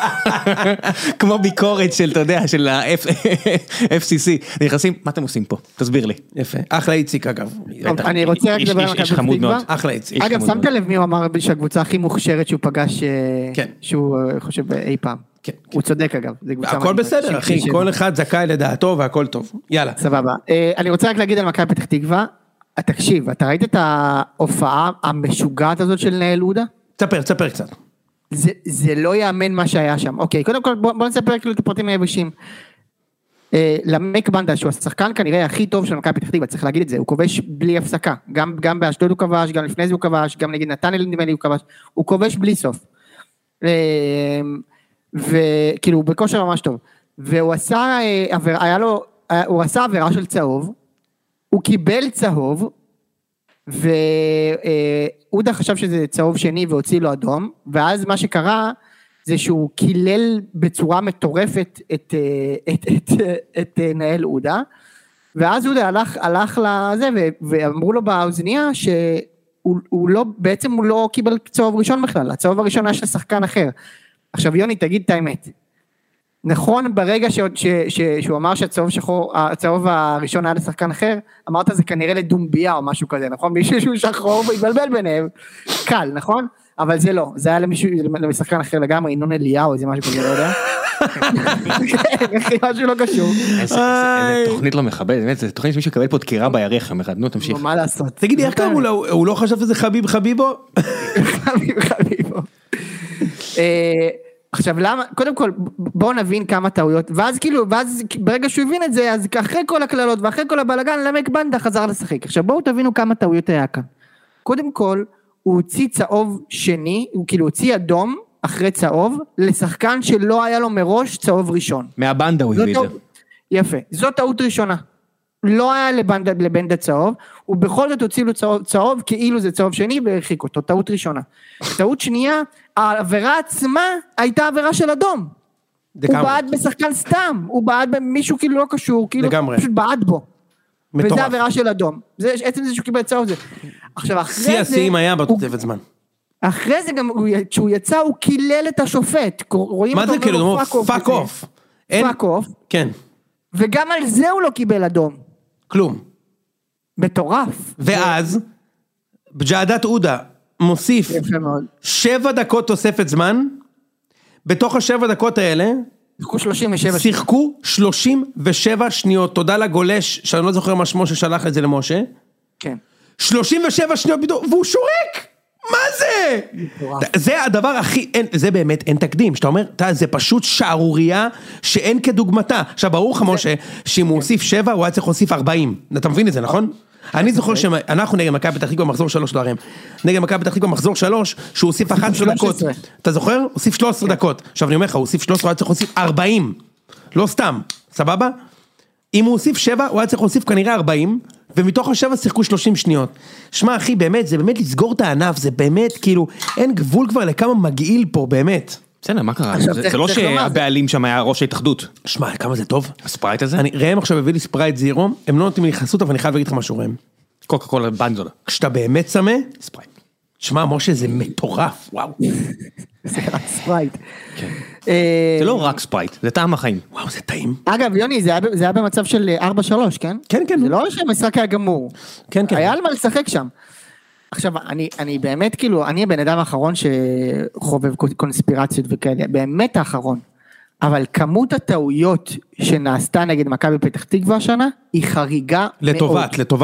Speaker 3: כמו ביקורת של, אתה יודע, של ה-FCC, נכנסים, מה אתם עושים פה? תסביר לי.
Speaker 2: יפה, אחלה איציק אגב.
Speaker 4: אני רוצה רק לדבר על מכבי פתח תקווה.
Speaker 2: אחלה איציק.
Speaker 4: אגב, שמת לב מי הוא אמר שהקבוצה הכי מוכשרת שהוא פגש, שהוא חושב אי פעם. הוא צודק אגב.
Speaker 2: הכל בסדר אחי, כל אחד זכאי לדעתו והכל טוב. יאללה.
Speaker 4: סבבה. אני רוצה רק להגיד על מכבי פתח תקווה, תקשיב, אתה ראית את ההופעה המשוגעת הזאת של נאל עודה?
Speaker 2: תספר קצת.
Speaker 4: זה לא יאמן מה שהיה שם. אוקיי, קודם כל בוא נספר כאילו את הפרטים היבשים. למק בנדה, שהוא השחקן כנראה הכי טוב של מכבי פתח תקווה, צריך להגיד את זה, הוא כובש בלי הפסקה. גם באשדוד הוא כבש, גם לפני זה הוא כבש, גם נגיד נתניה נדמה לי הוא כבש. הוא כובש בלי סוף. וכאילו הוא בכושר ממש טוב. והוא עשה עבירה של צהוב, הוא קיבל צהוב, ועודה חשב שזה צהוב שני והוציא לו אדום, ואז מה שקרה זה שהוא קילל בצורה מטורפת את נאל עודה, ואז עודה הלך לזה, ואמרו לו באוזניה שהוא לא, בעצם הוא לא קיבל צהוב ראשון בכלל, הצהוב הראשון היה של שחקן אחר. עכשיו יוני תגיד את האמת, נכון, ברגע שהוא אמר שהצהוב שחור, הצהוב הראשון היה לשחקן אחר, אמרת זה כנראה לדומביה או משהו כזה, נכון? מישהו שהוא שחור והתבלבל ביניהם, קל, נכון? אבל זה לא, זה היה לשחקן אחר לגמרי, ינון אליהו, איזה משהו כזה, לא יודע. משהו לא קשור.
Speaker 3: איזה תוכנית לא מכבד, באמת, זה תוכנית שמישהו קבל פה דקירה בירך, נו תמשיך.
Speaker 4: מה לעשות?
Speaker 2: תגידי, איך קראו לו? הוא לא חשב שזה חביבו?
Speaker 4: חביבו. עכשיו למה, קודם כל בואו נבין כמה טעויות, ואז כאילו, ואז ברגע שהוא הבין את זה, אז אחרי כל הכללות ואחרי כל הבלגן, למק בנדה חזר לשחק. עכשיו בואו תבינו כמה טעויות היה כאן. קודם כל, הוא הוציא צהוב שני, הוא כאילו הוציא אדום אחרי צהוב, לשחקן שלא היה לו מראש צהוב ראשון.
Speaker 3: מהבנדה הוא הביא את זה.
Speaker 4: יפה, זו טעות ראשונה. לא היה לבנדה צהוב, ובכל זאת הוציא לו צהוב, כאילו זה צהוב שני, והרחיק אותו, טעות ראשונה. טעות שנייה, העבירה עצמה הייתה עבירה של אדום. הוא בעד בשחקן סתם, הוא בעד במישהו כאילו לא קשור, כאילו פשוט בעד בו. וזה עבירה של אדום. עצם זה שהוא קיבל צהוב זה. עכשיו אחרי זה...
Speaker 2: סי היה בתותפת זמן.
Speaker 4: אחרי זה גם, כשהוא יצא, הוא קילל את השופט.
Speaker 2: מה זה כאילו? פאק אוף.
Speaker 4: פאק אוף.
Speaker 2: כן.
Speaker 4: וגם על זה הוא לא קיבל אדום.
Speaker 2: כלום.
Speaker 4: מטורף.
Speaker 2: ואז, בג'עדת עודה מוסיף 7 דקות תוספת זמן, בתוך ה7 דקות האלה, שיחקו 37 שניות, תודה לגולש, שאני לא זוכר מה שמו ששלח את זה למשה,
Speaker 4: כן.
Speaker 2: 37 שניות בדיוק, והוא שורק! מה זה? זה הדבר הכי, זה באמת אין תקדים, שאתה אומר, זה פשוט שערוריה שאין כדוגמתה. עכשיו ברור לך משה, שאם הוא הוסיף 7, הוא היה צריך להוסיף 40. אתה מבין את זה, נכון? אני זוכר שאנחנו נגד מכבי פתח תקווה במחזור 3 לא הרם. נגד מכבי פתח תקווה במחזור 3, שהוא הוסיף 11 דקות. אתה זוכר? הוסיף 13 דקות. עכשיו אני אומר לך, הוא הוסיף 13, הוא היה צריך להוסיף 40. לא סתם, סבבה? אם הוא הוסיף 7, הוא היה צריך להוסיף כנראה 40, ומתוך ה7 שיחקו 30 שניות. שמע אחי, באמת, זה באמת לסגור את הענף, זה באמת, כאילו, אין גבול כבר לכמה מגעיל פה, באמת.
Speaker 3: בסדר, מה קרה? זה לא שהבעלים שם היה ראש ההתאחדות.
Speaker 2: שמע, כמה זה טוב.
Speaker 3: הספרייט הזה?
Speaker 2: ראם עכשיו הביא לי ספרייט זירו, הם לא נותנים לי חסות, אבל אני חייב להגיד לך משהו ראם.
Speaker 3: קוקה קולה בנזולה.
Speaker 2: כשאתה באמת צמא,
Speaker 3: ספרייט.
Speaker 2: שמע, משה, זה מטורף, וואו.
Speaker 4: זה רק ספרייט.
Speaker 3: זה לא רק ספרייט, זה טעם החיים.
Speaker 2: וואו, זה טעים.
Speaker 4: אגב, יוני, זה היה במצב של 4-3, כן?
Speaker 2: כן, כן.
Speaker 4: זה לא שהמשחק היה גמור.
Speaker 2: כן, כן.
Speaker 4: היה על מה לשחק שם. עכשיו, אני באמת, כאילו, אני הבן אדם האחרון שחובב קונספירציות וכאלה, באמת האחרון. אבל כמות הטעויות שנעשתה נגד מכבי פתח תקווה השנה, היא חריגה מאוד.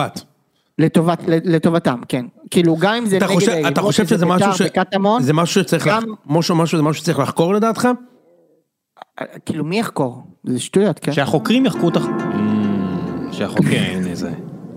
Speaker 4: לטובתם, כן. כאילו גם אם זה נגד...
Speaker 2: אתה חושב שזה משהו שצריך... משהו שצריך לחקור לדעתך?
Speaker 4: כאילו מי יחקור? זה שטויות, כן?
Speaker 3: שהחוקרים יחקרו אותך... שהחוקרים, איזה...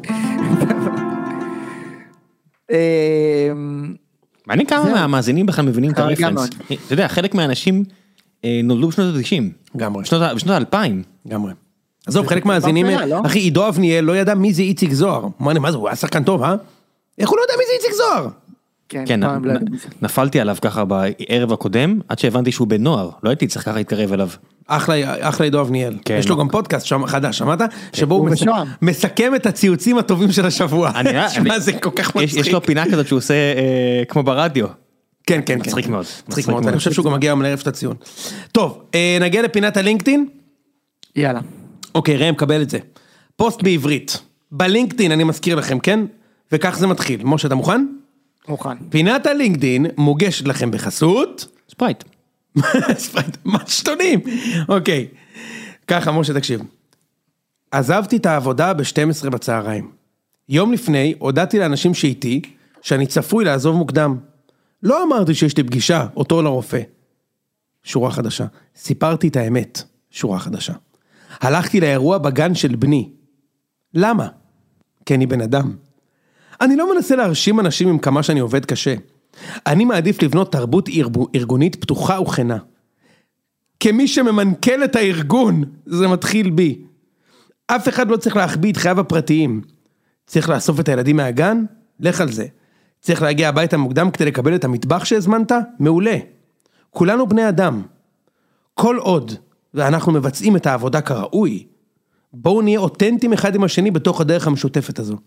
Speaker 3: מעניין כמה מהמאזינים בכלל מבינים את הרפרנס. אתה יודע, חלק מהאנשים נולדו בשנות ה-90.
Speaker 2: גמרי.
Speaker 3: בשנות ה-2000.
Speaker 2: גמרי. עזוב, חלק מהאזינים, אחי, עידו אבניאל לא ידע מי זה איציק זוהר. מה זה, הוא היה שחקן טוב, איך הוא לא יודע מי זה איציק זוהר?
Speaker 3: כן, נפלתי עליו ככה בערב הקודם, עד שהבנתי שהוא בן נוער, לא הייתי צריך ככה להתקרב אליו.
Speaker 2: אחלה עידו אבניאל. יש לו גם פודקאסט חדש, שמעת? שבו הוא מסכם את הציוצים הטובים של השבוע. זה כל כך מצחיק.
Speaker 3: יש לו פינה כזאת שהוא עושה כמו ברדיו.
Speaker 2: כן, כן,
Speaker 3: מצחיק מאוד.
Speaker 2: מצחיק מאוד, אני חושב שהוא גם מגיע לערב את הציון. טוב, נגיע לפינת הלינקדאין.
Speaker 4: יאללה.
Speaker 2: אוקיי, ראם, קבל את זה. פוסט בעברית. בלינקדאין אני מזכיר לכם, כן? וכך זה מתחיל. משה, אתה מוכן?
Speaker 4: מוכן.
Speaker 2: פינת הלינקדאין מוגשת לכם בחסות...
Speaker 3: ספרייט.
Speaker 2: ספרייט, מה שתונים? אוקיי. ככה, משה, תקשיב. עזבתי את העבודה ב-12 בצהריים. יום לפני, הודעתי לאנשים שאיתי, שאני צפוי לעזוב מוקדם. לא אמרתי שיש לי פגישה, אותו לרופא. שורה חדשה. סיפרתי את האמת. שורה חדשה. הלכתי לאירוע בגן של בני. למה? כי אני בן אדם. אני לא מנסה להרשים אנשים עם כמה שאני עובד קשה. אני מעדיף לבנות תרבות ארגונית פתוחה וכנה. כמי שממנכ"ל את הארגון, זה מתחיל בי. אף אחד לא צריך להחביא את חייו הפרטיים. צריך לאסוף את הילדים מהגן? לך על זה. צריך להגיע הביתה מוקדם כדי לקבל את המטבח שהזמנת? מעולה. כולנו בני אדם. כל עוד, ואנחנו מבצעים את העבודה כראוי, בואו נהיה אותנטיים אחד עם השני בתוך הדרך המשותפת הזו.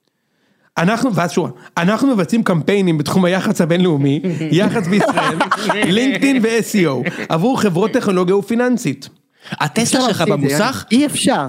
Speaker 2: אנחנו מבצעים קמפיינים בתחום היח"צ הבינלאומי, יח"צ בישראל, לינקדאין ו-SEO, עבור חברות טכנולוגיה ופיננסית.
Speaker 3: הטסלה שלך במוסך?
Speaker 4: אי אפשר.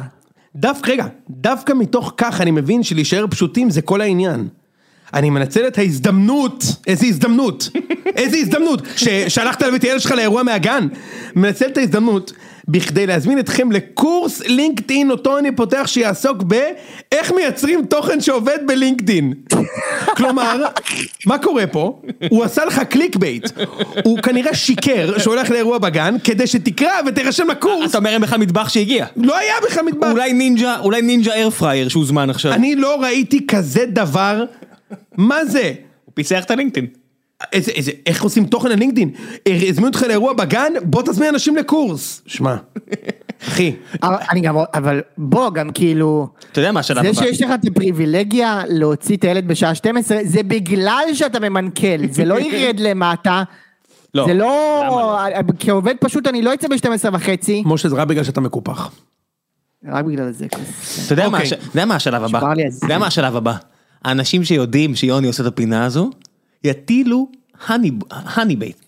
Speaker 2: דווקא מתוך כך אני מבין שלהישאר פשוטים זה כל העניין. אני מנצל את ההזדמנות, איזה הזדמנות, ששלחת להביא את הילד שלך לאירוע מהגן, מנצל את ההזדמנות, בכדי להזמין אתכם לקורס לינקדאין, אותו אני פותח שיעסוק באיך מייצרים תוכן שעובד בלינקדאין. כלומר, מה קורה פה? הוא עשה לך קליק בייט, הוא כנראה שיקר שהולך לאירוע בגן, כדי שתקרא ותרשם לקורס.
Speaker 3: אתה אומר הם בכלל מטבח שהגיע.
Speaker 2: לא היה בכלל מטבח.
Speaker 3: אולי נינג'ה איירפרייר שהוא זמן עכשיו.
Speaker 2: אני לא ראיתי כזה דבר, מה זה?
Speaker 3: הוא פיצח את הלינקדאין.
Speaker 2: איך עושים תוכן על לינקדאין? הזמינו אותך לאירוע בגן, בוא תזמין אנשים לקורס. שמע, אחי.
Speaker 4: אבל בוא גם כאילו,
Speaker 3: אתה יודע מה השלב הבא?
Speaker 4: זה שיש לך את הפריבילגיה להוציא את הילד בשעה 12, זה בגלל שאתה ממנכ"ל, זה לא ירד למטה, זה לא, כעובד פשוט אני לא יצא ב-12:30.
Speaker 2: משה, זה רק בגלל שאתה מקופח.
Speaker 4: רק בגלל זה.
Speaker 3: אתה יודע מה השלב הבא? אתה יודע מה השלב הבא? האנשים שיודעים שיוני עושה את הפינה הזו, יטילו הני בייט,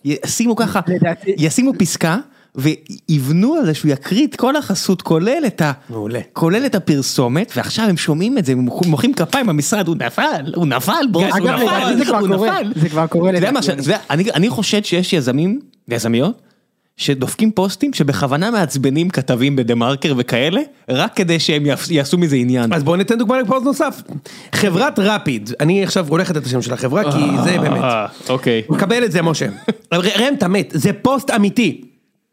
Speaker 3: ישימו פסקה, ויבנו על זה שהוא יקריא את כל החסות, כולל את הפרסומת, ועכשיו הם שומעים את זה, הם מוחאים כפיים במשרד, הוא נפל, בוס, הוא נפל.
Speaker 4: זה כבר קורה.
Speaker 3: אני חושד שיש יזמים ויזמיות, שדופקים פוסטים שבכוונה מעצבנים כתבים בדמרקר וכאלה, רק כדי שהם יעשו מזה עניין.
Speaker 2: אז בואו ניתן דוגמה לפוסט נוסף. חברת רפיד, אני עכשיו הולכת את השם של החברה, כי זה באמת.
Speaker 3: אוקיי.
Speaker 2: מקבל את זה, משה. רם תמת, זה פוסט אמיתי.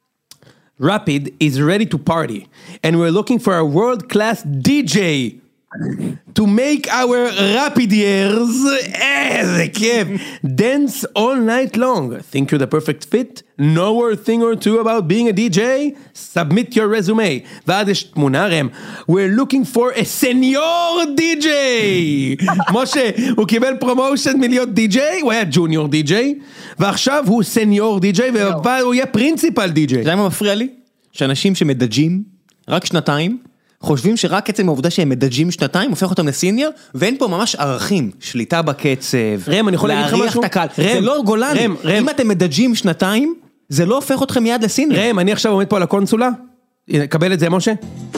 Speaker 2: Rapid is ready to party, and we're looking for a world-class DJ to make our Rapid years, איזה כיף, dance all night long. Think you're the perfect fit? Know a thing or two about being a DJ? Submit your resume. ועד יש תמונה רם, we're looking for a senior DJ. משה, הוא קיבל פרומושן מלהיות DJ, הוא היה ג'וניור DJ, ועכשיו הוא סניור DJ, והוא יהיה פרינציפל DJ.
Speaker 3: זה מה מפריע לי? שאנשים שמדג'ים רק שנתיים, חושבים שרק עצם העובדה שהם מדג'ים שנתיים, הופך אותם לסיניור, ואין פה ממש ערכים, שליטה בקצב,
Speaker 2: רם, אני יכול להגיד לך משהו?
Speaker 3: להריח את הקהל, זה לא גולני, אם אתם מדג'ים שנתיים, זה לא הופך אתכם מיד לסיניור.
Speaker 2: רם, אני עכשיו עומד פה על הקונסולה, קבל את זה, משה.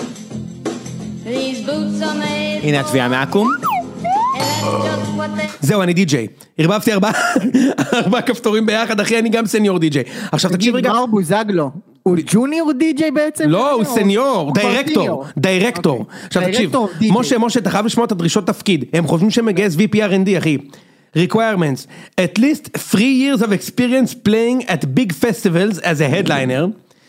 Speaker 3: הנה התביעה מהקום.
Speaker 2: זהו, אני די-ג'יי. הרבבתי 4 כפתורים ביחד, אחי, אני גם סניור די-ג'יי. עכשיו תקשיב רגע.
Speaker 4: מר בוזגלו, הוא ג'וניור די-ג'יי בעצם?
Speaker 2: לא, הוא סניור, דירקטור. עכשיו תקשיב, משה, אתה חייב לשמוע את הדרישות תפקיד. הם חושבים שמגייס VPRND, אחי. Requirements. At least 3 years of experience playing at big festivals as a headliner.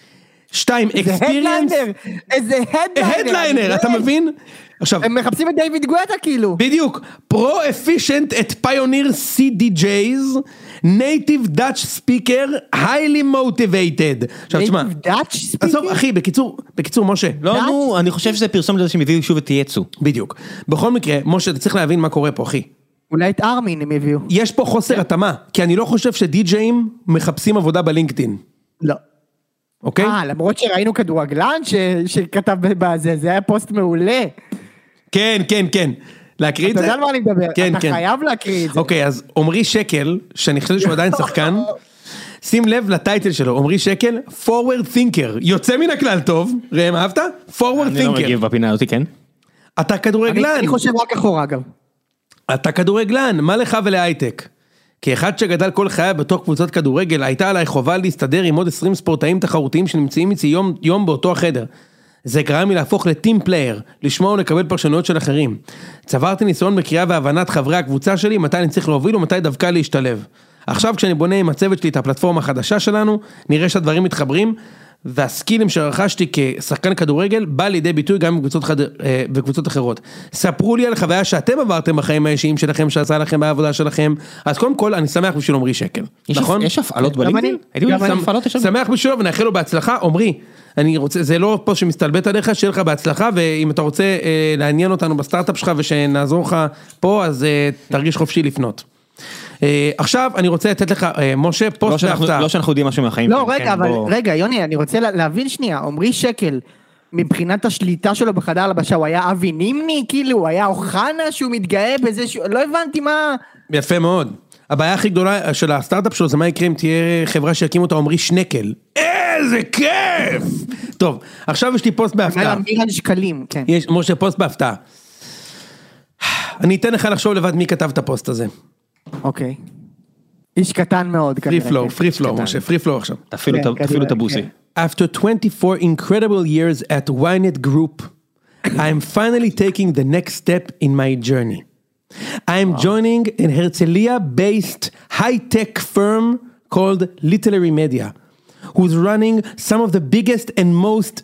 Speaker 2: 2, experience...
Speaker 4: איזה
Speaker 2: הדליינר, אתה מבין? עכשיו,
Speaker 4: הם מחפשים את דיוויד גואטה כאילו.
Speaker 2: בדיוק, פרו-אפישנט את פיוניר CDJs, native Dutch speaker, highly motivated. עכשיו תשמע,
Speaker 4: native Dutch speaker?
Speaker 2: עזוב, אחי, בקיצור, משה.
Speaker 3: לא, נו, אני חושב שזה פרסום לזה שהם הביאו שוב את תייצו.
Speaker 2: בדיוק. בכל מקרה, משה, אתה צריך להבין מה קורה פה, אחי.
Speaker 4: אולי את ארמין הם הביאו.
Speaker 2: יש פה חוסר התאמה, כי אני לא חושב שדי-ג'אים מחפשים עבודה בלינקדאין.
Speaker 4: לא.
Speaker 2: אוקיי?
Speaker 4: למרות שראינו כדורגלן שכתב בזה, זה היה פוסט מעולה.
Speaker 2: כן. להקריא את זה?
Speaker 4: אתה יודע על מה אני מדבר,
Speaker 2: כן.
Speaker 4: אתה חייב להקריא את זה.
Speaker 2: אוקיי, אז עומרי שקל, שאני חושב שהוא עדיין שחקן, שים לב לטייטל שלו, עומרי שקל, forward thinker, יוצא מן הכלל טוב, ראם, אהבת? forward thinker.
Speaker 3: אני לא מגיב בפינה אותי, כן?
Speaker 2: אתה כדורגלן.
Speaker 4: אני חושב רק אחורה, אגב.
Speaker 2: אתה כדורגלן, מה לך ולהייטק? כאחד שגדל כל חיי בתוך קבוצת כדורגל, הייתה עליי חובה להסתדר עם עוד 20 ספורטאים תחרותיים שנמצאים איתי יום באותו החדר. זה גרם לי להפוך לטים פלייר, לשמוע ולקבל פרשנויות של אחרים. צברתי ניסיון בקריאה והבנת חברי הקבוצה שלי, מתי אני צריך להוביל ומתי דווקא להשתלב. עכשיו כשאני בונה עם הצוות שלי את הפלטפורמה החדשה שלנו, נראה שהדברים מתחברים, והסקילים שרכשתי כשחקן כדורגל, בא לידי ביטוי גם בקבוצות אחרות. ספרו לי על חוויה שאתם עברתם בחיים האישיים שלכם, שעשה לכם בעבודה שלכם, אז קודם כל אני שמח בשביל עומרי שקל. נכון?
Speaker 3: יש הפעלות בלינקדאין?
Speaker 2: שמח בשבילו ונאחל לו בהצלחה. עומרי, אני רוצה, זה לא פה שמסתלבט עליך, שיהיה לך בהצלחה, ואם אתה רוצה לעניין אותנו בסטארט-אפ שלך ושנעזור לך פה, אז תרגיש חופשי לפנות. עכשיו אני רוצה לתת לך, משה, פוסט בהפתעה.
Speaker 3: לא שאנחנו יודעים משהו מהחיים.
Speaker 4: לא, רגע, אבל רגע, יוני, אני רוצה להבין שנייה, עומרי שקל, מבחינת השליטה שלו בחדר הלבשה, הוא היה אבי נימני, כאילו, הוא היה אוחנה שהוא מתגאה בזה, לא הבנתי מה...
Speaker 2: יפה מאוד. הבעיה הכי גדולה של הסטארט-אפ שלו, זה מה יקרה אם תהיה חברה שיקים אותה עומרי שנקל. איזה כיף! טוב, עכשיו יש לי פוסט בהפתעה.
Speaker 4: מירן שקלים, כן.
Speaker 2: יש, משה, פוסט בהפתעה. אני אתן לך לחשוב לבד מי כתב את הפוסט הזה.
Speaker 4: אוקיי. איש קטן מאוד.
Speaker 2: פרי פלואו, משה, פרי פלואו עכשיו.
Speaker 3: אפילו את הבוסי.
Speaker 2: After 24 incredible years at Ynet Group, I am finally taking the next step in my journey. I am joining an Herzliya-based high-tech firm called Literary Media, who's running some of the biggest and most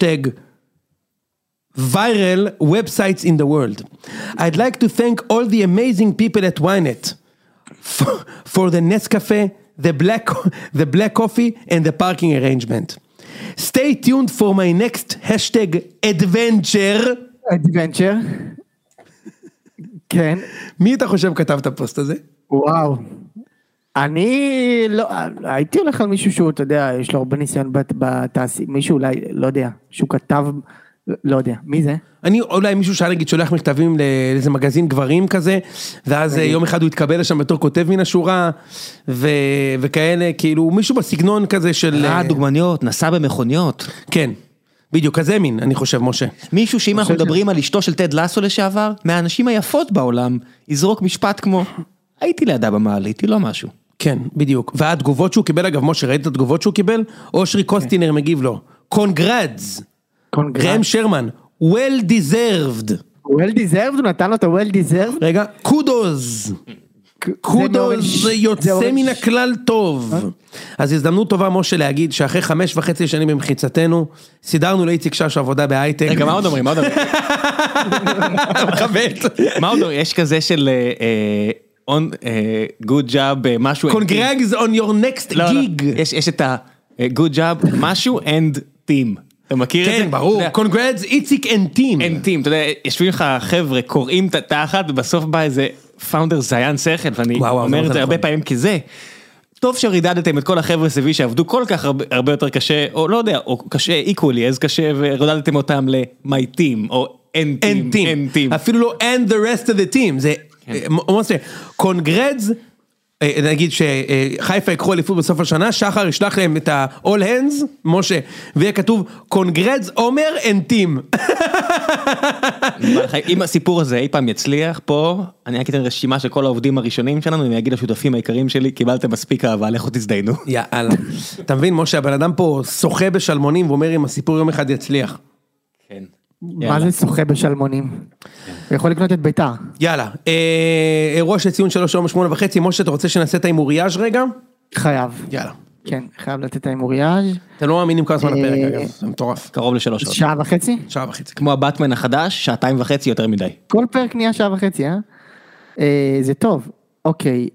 Speaker 2: #viral websites in the world. I'd like to thank all the amazing people at Ynet for the Nescafe, the black coffee, and the parking arrangement. Stay tuned for my next #adventure.
Speaker 4: Adventure. כן.
Speaker 2: מי אתה חושב כתב את הפוסט הזה?
Speaker 4: וואו. אני לא, הייתי הולך על מישהו שהוא, אתה יודע, יש לו הרבה ניסיון בתעשייה, מישהו אולי, לא יודע, שהוא כתב, לא יודע, מי זה?
Speaker 2: אני אולי מישהו שהיה נגיד שולח מכתבים לאיזה מגזין גברים כזה, ואז יום אחד הוא התקבל לשם בתור כותב מן השורה, וכאלה, כאילו מישהו בסגנון כזה של...
Speaker 3: דוגמניות, נסע במכוניות.
Speaker 2: כן, בדיוק, כזה מין, אני חושב, משה.
Speaker 3: מישהו שאם אנחנו מדברים על אשתו של טד לסו לשעבר, מהאנשים היפות בעולם, יזרוק משפט כמו, הייתי לידה במעלית, היא לא משהו.
Speaker 2: כן, בדיוק. והתגובות שהוא קיבל, אגב, משה, ראית את התגובות שהוא קיבל? אושרי קוסטינר מגיב לו. קונגרדס. ראם שרמן. well deserved.
Speaker 4: well deserved? הוא נתן לו את ה-well deserved?
Speaker 2: רגע, קודוז. קודוז זה יוצא מן הכלל טוב. אז הזדמנות טובה, משה, להגיד שאחרי 5.5 שנים במחיצתנו, סידרנו לאיציק שש עבודה בהייטק.
Speaker 3: רגע, מה עוד אומרים? אתה
Speaker 2: מכבד.
Speaker 3: מה עוד אומרים? יש כזה של... good job, משהו...
Speaker 2: Congrats on your next gig.
Speaker 3: יש את ה-good job, משהו and team. אתה מכיר את זה?
Speaker 2: כן, ברור. Congrats, איציק and team.
Speaker 3: and team, אתה יודע, יושבים לך חבר'ה, קוראים תחת, ובסוף בא איזה פאונדר זיין שכל, ואני אומר את זה הרבה פעמים כזה. טוב שרידדתם את כל החבר'ה סביבי שעבדו כל כך הרבה יותר קשה, או לא יודע, או קשה equally, אז קשה, ורידדתם אותם ל-my team, או and team.
Speaker 2: אפילו לא and the rest of the team, זה... קונגרדס, נגיד שחיפה יקחו אליפות בסוף השנה, שחר ישלח להם את ה-all hands, משה, ויהיה כתוב קונגרדס עומר and team.
Speaker 3: אם הסיפור הזה אי פעם יצליח פה, אני רק אתן רשימה של כל העובדים הראשונים שלנו, ואני אגיד לשותפים העיקריים שלי, קיבלתם מספיק אהבה, לכו תזדיינו.
Speaker 2: יאללה. אתה מבין, משה, הבן אדם פה שוחה בשלמונים, ואומר אם הסיפור יום אחד יצליח.
Speaker 3: כן.
Speaker 4: מה זה שוחה בשלמונים? הוא יכול לקנות את ביתר.
Speaker 2: יאללה, אירוע של ציון 3.8.5, משה, אתה רוצה שנעשה את האימורייאז' רגע?
Speaker 4: חייב.
Speaker 2: יאללה.
Speaker 4: כן, חייב לתת את האימורייאז'.
Speaker 2: אתם לא מאמינים כמה זמן הפרק, אגב, זה מטורף.
Speaker 3: קרוב ל3 שעות.
Speaker 4: שעה וחצי?
Speaker 2: שעה וחצי.
Speaker 3: כמו הבטמן החדש, 2.5 יותר מדי.
Speaker 4: כל פרק נהיה שעה וחצי, זה טוב. אוקיי.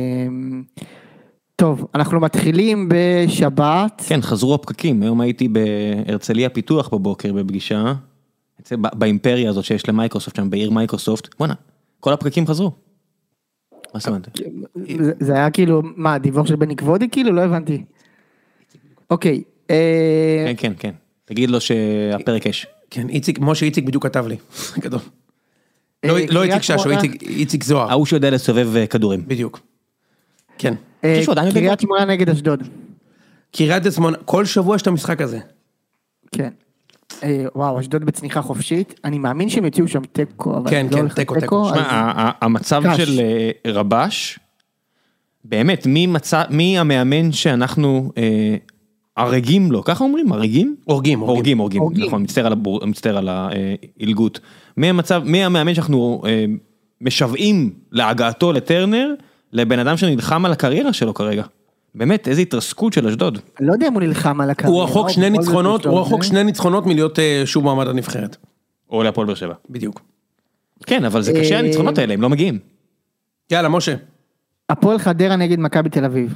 Speaker 4: טוב, אנחנו מתחילים בשבת.
Speaker 3: כן, חזרו הפקקים, היום הייתי בהרצליה פיתוח בבוקר בפגישה, באימפריה הזאת שיש למייקרוסופט שם, בעיר מייקרוסופט, בוא'נה, כל הפקקים חזרו. מה זאת אומרת?
Speaker 4: זה היה כאילו, מה, דיווח של בני כבודי כאילו? לא הבנתי. אוקיי.
Speaker 3: כן. תגיד לו שהפרק יש.
Speaker 2: כן, איציק, משה איציק בדיוק כתב לי, גדול. לא איציק ששו, איציק זוהר.
Speaker 3: ההוא שיודע לסובב כדורים.
Speaker 2: בדיוק. כן.
Speaker 4: קריית שמונה נגד אשדוד.
Speaker 2: קריית שמונה, כל שבוע יש את המשחק הזה.
Speaker 4: כן. וואו, אשדוד בצניחה חופשית, אני מאמין שהם יוציאו שם טקו, אבל
Speaker 2: כן, כן, טקו.
Speaker 3: המצב של רבש, באמת, מי המאמן שאנחנו הרגים לו, ככה אומרים, הרגים? הורגים, נכון, מצטער על ההילגות. מי המאמן שאנחנו משוועים להגעתו לטרנר, לבן אדם שנלחם על הקריירה שלו כרגע? באמת, איזו התרסקות של אשדוד.
Speaker 4: לא יודע אם הוא נלחם על הקריירה.
Speaker 2: הוא רחוק שני ניצחונות מלהיות שוב מועמד הנבחרת.
Speaker 3: או להפועל באר שבע.
Speaker 2: בדיוק.
Speaker 3: כן, אבל זה קשה הניצחונות האלה, הם לא מגיעים.
Speaker 2: יאללה, משה.
Speaker 4: הפועל חדרה נגד מכבי תל אביב.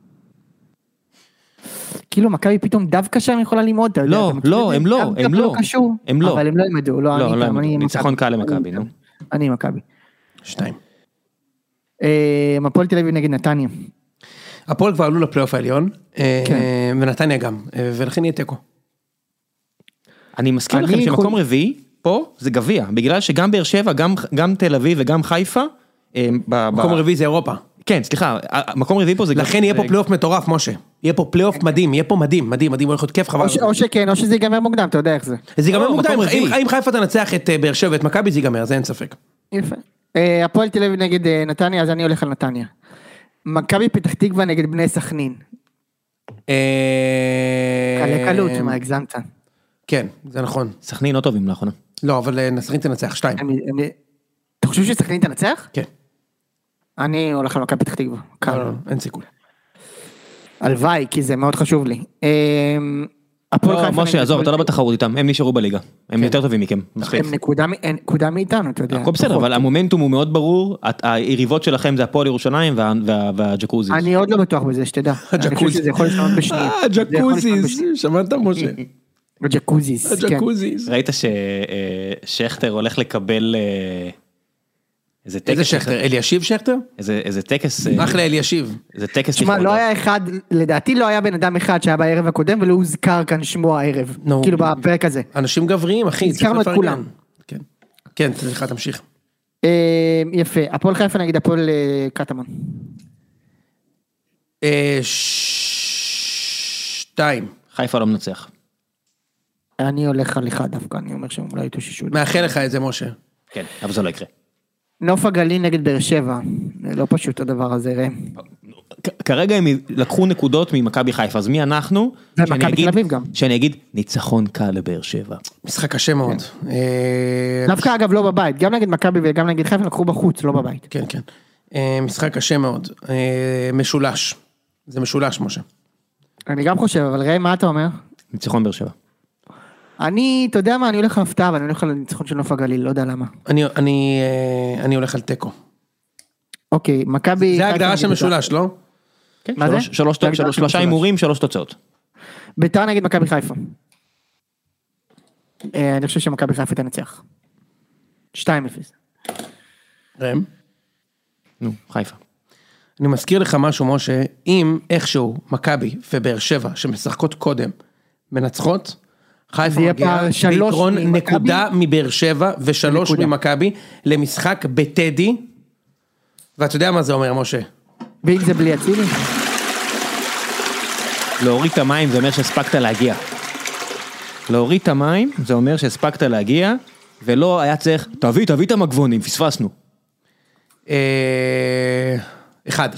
Speaker 4: כאילו מכבי פתאום דווקא שם יכולה ללמוד, אתה יודע.
Speaker 3: לא, הם לא.
Speaker 4: אבל הם לא ילמדו.
Speaker 3: לא, ניצחון קל למכבי, נו.
Speaker 4: אני מכבי.
Speaker 2: 2.
Speaker 4: הפועל תל אביב נגד נתניה.
Speaker 2: הפועל כבר עלו לפלייאוף העליון, ונתניה גם, ולכן יהיה תיקו.
Speaker 3: אני מזכיר לכם שמקום רביעי, פה זה גביע, בגלל שגם באר שבע, גם תל אביב וגם חיפה,
Speaker 2: מקום רביעי זה אירופה.
Speaker 3: כן, סליחה, המקום רביעי פה זה...
Speaker 2: לכן יהיה פה פלייאוף מטורף, משה. יהיה פה פלייאוף מדהים, יהיה פה מדהים, מדהים, מדהים, הולך להיות כיף חבל.
Speaker 4: או שכן, או שזה ייגמר מוקדם, אתה יודע איך זה.
Speaker 2: זה ייגמר מוקדם, אם חיפה תנצח את באר שבע ואת מכבי זה ייגמר, זה אין ספק.
Speaker 4: יפה. הפועל תל אביב נגד נתניה, אז אני הולך על נתניה. מכבי פתח תקווה נגד בני סכנין. קלות, מה הגזמת?
Speaker 2: כן, זה נכון.
Speaker 3: סכנין לא טובים לאחרונה.
Speaker 2: לא, אבל סכנין תנצח, 2.
Speaker 4: אתה חושב שסכנין תנצח?
Speaker 2: כן.
Speaker 4: אני הולך על מכבי פתח תקווה.
Speaker 2: לא, אין סיכוי.
Speaker 4: הלוואי, כי זה מאוד חשוב לי.
Speaker 3: לא, משה, עזוב, אתה לא בתחרות איתם, הם נשארו בליגה. הם יותר טובים מכם.
Speaker 4: הם נקודה מאיתנו, אתה יודע.
Speaker 3: הכל בסדר, אבל המומנטום הוא מאוד ברור, היריבות שלכם זה הפועל ירושלים והג'קוזיס.
Speaker 4: אני עוד לא בטוח בזה, שתדע. אני חושב שזה יכול לשנות בשנייה.
Speaker 2: הג'קוזיס, שמעת משה?
Speaker 4: הג'קוזיס, כן.
Speaker 2: הג'קוזיס.
Speaker 3: ראית ששכטר הולך לקבל איזה טקס?
Speaker 2: איזה שכטר? אלישיב שכטר?
Speaker 3: איזה טקס...
Speaker 2: אחלה אלישיב.
Speaker 3: איזה טקס...
Speaker 4: תשמע, לא היה אחד, לדעתי לא היה בן אדם אחד שהיה בערב הקודם, ולא הוזכר כאן שמו הערב. כאילו בפרק הזה.
Speaker 2: אנשים גבריים, אחי.
Speaker 4: הזכרנו את כולם.
Speaker 2: כן. כן, סליחה, תמשיך.
Speaker 4: יפה. הפועל חיפה נגיד הפועל קטמון.
Speaker 2: 2.
Speaker 3: חיפה לא מנצח.
Speaker 4: אני הולך על אחד דווקא, אני אומר שהם אולי יתאוששו.
Speaker 2: מאחל לך את זה, משה.
Speaker 3: כן, אבל זה לא יקרה.
Speaker 4: נוף הגליל נגד באר שבע. לא פשוט הדבר הזה, ראה.
Speaker 3: כרגע הם לקחו נקודות ממכבי חיפה, אז מי אנחנו?
Speaker 4: ומכבי תל אביב גם.
Speaker 3: שאני אגיד, ניצחון קל לבאר שבע.
Speaker 2: משחק קשה מאוד.
Speaker 4: דווקא אגב לא בבית, גם נגד מכבי וגם נגד חיפה לקחו בחוץ, לא בבית.
Speaker 2: כן, כן. משחק קשה מאוד. משולש. זה משולש, משה.
Speaker 4: אני גם חושב, אבל ראה, מה אתה אומר?
Speaker 3: ניצחון באר שבע.
Speaker 4: אתה יודע מה, אני הולך על הפתעה, ואני הולך על הניצחון של נוף הגליל, לא יודע למה.
Speaker 2: אני הולך על טקו.
Speaker 4: אוקיי, מכבי...
Speaker 2: זה ההגדרה של משולש, לא?
Speaker 3: כן,
Speaker 4: מה זה?
Speaker 3: שלושה הימורים, 3 תוצאות.
Speaker 4: ביתר נגד מכבי חיפה. אני חושב שמכבי חיפה תנצח. 2-0.
Speaker 2: רם?
Speaker 3: נו, חיפה.
Speaker 2: אני מזכיר לך משהו, משה, אם איכשהו מכבי ובאר שבע שמשחקות קודם מנצחות, חיפה מגיעה ביתרון נקודה מבאר שבע ו3 ממכבי למשחק בטדי, ואתה יודע מה זה אומר, משה?
Speaker 4: ואם זה בלי אצילי?
Speaker 3: להוריד את המים זה אומר שהספקת להגיע. להוריד את המים זה אומר שהספקת להגיע, ולא היה צריך, תביא את המגבונים, פספסנו.
Speaker 2: 1.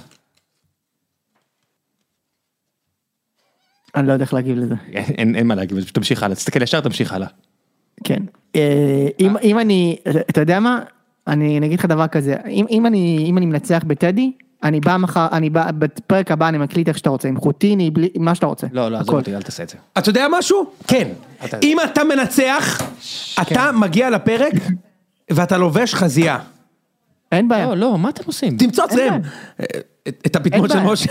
Speaker 4: אני לא יודע איך להגיב לזה.
Speaker 3: אין מה להגיב, תמשיך הלאה, תסתכל ישר, תמשיך הלאה.
Speaker 4: כן. אם אני, אתה יודע מה? אני אגיד לך דבר כזה, אם אני מנצח בטדי, אני בא, בפרק הבא אני מקליט איך שאתה רוצה, עם חוטיני, מה שאתה רוצה.
Speaker 3: לא, עזוב אותי, אל תעשה את זה.
Speaker 2: אתה יודע משהו? כן. אם אתה מנצח, אתה מגיע לפרק, ואתה לובש חזייה.
Speaker 4: אין בעיה.
Speaker 3: לא, מה אתם עושים?
Speaker 2: תמצוץ להם. את הפתמות של משה.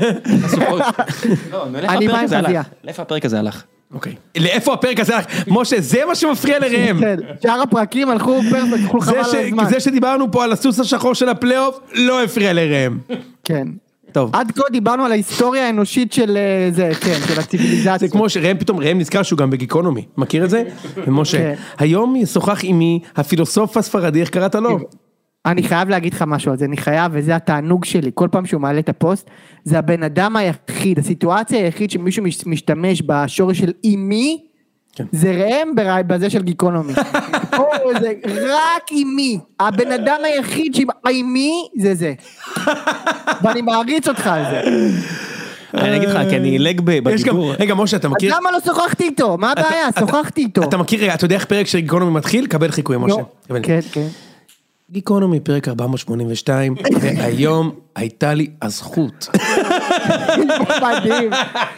Speaker 4: אני בא עם חזייה.
Speaker 3: לאיפה הפרק הזה הלך?
Speaker 2: אוקיי. לאיפה הפרק הזה הלך? משה, זה מה שמפריע לראם.
Speaker 4: שאר הפרקים הלכו חבל על הזמן.
Speaker 2: זה שדיברנו פה על הסוס השחור של הפלייאוף, לא הפריע לראם.
Speaker 4: כן.
Speaker 2: טוב.
Speaker 4: עד כה דיברנו על ההיסטוריה האנושית של זה, כן, של הציביליזציה.
Speaker 2: זה כמו שראם פתאום, ראם נזכר שהוא גם בגיקונומי. מכיר את זה? ומשה, היום ישוחח עימי הפילוסוף הספרדי, איך קראת לו?
Speaker 4: אני חייב להגיד לך משהו על זה, אני חייב, וזה התענוג שלי, כל פעם שהוא מעלה את הפוסט, זה הבן אדם היחיד, הסיטואציה היחיד שמישהו משתמש בשורש של אימי, זה ראם בזה של גיקונומי. זה רק אימי, הבן אדם היחיד שאימי זה. ואני מעריץ אותך על זה.
Speaker 3: אני אגיד לך, כי אני אלג בדיבור.
Speaker 2: רגע, משה, אתה מכיר?
Speaker 4: אז למה לא שוחחתי איתו? מה הבעיה? שוחחתי איתו.
Speaker 2: אתה מכיר, אתה יודע איך פרק של גיקונומי מתחיל? קבל חיקוי, משה.
Speaker 4: כן, כן.
Speaker 2: גיקונומי פרק 482, והיום הייתה לי הזכות.
Speaker 4: מדהים.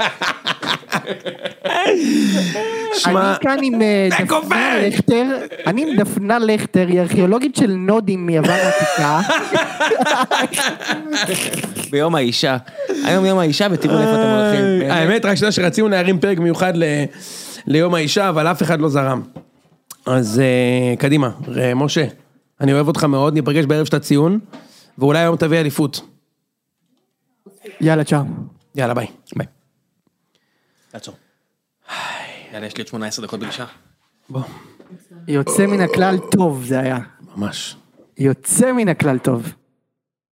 Speaker 4: אני כאן עם דפנה לכתר, אני עם דפנה לכתר, היא ארכיאולוגית של נודים מיוון העתיקה.
Speaker 3: ביום האישה, היום יום האישה ותראו איפה אתם הולכים.
Speaker 2: האמת, רק שנה שרצינו להרים פרק מיוחד ליום האישה, אבל אף אחד לא זרם. אז קדימה, משה. אני אוהב אותך מאוד, ניפגש בערב שאתה ציון, ואולי היום תביא אליפות.
Speaker 4: יאללה, צ'או.
Speaker 2: יאללה, ביי.
Speaker 3: ביי. תעצור. יאללה, יש לי עוד 18 דקות בגישה.
Speaker 2: בוא.
Speaker 4: יוצא מן הכלל טוב, זה היה.
Speaker 2: ממש.
Speaker 4: יוצא מן הכלל טוב.